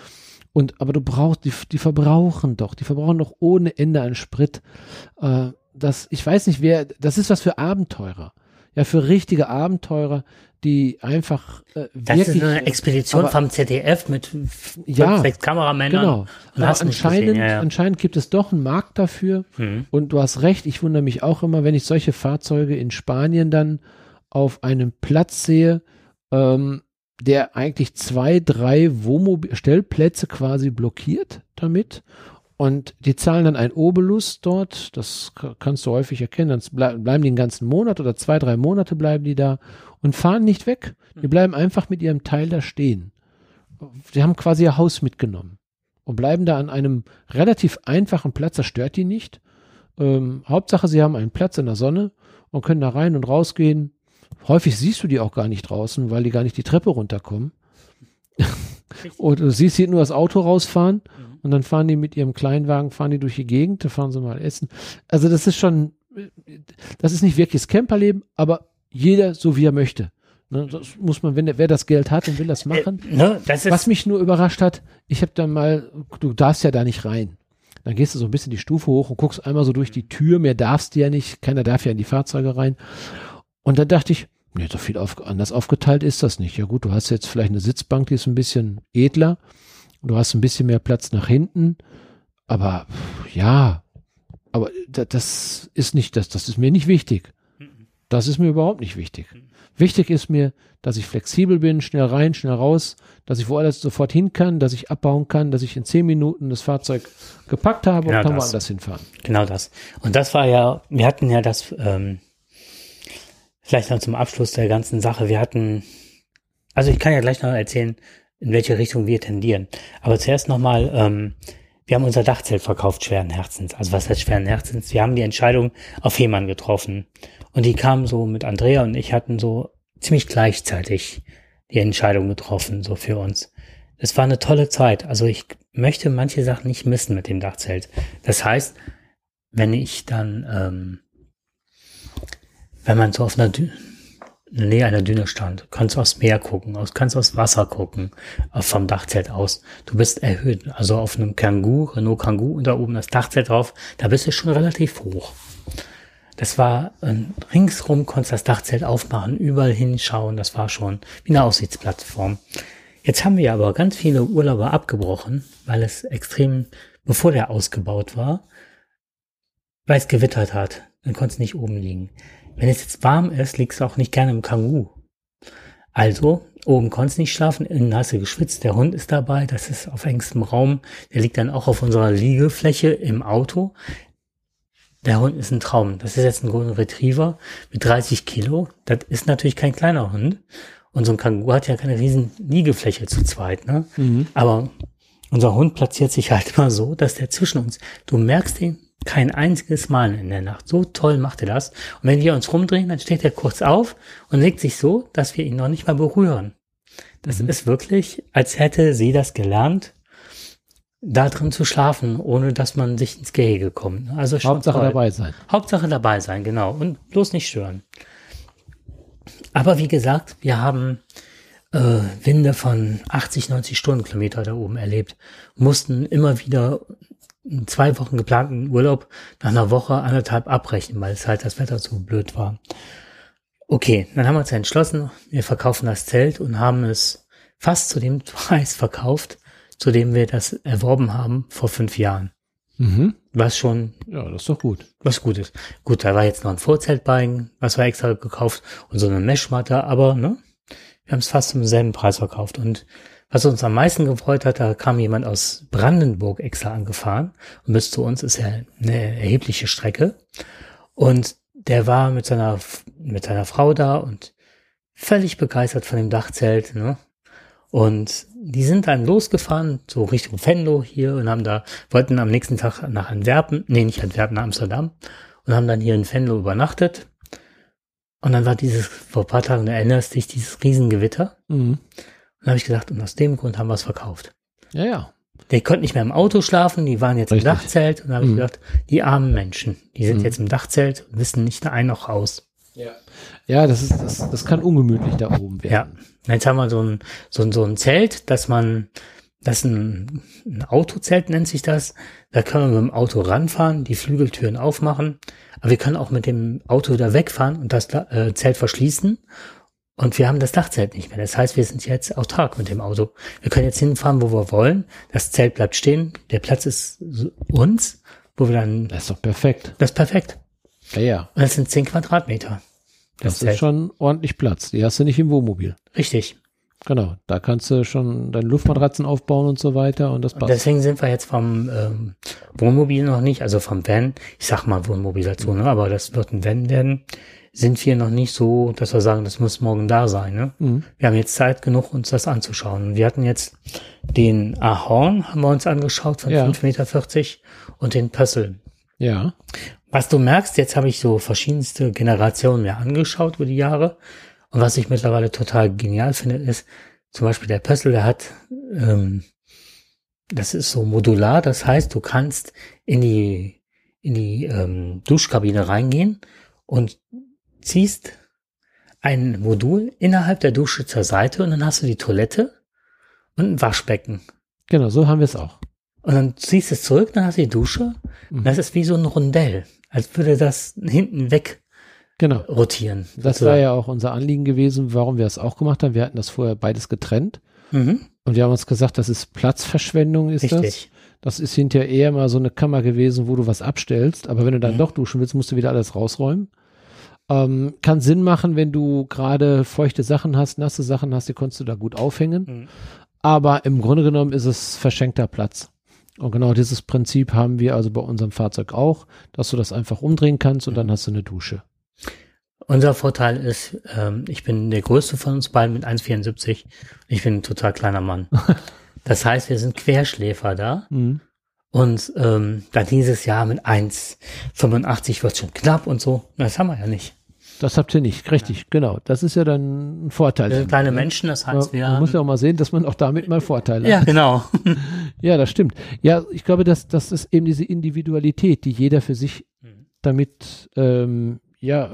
Und, aber du brauchst, die, die verbrauchen doch, die verbrauchen doch ohne Ende an Sprit. Äh, das, ich weiß nicht, wer, das ist was für Abenteurer. Ja, für richtige Abenteurer, die einfach äh,
das
wirklich.
ist eine Expedition
aber,
vom Z D F mit fünf,
ja,
sechs Kameramännern.
Genau.
Und
aber
hast
anscheinend,
gesehen, ja, ja.
anscheinend gibt es doch einen Markt dafür.
Mhm.
Und du hast recht, ich wundere mich auch immer, wenn ich solche Fahrzeuge in Spanien dann auf einem Platz sehe, ähm, der eigentlich zwei, drei Wohnmobil-Stellplätze quasi blockiert damit. Und die zahlen dann ein Obolus dort, das kannst du häufig erkennen, dann ble- bleiben die einen ganzen Monat oder zwei, drei Monate bleiben die da und fahren nicht weg. Die bleiben einfach mit ihrem Teil da stehen. Die haben quasi ihr Haus mitgenommen und bleiben da an einem relativ einfachen Platz, das stört die nicht. Ähm, Hauptsache, sie haben einen Platz in der Sonne und können da rein und rausgehen. Häufig siehst du die auch gar nicht draußen, weil die gar nicht die Treppe runterkommen. Und du siehst hier nur das Auto rausfahren mhm. und dann fahren die mit ihrem Kleinwagen, fahren die durch die Gegend, da fahren sie mal essen. Also das ist schon, das ist nicht wirklich das Camperleben, aber jeder so wie er möchte. Ne, das muss man, wenn der, wer das Geld hat und will das machen.
Äh, ne, das ist
Was mich nur überrascht hat, ich habe dann mal, du darfst ja da nicht rein. Dann gehst du so ein bisschen die Stufe hoch und guckst einmal so durch die Tür, mehr darfst du ja nicht, keiner darf ja in die Fahrzeuge rein. Und dann dachte ich, nee, so viel auf, anders aufgeteilt ist das nicht. Ja gut, du hast jetzt vielleicht eine Sitzbank, die ist ein bisschen edler. Du hast ein bisschen mehr Platz nach hinten. Aber ja, aber das ist nicht, das, das ist mir nicht wichtig. Das ist mir überhaupt nicht wichtig. Wichtig ist mir, dass ich flexibel bin, schnell rein, schnell raus, dass ich woanders sofort hin kann, dass ich abbauen kann, dass ich in zehn Minuten das Fahrzeug gepackt habe
genau
und kann
das.
woanders hinfahren.
Genau das. Und das war ja, wir hatten ja das, ähm, vielleicht noch zum Abschluss der ganzen Sache. Wir hatten, also ich kann ja gleich noch erzählen, in welche Richtung wir tendieren. Aber zuerst nochmal, ähm, wir haben unser Dachzelt verkauft, schweren Herzens. Also was heißt schweren Herzens? Wir haben die Entscheidung auf Fehmarn getroffen. Und die kamen so mit Andrea und ich hatten so ziemlich gleichzeitig die Entscheidung getroffen, so für uns. Es war eine tolle Zeit. Also ich möchte manche Sachen nicht missen mit dem Dachzelt. Das heißt, wenn ich dann, ähm, wenn man so auf einer Dü- in der Nähe einer Düne stand, kannst du aufs Meer gucken, aus, kannst aufs Wasser gucken, auf, vom Dachzelt aus. Du bist erhöht, also auf einem Kangoo, Renault Kangoo und da oben das Dachzelt drauf, da bist du schon relativ hoch. Das war, äh, ringsrum konntest das Dachzelt aufmachen, überall hinschauen, das war schon wie eine Aussichtsplattform. Jetzt haben wir aber ganz viele Urlauber abgebrochen, weil es extrem, bevor der ausgebaut war, weil es gewittert hat, dann konntest du nicht oben liegen. Wenn es jetzt warm ist, liegst du auch nicht gerne im Kangoo. Also, oben konntest du nicht schlafen, innen hast du geschwitzt, der Hund ist dabei, das ist auf engstem Raum, der liegt dann auch auf unserer Liegefläche im Auto. Der Hund ist ein Traum. Das ist jetzt ein Golden Retriever mit dreißig Kilo. Das ist natürlich kein kleiner Hund. Und so ein Kangoo hat ja keine riesen Liegefläche zu zweit, ne? Mhm. Aber unser Hund platziert sich halt immer so, dass der zwischen uns, du merkst ihn kein einziges Mal in der Nacht. So toll macht er das. Und wenn wir uns rumdrehen, dann steht er kurz auf und legt sich so, dass wir ihn noch nicht mal berühren. Das mhm. ist wirklich, als hätte sie das gelernt, da drin zu schlafen, ohne dass man sich ins Gehege kommt. Also schon
Hauptsache
toll.
dabei sein.
Hauptsache dabei sein, genau. Und bloß nicht stören. Aber wie gesagt, wir haben äh, Winde von achtzig, neunzig Stundenkilometer da oben erlebt. Mussten immer wieder einen zwei Wochen geplanten Urlaub nach einer Woche, anderthalb abbrechen, weil es halt das Wetter so blöd war. Okay, dann haben wir uns entschlossen, wir verkaufen das Zelt und haben es fast zu dem Preis verkauft, zu dem wir das erworben haben vor fünf Jahren.
Mhm.
Was schon...
Ja, das ist doch gut.
Was gut ist. Gut, da war jetzt noch ein Vorzelt bei, was wir extra gekauft und so eine Meshmatte, aber ne, wir haben es fast zum selben Preis verkauft. Und was uns am meisten gefreut hat, da kam jemand aus Brandenburg extra angefahren und bis zu uns ist ja eine erhebliche Strecke. Und der war mit seiner mit seiner Frau da und völlig begeistert von dem Dachzelt, ne? Und die sind dann losgefahren, so Richtung Venlo hier und haben da, wollten am nächsten Tag nach Antwerpen, nee, nicht Antwerpen, nach Amsterdam und haben dann hier in Venlo übernachtet. Und dann war dieses, vor ein paar Tagen, du erinnerst dich, dieses Riesengewitter. Mhm. Und dann habe ich gesagt, und aus dem Grund haben wir es verkauft.
Ja, ja.
Die konnten nicht mehr im Auto schlafen, die waren jetzt Richtig. im Dachzelt. Und dann habe mhm. ich gedacht, die armen Menschen, die sind mhm. jetzt im Dachzelt und wissen nicht ein noch aus.
Ja, ja, das ist, das, das kann ungemütlich da oben werden.
Ja, jetzt haben wir so ein, so ein, so ein Zelt, dass man Das ist ein, ein Autozelt, nennt sich das. Da können wir mit dem Auto ranfahren, die Flügeltüren aufmachen. Aber wir können auch mit dem Auto da wegfahren und das äh, Zelt verschließen. Und wir haben das Dachzelt nicht mehr. Das heißt, wir sind jetzt autark mit dem Auto. Wir können jetzt hinfahren, wo wir wollen. Das Zelt bleibt stehen. Der Platz ist uns, wo wir dann...
Das ist doch perfekt.
Das ist perfekt.
Ja, ja.
Und das sind zehn Quadratmeter.
Das, das ist schon ordentlich Platz. Die hast du nicht im Wohnmobil.
Richtig.
Genau, da kannst du schon deine Luftmatratzen aufbauen und so weiter und das passt.
Und deswegen sind wir jetzt vom ähm, Wohnmobil noch nicht, also vom Van, ich sag mal Wohnmobil dazu, ne, aber das wird ein Van werden, sind wir noch nicht so, dass wir sagen, das muss morgen da sein. Ne? Mhm. Wir haben jetzt Zeit genug, uns das anzuschauen. Wir hatten jetzt den Ahorn, haben wir uns angeschaut, von ja. fünf Meter vierzig und den Pössl.
Ja.
Was du merkst, jetzt habe ich so verschiedenste Generationen mir angeschaut über die Jahre. Und was ich mittlerweile total genial finde, ist zum Beispiel der Pössl, der hat, ähm, das ist so modular, das heißt, du kannst in die in die ähm, Duschkabine reingehen und ziehst ein Modul innerhalb der Dusche zur Seite und dann hast du die Toilette und ein Waschbecken.
Genau, so haben wir es auch.
Und dann ziehst du es zurück, dann hast du die Dusche. Mhm. Das ist wie so ein Rondell, als würde das hinten weg
Genau.
rotieren.
Das sozusagen. War ja auch unser Anliegen gewesen, warum wir es auch gemacht haben. Wir hatten das vorher beides getrennt. Mhm. Und wir haben uns gesagt, das ist Platzverschwendung, ist Richtig. das. Das ist hinterher eher mal so eine Kammer gewesen, wo du was abstellst. Aber wenn du dann mhm. doch duschen willst, musst du wieder alles rausräumen. Ähm, kann Sinn machen, wenn du gerade feuchte Sachen hast, nasse Sachen hast, die konntest du da gut aufhängen. Mhm. Aber im Grunde genommen ist es verschenkter Platz. Und genau dieses Prinzip haben wir also bei unserem Fahrzeug auch, dass du das einfach umdrehen kannst und mhm. dann hast du eine Dusche.
Unser Vorteil ist, ähm, ich bin der größte von uns beiden mit eins Komma vierundsiebzig. Ich bin ein total kleiner Mann. Das heißt, wir sind Querschläfer da. Mhm. Und ähm, dann dieses Jahr mit eins Komma fünfundachtzig wird schon knapp und so. Das haben wir ja nicht.
Das habt ihr nicht, richtig, ja. Genau. Das ist ja dann ein Vorteil.
Wir sind kleine Menschen, das heißt, wir
Man muss ja auch mal sehen, dass man auch damit mal Vorteile
ja,
hat.
Ja, genau.
Ja, das stimmt. Ja, ich glaube, das, das ist eben diese Individualität, die jeder für sich damit, ähm, ja,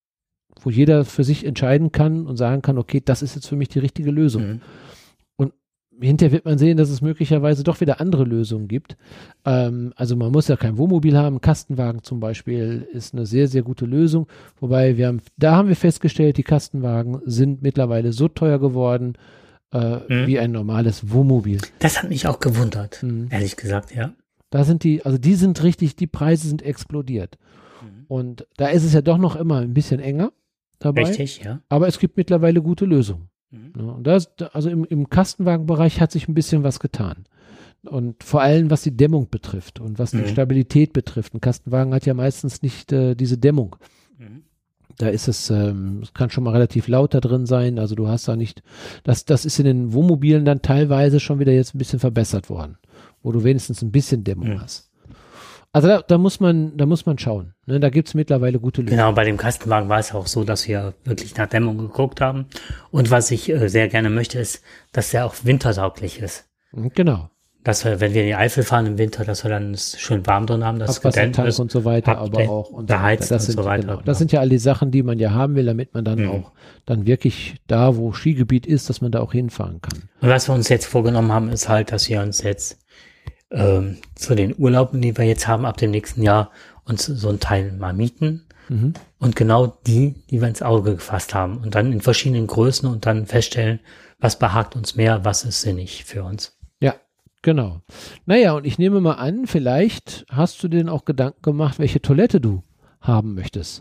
wo jeder für sich entscheiden kann und sagen kann, okay, das ist jetzt für mich die richtige Lösung. Mhm. Und hinterher wird man sehen, dass es möglicherweise doch wieder andere Lösungen gibt. Ähm, also man muss ja kein Wohnmobil haben, Kastenwagen zum Beispiel ist eine sehr, sehr gute Lösung. Wobei wir haben, da haben wir festgestellt, die Kastenwagen sind mittlerweile so teuer geworden, äh, mhm. wie ein normales Wohnmobil.
Das hat mich auch gewundert, mhm. ehrlich gesagt, ja.
Da sind die, also die sind richtig, die Preise sind explodiert. Mhm. Und da ist es ja doch noch immer ein bisschen enger dabei.
Richtig, ja.
Aber es gibt mittlerweile gute Lösungen. Mhm. Ja, und das, also im, im Kastenwagenbereich hat sich ein bisschen was getan. Und vor allem, was die Dämmung betrifft und was die mhm. Stabilität betrifft. Ein Kastenwagen hat ja meistens nicht äh, diese Dämmung. Mhm. Da ist es, ähm, es kann schon mal relativ laut da drin sein. Also du hast da nicht, das, das ist in den Wohnmobilen dann teilweise schon wieder jetzt ein bisschen verbessert worden, wo du wenigstens ein bisschen Dämmung mhm. hast. Also da, da muss man, da muss man schauen. Ne? Da gibt es mittlerweile gute Lösungen.
Genau, bei dem Kastenwagen war es auch so, dass wir wirklich nach Dämmung geguckt haben. Und was ich äh, sehr gerne möchte, ist, dass der auch wintertauglich ist.
Genau.
Dass wir, wenn wir in die Eifel fahren im Winter, dass wir dann es schön warm drin haben, dass es
gedämmt ist und so weiter, aber auch und
beheizt
das
und
sind,
so weiter.
Genau, das genau. sind ja all die Sachen, die man ja haben will, damit man dann mhm. auch dann wirklich da, wo Skigebiet ist, dass man da auch hinfahren kann.
Und was wir uns jetzt vorgenommen haben, ist halt, dass wir uns jetzt ähm, zu den Urlauben, die wir jetzt haben, ab dem nächsten Jahr uns so einen Teil mal mieten. Mhm. Und genau die, die wir ins Auge gefasst haben. Und dann in verschiedenen Größen und dann feststellen, was behagt uns mehr, was ist sinnig für uns.
Ja, genau. Naja, und ich nehme mal an, vielleicht hast du dir denn auch Gedanken gemacht, welche Toilette du haben möchtest.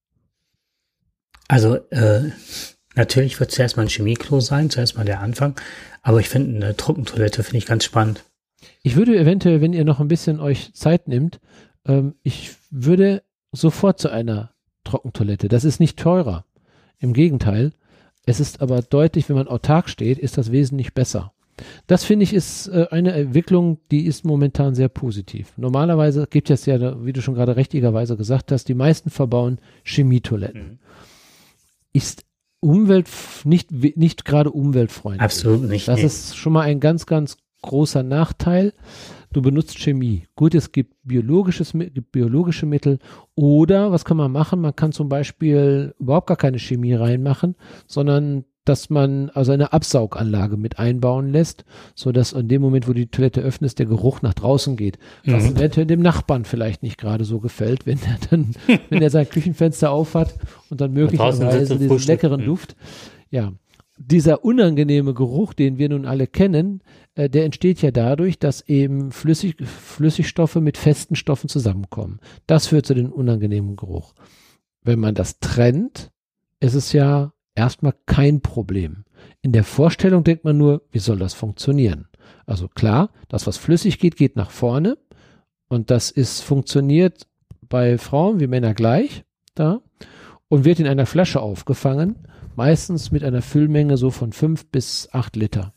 Also, äh, natürlich wird zuerst mal ein Chemieklo sein, zuerst mal der Anfang. Aber ich finde, eine Trockentoilette finde ich ganz spannend.
Ich würde eventuell, wenn ihr noch ein bisschen euch Zeit nimmt, ähm, ich würde sofort zu einer Trockentoilette. Das ist nicht teurer. Im Gegenteil. Es ist aber deutlich, wenn man autark steht, ist das wesentlich besser. Das finde ich ist äh, eine Entwicklung, die ist momentan sehr positiv. Normalerweise gibt es ja, wie du schon gerade richtigerweise gesagt hast, die meisten verbauen Chemietoiletten. Mhm. Ist Umwelt nicht, nicht gerade umweltfreundlich.
Absolut nicht.
Das
nee.
ist schon mal ein ganz, ganz großer Nachteil. Du benutzt Chemie. Gut, es gibt biologisches, gibt biologische Mittel oder was kann man machen? Man kann zum Beispiel überhaupt gar keine Chemie reinmachen, sondern dass man also eine Absauganlage mit einbauen lässt, sodass in dem Moment, wo die Toilette öffnest, der Geruch nach draußen geht. Was
Mhm.
eventuell dem Nachbarn vielleicht nicht gerade so gefällt, wenn er dann, wenn er sein Küchenfenster aufhat und dann
draußen
möglicherweise
sitzt und
diesen
frühstückt.
leckeren
Mhm.
Duft. Ja, dieser unangenehme Geruch, den wir nun alle kennen, äh, der entsteht ja dadurch, dass eben Flüssig, Flüssigstoffe mit festen Stoffen zusammenkommen. Das führt zu dem unangenehmen Geruch. Wenn man das trennt, ist es ja erstmal kein Problem. In der Vorstellung denkt man nur, wie soll das funktionieren? Also klar, das, was flüssig geht, geht nach vorne und das ist funktioniert bei Frauen wie Männer gleich da und wird in einer Flasche aufgefangen, meistens mit einer Füllmenge so von fünf bis acht Liter.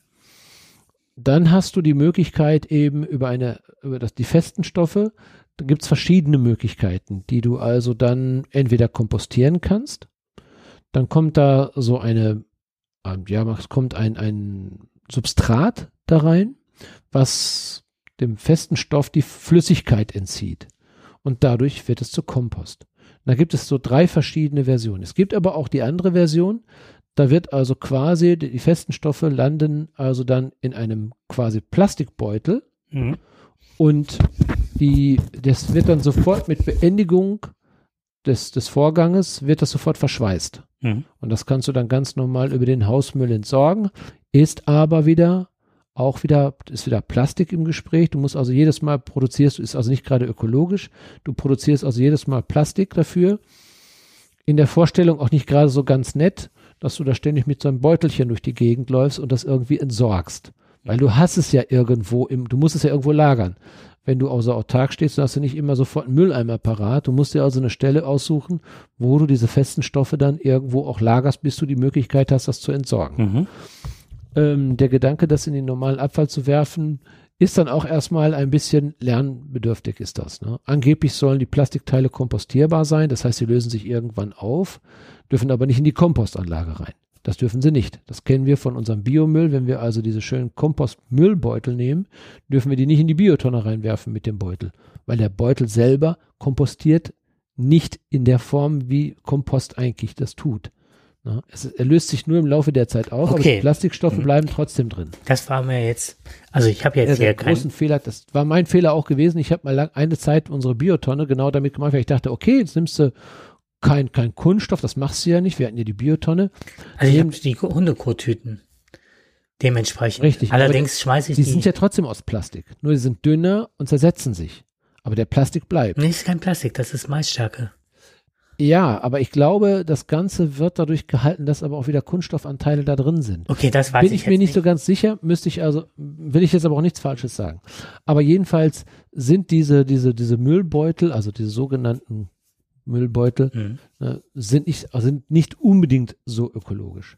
Dann hast du die Möglichkeit eben über eine, über das, die festen Stoffe, da gibt es verschiedene Möglichkeiten, die du also dann entweder kompostieren kannst. Dann kommt da so eine, ja, es kommt ein, ein Substrat da rein, was dem festen Stoff die Flüssigkeit entzieht. Und dadurch wird es zu Kompost. Da gibt es so drei verschiedene Versionen. Es gibt aber auch die andere Version. Da wird also quasi, die festen Stoffe landen also dann in einem quasi Plastikbeutel.
Mhm.
Und die, das wird dann sofort mit Beendigung des, des Vorganges, wird das sofort verschweißt.
Mhm.
Und das kannst du dann ganz normal über den Hausmüll entsorgen, ist aber wieder, auch wieder, ist wieder Plastik im Gespräch. Du musst also jedes Mal produzierst, ist also nicht gerade ökologisch, du produzierst also jedes Mal Plastik dafür. In der Vorstellung auch nicht gerade so ganz nett, dass du da ständig mit so einem Beutelchen durch die Gegend läufst und das irgendwie entsorgst. Weil du hast es ja irgendwo, im, du musst es ja irgendwo lagern. Wenn du außer autark stehst, dann hast du nicht immer sofort einen Mülleimer parat. Du musst dir also eine Stelle aussuchen, wo du diese festen Stoffe dann irgendwo auch lagerst, bis du die Möglichkeit hast, das zu entsorgen.
Mhm.
Ähm, der Gedanke, das in den normalen Abfall zu werfen, ist dann auch erstmal ein bisschen lernbedürftig ist das. Ne? Angeblich sollen die Plastikteile kompostierbar sein, das heißt, sie lösen sich irgendwann auf, dürfen aber nicht in die Kompostanlage rein. Das dürfen sie nicht. Das kennen wir von unserem Biomüll. Wenn wir also diese schönen Kompostmüllbeutel nehmen, dürfen wir die nicht in die Biotonne reinwerfen mit dem Beutel, weil der Beutel selber kompostiert nicht in der Form, wie Kompost eigentlich das tut. Na, es, er löst sich nur im Laufe der Zeit auf,
Okay.
aber die Plastikstoffe
Mhm.
bleiben trotzdem drin.
Das war mir jetzt, also ich habe jetzt
Ja,
hier
der
keinen.
großen Fehler, das war mein Fehler auch gewesen. Ich habe mal lang, eine Zeit unsere Biotonne genau damit gemacht, weil ich dachte, okay, jetzt nimmst du kein, kein Kunststoff, das machst du ja nicht. Wir hatten ja die Biotonne.
Also ich
Nehmen-
habe die Hundekotüten. Dementsprechend.
Richtig, aber
Allerdings schmeiße ich
Die
die.
sind ja trotzdem aus Plastik. Nur die sind dünner und zersetzen sich. Aber der Plastik bleibt.
nee, ist kein Plastik, das ist Maisstärke.
Ja, aber ich glaube, das Ganze wird dadurch gehalten, dass aber auch wieder Kunststoffanteile da drin sind.
Okay, das weiß
Bin
ich
ich mir
jetzt
nicht so ganz sicher, müsste ich also, will ich jetzt aber auch nichts Falsches sagen. Aber jedenfalls sind diese, diese, diese Müllbeutel, also diese sogenannten Müllbeutel,
Mhm.
äh, sind nicht, sind nicht unbedingt so ökologisch.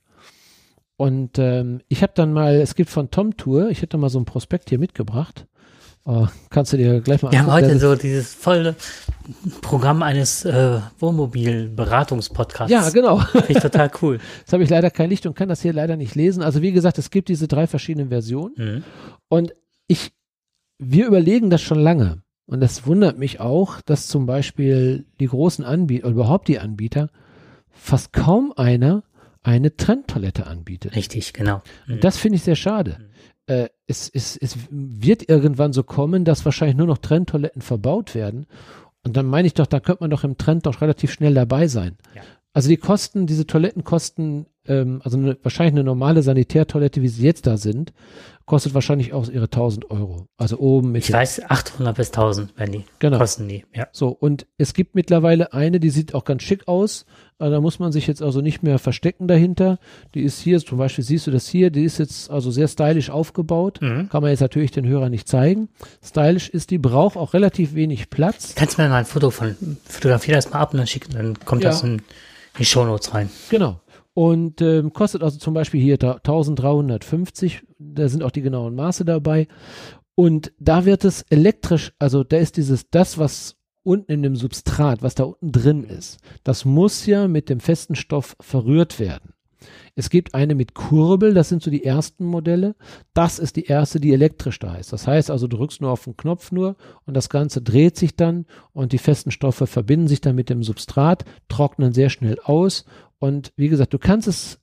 Und ähm, ich habe dann mal, es gibt von Tom Tour, ich hätte mal so ein Prospekt hier mitgebracht. Oh, kannst du dir gleich mal
Wir haben
angucken.
heute
Das
so dieses volle Programm eines äh, Wohnmobil-Beratungspodcasts.
ist, ja, genau.
Finde ich total cool.
Jetzt habe ich leider kein Licht und kann das hier leider nicht lesen. Also wie gesagt, es gibt diese drei verschiedenen Versionen.
Mhm.
Und ich, wir überlegen das schon lange. Und das wundert mich auch, dass zum Beispiel die großen Anbieter, oder überhaupt die Anbieter, fast kaum einer eine Trenntoilette anbietet.
Richtig, genau. Mhm.
Das finde ich sehr schade. Äh, es, es, es wird irgendwann so kommen, dass wahrscheinlich nur noch Trenntoiletten verbaut werden. Und dann meine ich doch, da könnte man doch im Trend doch relativ schnell dabei sein.
Ja.
Also die Kosten, diese Toiletten kosten, ähm, also eine, wahrscheinlich eine normale Sanitärtoilette, wie sie jetzt da sind, kostet wahrscheinlich auch ihre tausend Euro. Also oben mit
Ich
den-
weiß, achthundert bis tausend wenn die
Genau.
kosten die. Ja.
So, und es gibt mittlerweile eine, die sieht auch ganz schick aus. Also da muss man sich jetzt also nicht mehr verstecken dahinter. Die ist hier, zum Beispiel siehst du das hier, die ist jetzt also sehr stylisch aufgebaut.
Mhm.
Kann man jetzt natürlich den Hörern nicht zeigen. Stylisch ist die, braucht auch relativ wenig Platz.
Kannst du mir mal ein Foto von, fotografier das mal ab und dann schicken, dann kommt
Ja.
das in die Shownotes rein.
Genau. Und ähm, kostet also zum Beispiel hier ta- eintausenddreihundertfünfzig. Da sind auch die genauen Maße dabei. Und da wird es elektrisch, also da ist dieses, das, was unten in dem Substrat, was da unten drin ist, das muss ja mit dem festen Stoff verrührt werden. Es gibt eine mit Kurbel, das sind so die ersten Modelle. Das ist die erste, die elektrisch da ist. Das heißt also, du drückst nur auf den Knopf nur und das Ganze dreht sich dann und die festen Stoffe verbinden sich dann mit dem Substrat, trocknen sehr schnell aus und wie gesagt, du kannst es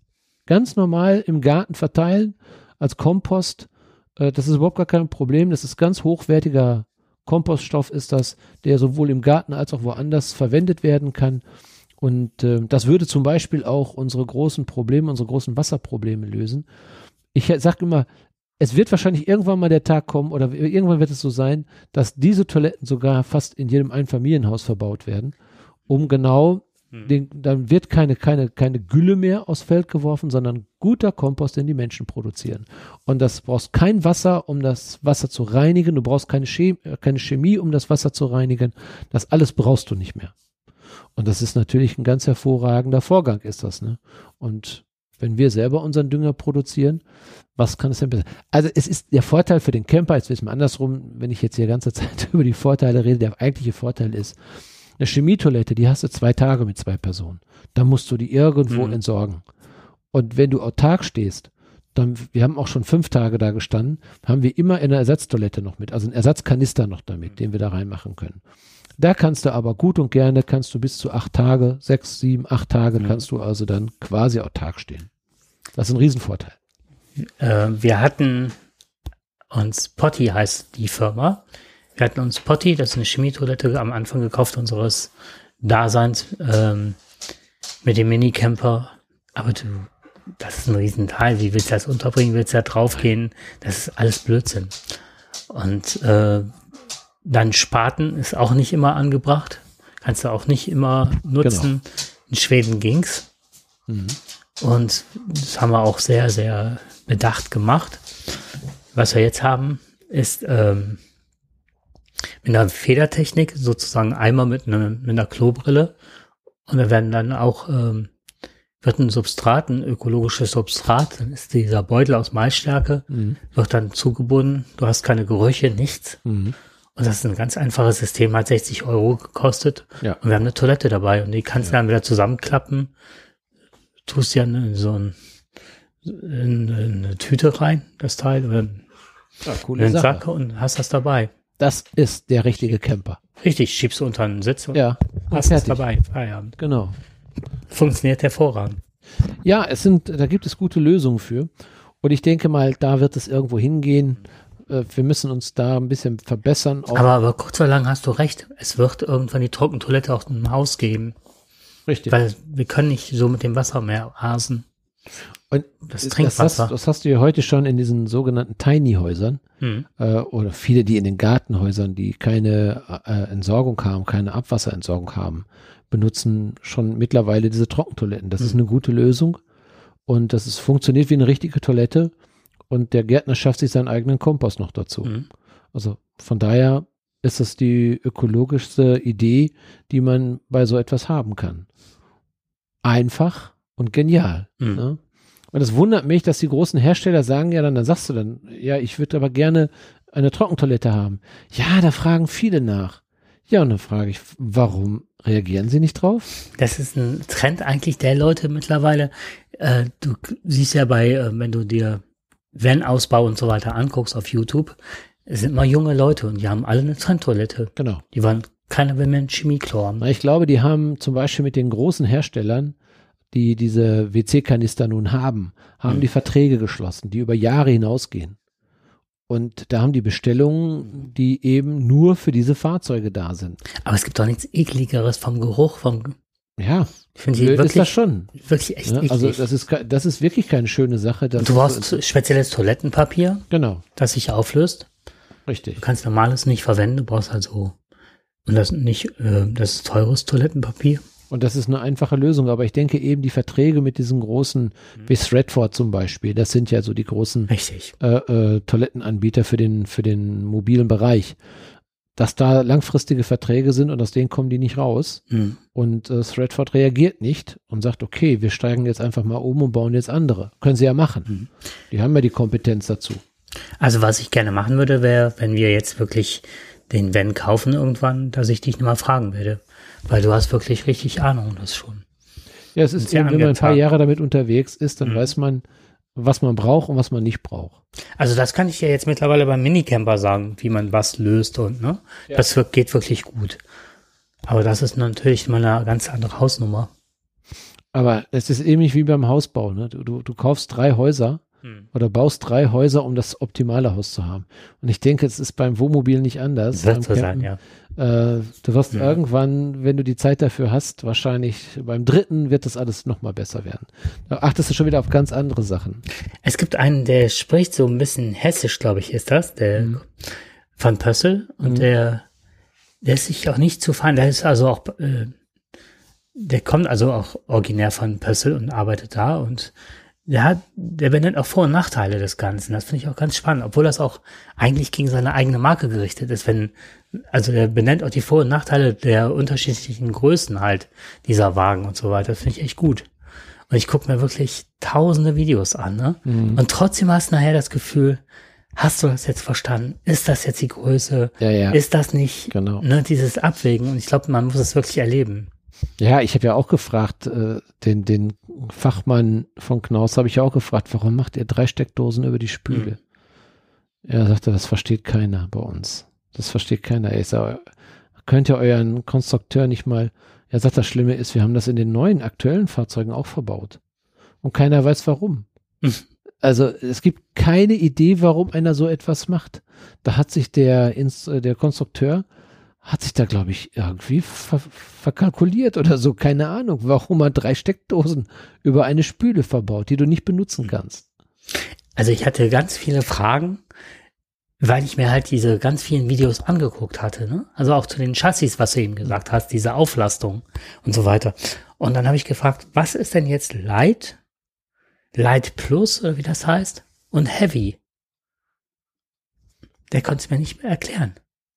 ganz normal im Garten verteilen als Kompost. Äh, das ist überhaupt gar kein Problem. Das ist ganz hochwertiger Kompoststoff ist das, der sowohl im Garten als auch woanders verwendet werden kann. Und äh, das würde zum Beispiel auch unsere großen Probleme, unsere großen Wasserprobleme lösen. Ich sage immer, es wird wahrscheinlich irgendwann mal der Tag kommen oder irgendwann wird es so sein, dass diese Toiletten sogar fast in jedem Einfamilienhaus verbaut werden, um genau, hm. den, dann wird keine, keine, keine Gülle mehr aufs Feld geworfen, sondern guter Kompost, den die Menschen produzieren. Und das brauchst kein Wasser, um das Wasser zu reinigen, du brauchst keine, Chem- keine Chemie, um das Wasser zu reinigen. Das alles brauchst du nicht mehr. Und das ist natürlich ein ganz hervorragender Vorgang, ist das, ne? Und wenn wir selber unseren Dünger produzieren, was kann es denn besser? Also es ist der Vorteil für den Camper, jetzt wissen wir andersrum, wenn ich jetzt hier die ganze Zeit über die Vorteile rede, der eigentliche Vorteil ist, eine Chemietoilette, die hast du zwei Tage mit zwei Personen. Da musst du die irgendwo mhm. entsorgen. Und wenn du autark stehst, dann, wir haben auch schon fünf Tage da gestanden, haben wir immer eine Ersatztoilette noch mit, also einen Ersatzkanister noch damit, den wir da reinmachen können. Da kannst du aber gut und gerne, kannst du bis zu acht Tage, sechs, sieben, acht Tage, mhm. kannst du also dann quasi autark stehen. Das ist ein Riesenvorteil.
Äh, wir hatten uns, Potty heißt die Firma, wir hatten uns Potty, das ist eine Chemietoilette, am Anfang gekauft unseres Daseins ähm, mit dem Minicamper. Aber du, das ist ein Riesenteil. Wie willst du das unterbringen? Willst du da draufgehen? Das ist alles Blödsinn. Und äh, dann Spaten ist auch nicht immer angebracht. Kannst du auch nicht immer nutzen. Genau. In Schweden ging's. Mhm. Und das haben wir auch sehr, sehr bedacht gemacht. Was wir jetzt haben, ist ähm, mit einer Federtechnik, sozusagen Eimer mit, ne, mit einer Klobrille. Und da werden dann auch, ähm, wird ein Substrat, ein ökologisches Substrat, dann ist dieser Beutel aus Maisstärke, mhm. wird dann zugebunden. Du hast keine Gerüche, nichts. Mhm. Und das ist ein ganz einfaches System, hat sechzig Euro gekostet. Ja. Und wir haben eine Toilette dabei und die kannst du ja. dann wieder zusammenklappen. Tust ja in so ein, in eine Tüte rein, das Teil, oder
ja,
in den Sack und hast das dabei.
Das ist der richtige Camper.
Richtig, schiebst du unter einen Sitz und
ja,
hast es dabei. Feierabend.
Genau.
Funktioniert hervorragend.
Ja, es sind, da gibt es gute Lösungen für. Und ich denke mal, da wird es irgendwo hingehen. Wir müssen uns da ein bisschen verbessern.
Aber, aber kurz oder lang hast du recht. Es wird irgendwann die Trockentoilette auch im Haus geben.
Richtig.
Weil wir können nicht so mit dem Wasser mehr rasen.
Und das Trinkwasser. Das hast, das hast du ja heute schon in diesen sogenannten Tiny-Häusern hm. äh, oder viele, die in den Gartenhäusern, die keine äh, Entsorgung haben, keine Abwasserentsorgung haben, benutzen schon mittlerweile diese Trockentoiletten. Das hm. ist eine gute Lösung und das ist, funktioniert wie eine richtige Toilette und der Gärtner schafft sich seinen eigenen Kompost noch dazu. Hm. Also von daher ist das die ökologischste Idee, die man bei so etwas haben kann. Einfach und genial. Mhm. Ne? Und es wundert mich, dass die großen Hersteller sagen, ja, dann, dann sagst du dann, ja, ich würde aber gerne eine Trockentoilette haben. Ja, da fragen viele nach. Ja, und dann frage ich, warum reagieren sie nicht drauf?
Das ist ein Trend eigentlich der Leute mittlerweile. Äh, du siehst ja bei, äh, wenn du dir Van-Ausbau und so weiter anguckst auf YouTube, es sind immer junge Leute und die haben alle eine Trenntoilette.
Genau.
Die wollen keiner will mehr einen Chemiechlor haben.
Ich glaube, die haben zum Beispiel mit den großen Herstellern, die diese W C-Kanister nun haben, haben hm. die Verträge geschlossen, die über Jahre hinausgehen. Und da haben die Bestellungen, die eben nur für diese Fahrzeuge da sind.
Aber es gibt doch nichts Ekligeres vom Geruch, vom
Ja,
ich finde sie wirklich,
ist das schon.
Wirklich echt
ja,
eklig.
Also das ist, das ist wirklich keine schöne Sache.
Und du brauchst so, spezielles Toilettenpapier,
genau,
das sich auflöst.
Richtig.
Du kannst normales nicht verwenden, du brauchst also, und das nicht, äh, das ist teures Toilettenpapier.
Und das ist eine einfache Lösung, aber ich denke eben die Verträge mit diesen großen, mhm. wie Threadford zum Beispiel, das sind ja so die großen
Richtig.
Äh, äh, Toilettenanbieter für den, für den mobilen Bereich, dass da langfristige Verträge sind und aus denen kommen die nicht raus. Mhm. Und äh, Threadford reagiert nicht und sagt, okay, wir steigen jetzt einfach mal um und bauen jetzt andere. Können sie ja machen. Mhm. Die haben ja die Kompetenz dazu.
Also was ich gerne machen würde, wäre, wenn wir jetzt wirklich den Van kaufen irgendwann, dass ich dich mal fragen werde. Weil du hast wirklich richtig Ahnung, das schon.
Ja, es ist eben, wenn man ein paar Jahre damit unterwegs ist, dann mhm. weiß man, was man braucht und was man nicht braucht.
Also das kann ich ja jetzt mittlerweile beim Minicamper sagen, wie man was löst und ne, ja. Das geht wirklich gut. Aber das ist natürlich mal eine ganz andere Hausnummer.
Aber es ist ähnlich wie beim Hausbau. Ne? Du, du, du kaufst drei Häuser hm. oder baust drei Häuser, um das optimale Haus zu haben. Und ich denke, es ist beim Wohnmobil nicht anders.
Wird so sein, ja.
Äh, du wirst
ja.
irgendwann, wenn du die Zeit dafür hast, wahrscheinlich beim dritten wird das alles nochmal besser werden. Da achtest du schon wieder auf ganz andere Sachen.
Es gibt einen, der spricht so ein bisschen hessisch, glaube ich, ist das, der hm. Van Pössl. Und hm. der, der ist sich auch nicht zu fein. Der ist also auch... Äh, Der kommt also auch originär von Pössl und arbeitet da und der hat, der benennt auch Vor- und Nachteile des Ganzen. Das finde ich auch ganz spannend, obwohl das auch eigentlich gegen seine eigene Marke gerichtet ist. Wenn, also der benennt auch die Vor- und Nachteile der unterschiedlichen Größen halt dieser Wagen und so weiter. Das finde ich echt gut. Und ich gucke mir wirklich tausende Videos an, ne? Mhm. Und trotzdem hast du nachher das Gefühl, hast du das jetzt verstanden? Ist das jetzt die Größe?
Ja, ja.
Ist das nicht,
genau.
ne, dieses Abwägen? Und ich glaube, man muss es wirklich erleben.
Ja, ich habe ja auch gefragt, äh, den, den Fachmann von Knaus habe ich ja auch gefragt, warum macht ihr drei Steckdosen über die Spüle? Mhm. Er sagte, das versteht keiner bei uns. Das versteht keiner. Ich sage, könnt ihr euren Konstrukteur nicht mal, er sagt, das Schlimme ist, wir haben das in den neuen aktuellen Fahrzeugen auch verbaut. Und keiner weiß warum. Mhm. Also es gibt keine Idee, warum einer so etwas macht. Da hat sich der, der Konstrukteur hat sich da, glaube ich, irgendwie ver verkalkuliert oder so, keine Ahnung, warum er drei Steckdosen über eine Spüle verbaut, die du nicht benutzen kannst.
Also ich hatte ganz viele Fragen, weil ich mir halt diese ganz vielen Videos angeguckt hatte, ne? Also auch zu den Chassis, was du eben gesagt hast, diese Auflastung und so weiter. Und dann habe ich gefragt, was ist denn jetzt Light, Light Plus oder wie das heißt und Heavy? Der konnte es mir nicht mehr erklären.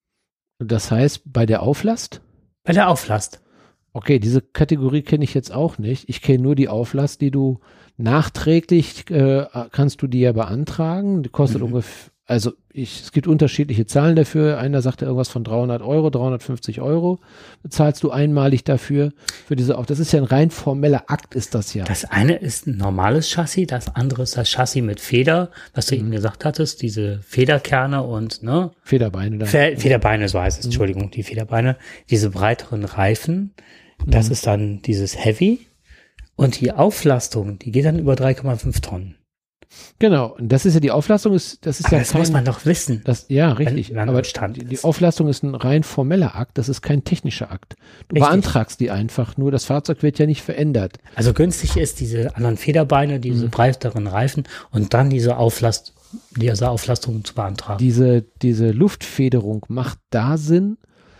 Das heißt, bei der Auflast?
Bei der Auflast.
Okay, diese Kategorie kenne ich jetzt auch nicht. Ich kenne nur die Auflast, die du nachträglich, äh, kannst du die ja beantragen. Die kostet mhm. ungefähr, also ich, es gibt unterschiedliche Zahlen dafür. Einer sagte irgendwas von dreihundert Euro, dreihundertfünfzig Euro bezahlst du einmalig dafür, für diese auch. Das ist ja ein rein formeller Akt, ist das ja.
Das eine ist ein normales Chassis, das andere ist das Chassis mit Feder, was du mhm. eben gesagt hattest, diese Federkerne und, ne?
Federbeine. Dann.
Fe Federbeine, so heißt es, mhm. Entschuldigung, die Federbeine, diese breiteren Reifen, das mhm. ist dann dieses Heavy und die Auflastung, die geht dann über drei Komma fünf Tonnen.
Genau, und das ist ja die Auflastung, ist, das ist
aber
ja
das
kein,
muss man doch wissen.
Das, ja, richtig.
Wenn, wenn
aber
Stand
die, die Auflastung ist ein rein formeller Akt, das ist kein technischer Akt. Du richtig. beantragst die einfach, nur das Fahrzeug wird ja nicht verändert.
Also günstig ist diese anderen Federbeine, diese mhm. breiteren Reifen und dann diese Auflast, diese Auflastung zu beantragen.
Diese, diese Luftfederung macht da Sinn,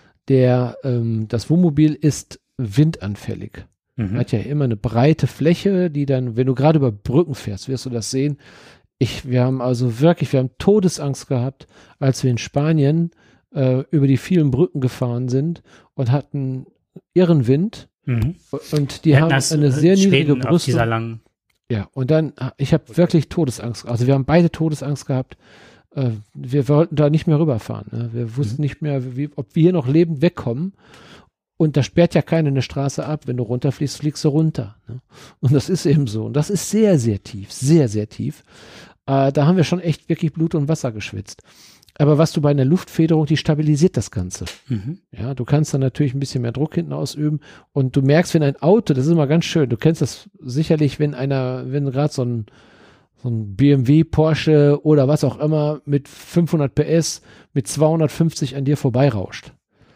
der, ähm, das Wohnmobil ist windanfällig. Mhm. Hat ja immer eine breite Fläche, die dann, wenn du gerade über Brücken fährst, wirst du das sehen. Ich, wir haben also wirklich, wir haben Todesangst gehabt, als wir in Spanien äh, über die vielen Brücken gefahren sind und hatten irren Wind. Mhm. Und die wir haben eine sehr niedrige Brüstung. Ja, und dann, ich habe wirklich Todesangst, also wir haben beide Todesangst gehabt. Äh, wir wollten da nicht mehr rüberfahren. Ne? Wir wussten mhm. nicht mehr, wie, ob wir hier noch lebend wegkommen. Und da sperrt ja keiner eine Straße ab. Wenn du runterfliegst, fliegst du runter. Ne? Und das ist eben so. Und das ist sehr, sehr tief. Sehr, sehr tief. Äh, da haben wir schon echt wirklich Blut und Wasser geschwitzt. Aber was du bei einer Luftfederung, die stabilisiert das Ganze. Mhm. Ja, du kannst dann natürlich ein bisschen mehr Druck hinten ausüben. Und du merkst, wenn ein Auto, das ist immer ganz schön, du kennst das sicherlich, wenn einer, wenn gerade so ein, so ein B M W, Porsche oder was auch immer mit fünfhundert P S, mit zweihundertfünfzig an dir vorbeirauscht.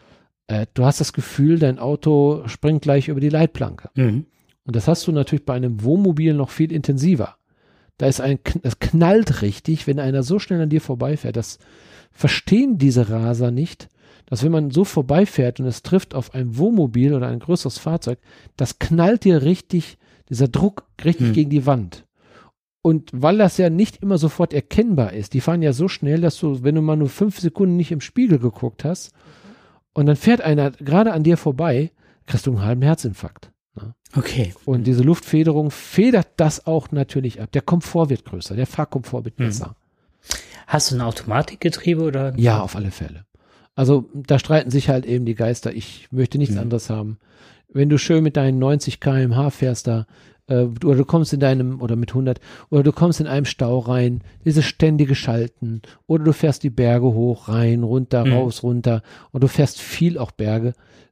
Du hast das Gefühl, dein Auto springt gleich über die Leitplanke. Mhm. Und das hast du natürlich bei einem Wohnmobil noch viel intensiver. Da ist ein, das knallt richtig, wenn einer so schnell an dir vorbeifährt. Das verstehen diese Raser nicht, dass wenn man so vorbeifährt und es trifft auf ein Wohnmobil oder ein größeres Fahrzeug, das knallt dir richtig, dieser Druck richtig mhm. gegen die Wand. Und weil das ja nicht immer sofort erkennbar ist, die fahren ja so schnell, dass du, wenn du mal nur fünf Sekunden nicht im Spiegel geguckt hast, und dann fährt einer gerade an dir vorbei, kriegst du einen halben Herzinfarkt. Ne?
Okay.
Und diese Luftfederung federt das auch natürlich ab. Der Komfort wird größer, der Fahrkomfort wird besser.
Hast du ein Automatikgetriebe oder?
Ja, auf alle Fälle. Also da streiten sich halt eben die Geister. Ich möchte nichts mhm. anderes haben. Wenn du schön mit deinen neunzig Kilometer pro Stunde fährst da, oder du kommst in deinem, oder mit hundert, oder du kommst in einem Stau rein, dieses ständige Schalten, oder du fährst die Berge hoch, rein, runter, mhm. raus, runter, und du fährst viel auch Berge,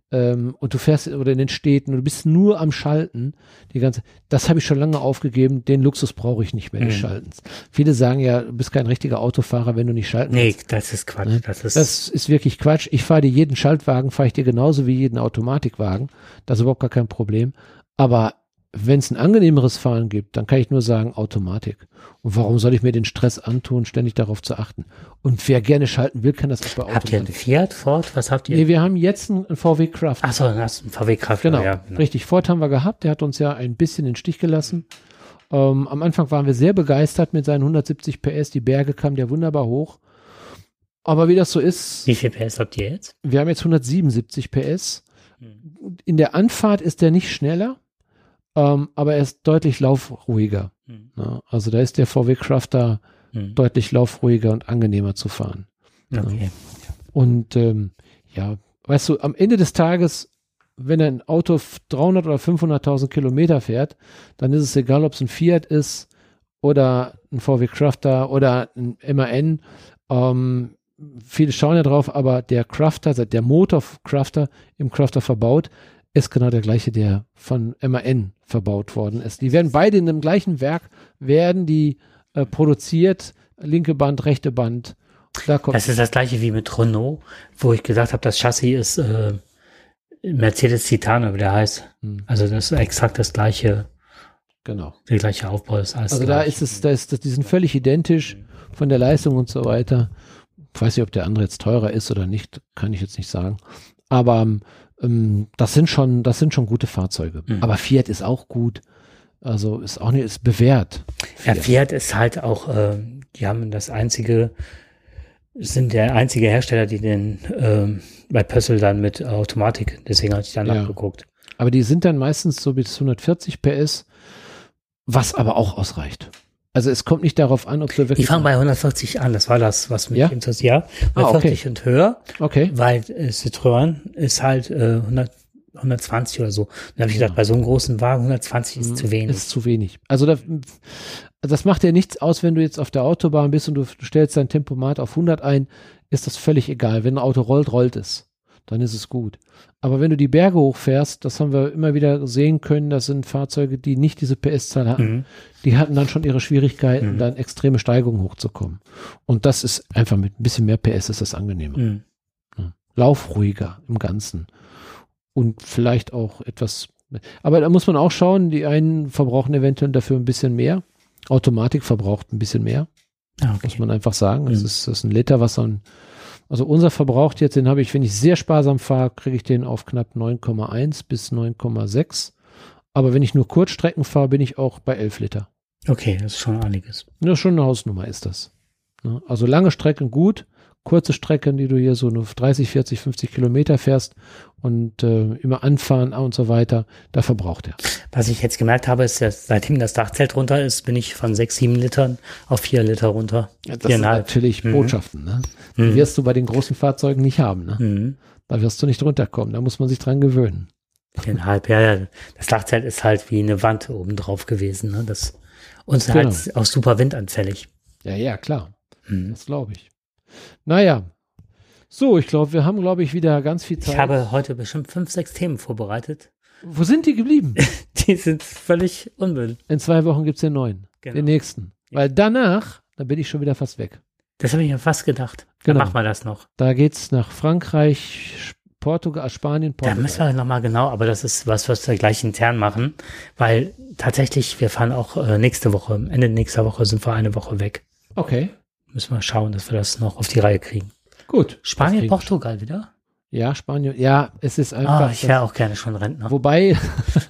ähm, und du fährst oder in den Städten und du bist nur am Schalten, die ganze, das habe ich schon lange aufgegeben, den Luxus brauche ich nicht mehr, des
Mhm.
Schaltens. Viele sagen ja, du bist kein richtiger Autofahrer, wenn du nicht schalten
Nee,
kannst.
das ist Quatsch.
Ne?
Das ist,
Das ist wirklich Quatsch. Ich fahre dir jeden Schaltwagen, fahre ich dir genauso wie jeden Automatikwagen. Das ist überhaupt gar kein Problem. Aber wenn es ein angenehmeres Fahren gibt, dann kann ich nur sagen Automatik. Und warum soll ich mir den Stress antun, ständig darauf zu achten? Und wer gerne schalten will, kann das auch bei Automatik.
habt ihr einen Fiat, Ford? Was habt ihr?
Nee, wir haben jetzt einen V W Kraft.
Achso, dann hast du einen V W Kraft.
Genau,
Ja, genau.
richtig. Ford haben wir gehabt. Der hat uns ja ein bisschen in den Stich gelassen. Ähm, am Anfang waren wir sehr begeistert mit seinen hundertsiebzig P S. Die Berge kamen der wunderbar hoch. Aber wie das so ist,
Wie viel P S habt ihr jetzt?
wir haben jetzt hundertsiebenundsiebzig P S.
Hm.
In der Anfahrt ist der nicht schneller, ähm, aber er ist deutlich laufruhiger.
Hm.
Ne? Also da ist der V W Crafter
Hm.
deutlich laufruhiger und angenehmer zu fahren.
Okay.
Und ähm, ja, weißt du, am Ende des Tages, wenn ein Auto f- dreihundert oder fünfhunderttausend Kilometer fährt, dann ist es egal, ob es ein Fiat ist oder ein V W Crafter oder ein M A N. Ähm, viele schauen ja drauf, aber der Crafter, der Motor Crafter im Crafter verbaut, ist genau der gleiche, der von M A N verbaut worden ist. Die werden beide in dem gleichen Werk, werden die äh, produziert, linke Band, rechte Band. Da kommt
Das ist das gleiche wie mit Renault, wo ich gesagt habe, das Chassis ist äh, Mercedes Titan, wie der heißt.
Hm.
Also das ist exakt das gleiche,
Genau.
der gleiche Aufbau ist alles
Also da
gleich.
ist es, da ist das, die sind völlig identisch von der Leistung und so weiter. Ich weiß nicht, ob der andere jetzt teurer ist oder nicht, kann ich jetzt nicht sagen. Aber ähm, das sind schon, das sind schon gute Fahrzeuge.
Mhm.
Aber Fiat ist auch gut. Also ist auch nicht, ist bewährt.
Ja, Fiat ist halt auch, äh, die haben das einzige, sind der einzige Hersteller, die den ähm, bei Pössl dann mit Automatik, deswegen hatte ich dann
Ja.
nachgeguckt.
Aber die sind dann meistens so bis hundertvierzig P S, was aber auch ausreicht. Also es kommt nicht darauf an, ob du wirklich...
Die fangen bei hundertvierzig an, das war das, was mich
Ja?
interessiert. Ja, bei
Ah, okay.
vierzig und höher,
Okay.
weil äh, Citroën ist halt äh, hundert, hundertzwanzig oder so. Dann habe ich gedacht,
Ja.
bei so einem großen Wagen hundertzwanzig ist zu wenig.
Ist zu wenig. Also da, das macht ja nichts aus, wenn du jetzt auf der Autobahn bist und du stellst dein Tempomat auf hundert ein, ist das völlig egal. Wenn ein Auto rollt, rollt es. Dann ist es gut. Aber wenn du die Berge hochfährst, das haben wir immer wieder sehen können, das sind Fahrzeuge, die nicht diese P S-Zahl hatten.
Mhm.
Die hatten dann schon ihre Schwierigkeiten,
Mhm.
dann extreme Steigungen hochzukommen. Und das ist einfach mit ein bisschen mehr P S ist das angenehmer.
Mhm.
Ja. Laufruhiger im Ganzen. Und vielleicht auch etwas, aber da muss man auch schauen, die einen verbrauchen eventuell dafür ein bisschen mehr. Automatik verbraucht ein bisschen mehr,
Ah, okay.
muss man einfach sagen. Das
Mhm.
ist, das ist ein Liter, was dann, also unser verbraucht jetzt, den habe ich, wenn ich sehr sparsam fahre, kriege ich den auf knapp neun Komma eins bis neun Komma sechs. Aber wenn ich nur Kurzstrecken fahre, bin ich auch bei elf Liter.
Okay, das ist schon einiges.
Das ist schon eine Hausnummer, ist das. Ne? Also lange Strecken gut, kurze Strecken, die du hier so nur dreißig, vierzig, fünfzig Kilometer fährst und äh, immer anfahren und so weiter, da verbraucht er.
Was ich jetzt gemerkt habe, ist, dass seitdem das Dachzelt runter ist, bin ich von sechs, sieben Litern auf vier Liter runter.
Ja, das sind
Viereinhalb.
natürlich
Mhm.
Botschaften. Ne? Die
Mhm.
wirst du bei den großen Fahrzeugen nicht haben. Ne?
Mhm.
Da wirst du nicht runterkommen. Da muss man sich dran gewöhnen.
Viereinhalb, ja, ja. Das Dachzelt ist halt wie eine Wand oben drauf gewesen. Ne? Das, und
Genau.
halt auch super windanfällig.
Ja, ja, klar.
Mhm.
Das glaube ich. Naja. So, ich glaube, wir haben, glaube ich, wieder ganz viel Zeit.
Ich habe heute bestimmt fünf, sechs Themen vorbereitet.
Wo sind die geblieben?
Die sind völlig unwill.
In zwei Wochen gibt es den neuen.
Genau.
Den nächsten.
Ja.
Weil danach, da bin ich schon wieder fast weg.
Das habe ich mir fast gedacht. Dann
Genau.
machen wir das noch.
Da geht's nach Frankreich, Portugal, Spanien,
Da
Portugal.
müssen wir nochmal genau, aber das ist was, was wir gleich intern machen, weil tatsächlich, wir fahren auch äh, nächste Woche, Ende nächster Woche sind wir eine Woche weg.
Okay,
Müssen wir schauen, dass wir das noch auf die Reihe kriegen.
gut.
Spanien,
Das kriegen wir
Portugal wieder?
Ja, Spanien. Ja, es ist einfach.
Ah, ich wäre auch gerne schon Rentner.
das, wobei,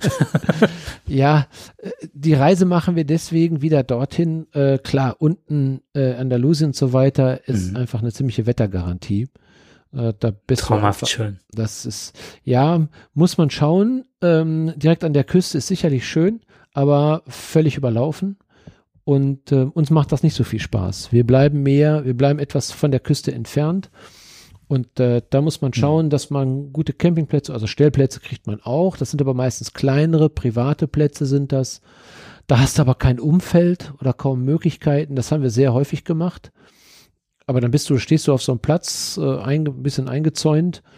ja, äh, die Reise machen wir deswegen wieder dorthin. Äh, klar, unten äh, Andalusien und so weiter ist
Mhm.
einfach eine ziemliche Wettergarantie. Äh, da bist
Traumhaft
du einfach,
schön.
das ist, ja, muss man schauen. Ähm, direkt an der Küste ist sicherlich schön, aber völlig überlaufen. Und äh, uns macht das nicht so viel Spaß. Wir bleiben mehr, wir bleiben etwas von der Küste entfernt. Und äh, da muss man schauen, dass man gute Campingplätze, also Stellplätze kriegt man auch. Das sind aber meistens kleinere, private Plätze sind das. Da hast du aber kein Umfeld oder kaum Möglichkeiten. Das haben wir sehr häufig gemacht. Aber dann bist du, stehst du auf so einem Platz, äh, ein bisschen eingezäunt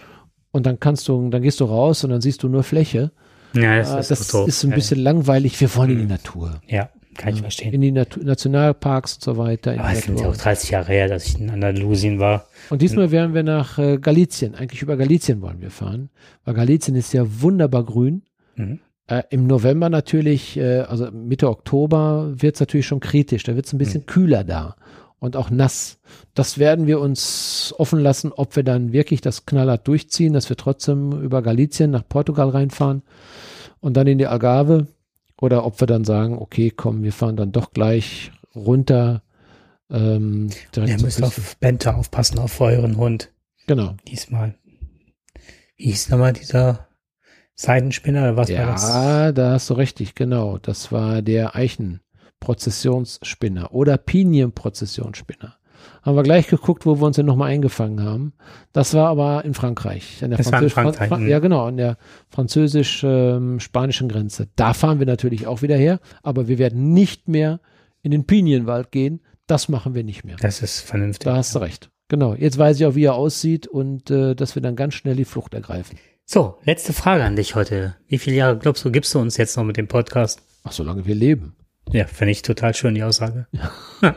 und dann kannst du, dann gehst du raus und dann siehst du nur Fläche.
Ja, das,
Äh,
ist,
das
so.
ist so ein bisschen langweilig. Wir wollen in die Natur.
Ja, kann ich verstehen.
In die Natu- Nationalparks und so weiter. In
Aber
die
es sind ja
Natur.
auch dreißig Jahre her, dass ich in Andalusien war.
Und diesmal werden wir nach äh, Galicien. Eigentlich über Galicien wollen wir fahren. Weil Galicien ist ja wunderbar grün.
Mhm.
Äh, Im November natürlich, äh, also Mitte Oktober, wird es natürlich schon kritisch. Da wird es ein bisschen mhm. kühler da und auch nass. Das werden wir uns offen lassen, ob wir dann wirklich das knallhart durchziehen, dass wir trotzdem über Galicien nach Portugal reinfahren und dann in die Algarve. Oder ob wir dann sagen, okay, komm, wir fahren dann doch gleich runter. Ähm,
Ihr müsst auf Bente aufpassen, auf euren Hund.
Genau.
Diesmal. Wie hieß nochmal dieser Seidenspinner oder was
ja,
war das?
Ja, da hast du richtig, genau. Das war der Eichenprozessionsspinner oder Pinienprozessionsspinner. Haben wir gleich geguckt, wo wir uns denn nochmal eingefangen haben. Das war aber in Frankreich. An der
das war in Frankreich.
Fra- ja, genau, an der französisch-spanischen Grenze. Da fahren wir natürlich auch wieder her, aber wir werden nicht mehr in den Pinienwald gehen. Das machen wir nicht mehr.
Das ist vernünftig.
Da hast du recht. Genau. Jetzt weiß ich auch, wie er aussieht und äh, dass wir dann ganz schnell die Flucht ergreifen.
So, letzte Frage an dich heute. Wie viele Jahre, glaubst du, gibst du uns jetzt noch mit dem Podcast?
Ach, solange wir leben.
Ja, finde ich total schön, die Aussage. Ja.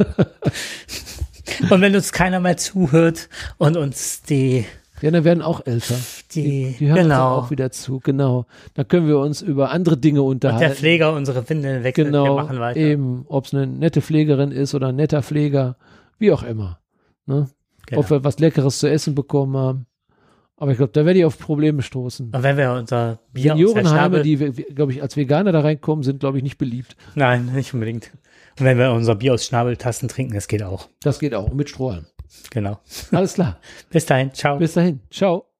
Und wenn uns keiner mehr zuhört und uns die...
Ja, dann werden auch älter.
Die,
die, die hören
genau.
uns auch wieder zu, genau. Dann können wir uns über andere Dinge unterhalten.
Und der Pfleger unsere Windeln wechselt,
genau,
wir machen weiter.
Eben, ob es eine nette Pflegerin ist oder ein netter Pfleger, wie auch immer. Ne? Genau. Ob wir was Leckeres zu essen bekommen haben. Aber ich glaube, da werde ich auf Probleme stoßen.
Und wenn wir unser Bier
Seniorenheime, die, glaube ich, als Veganer da reinkommen, sind, glaube ich, nicht beliebt.
Nein, nicht unbedingt. Und wenn wir unser Bier aus Schnabeltassen trinken, das geht auch.
Das geht auch, mit Strohhalm.
Genau.
Alles klar.
Bis dahin, ciao.
Bis dahin, ciao.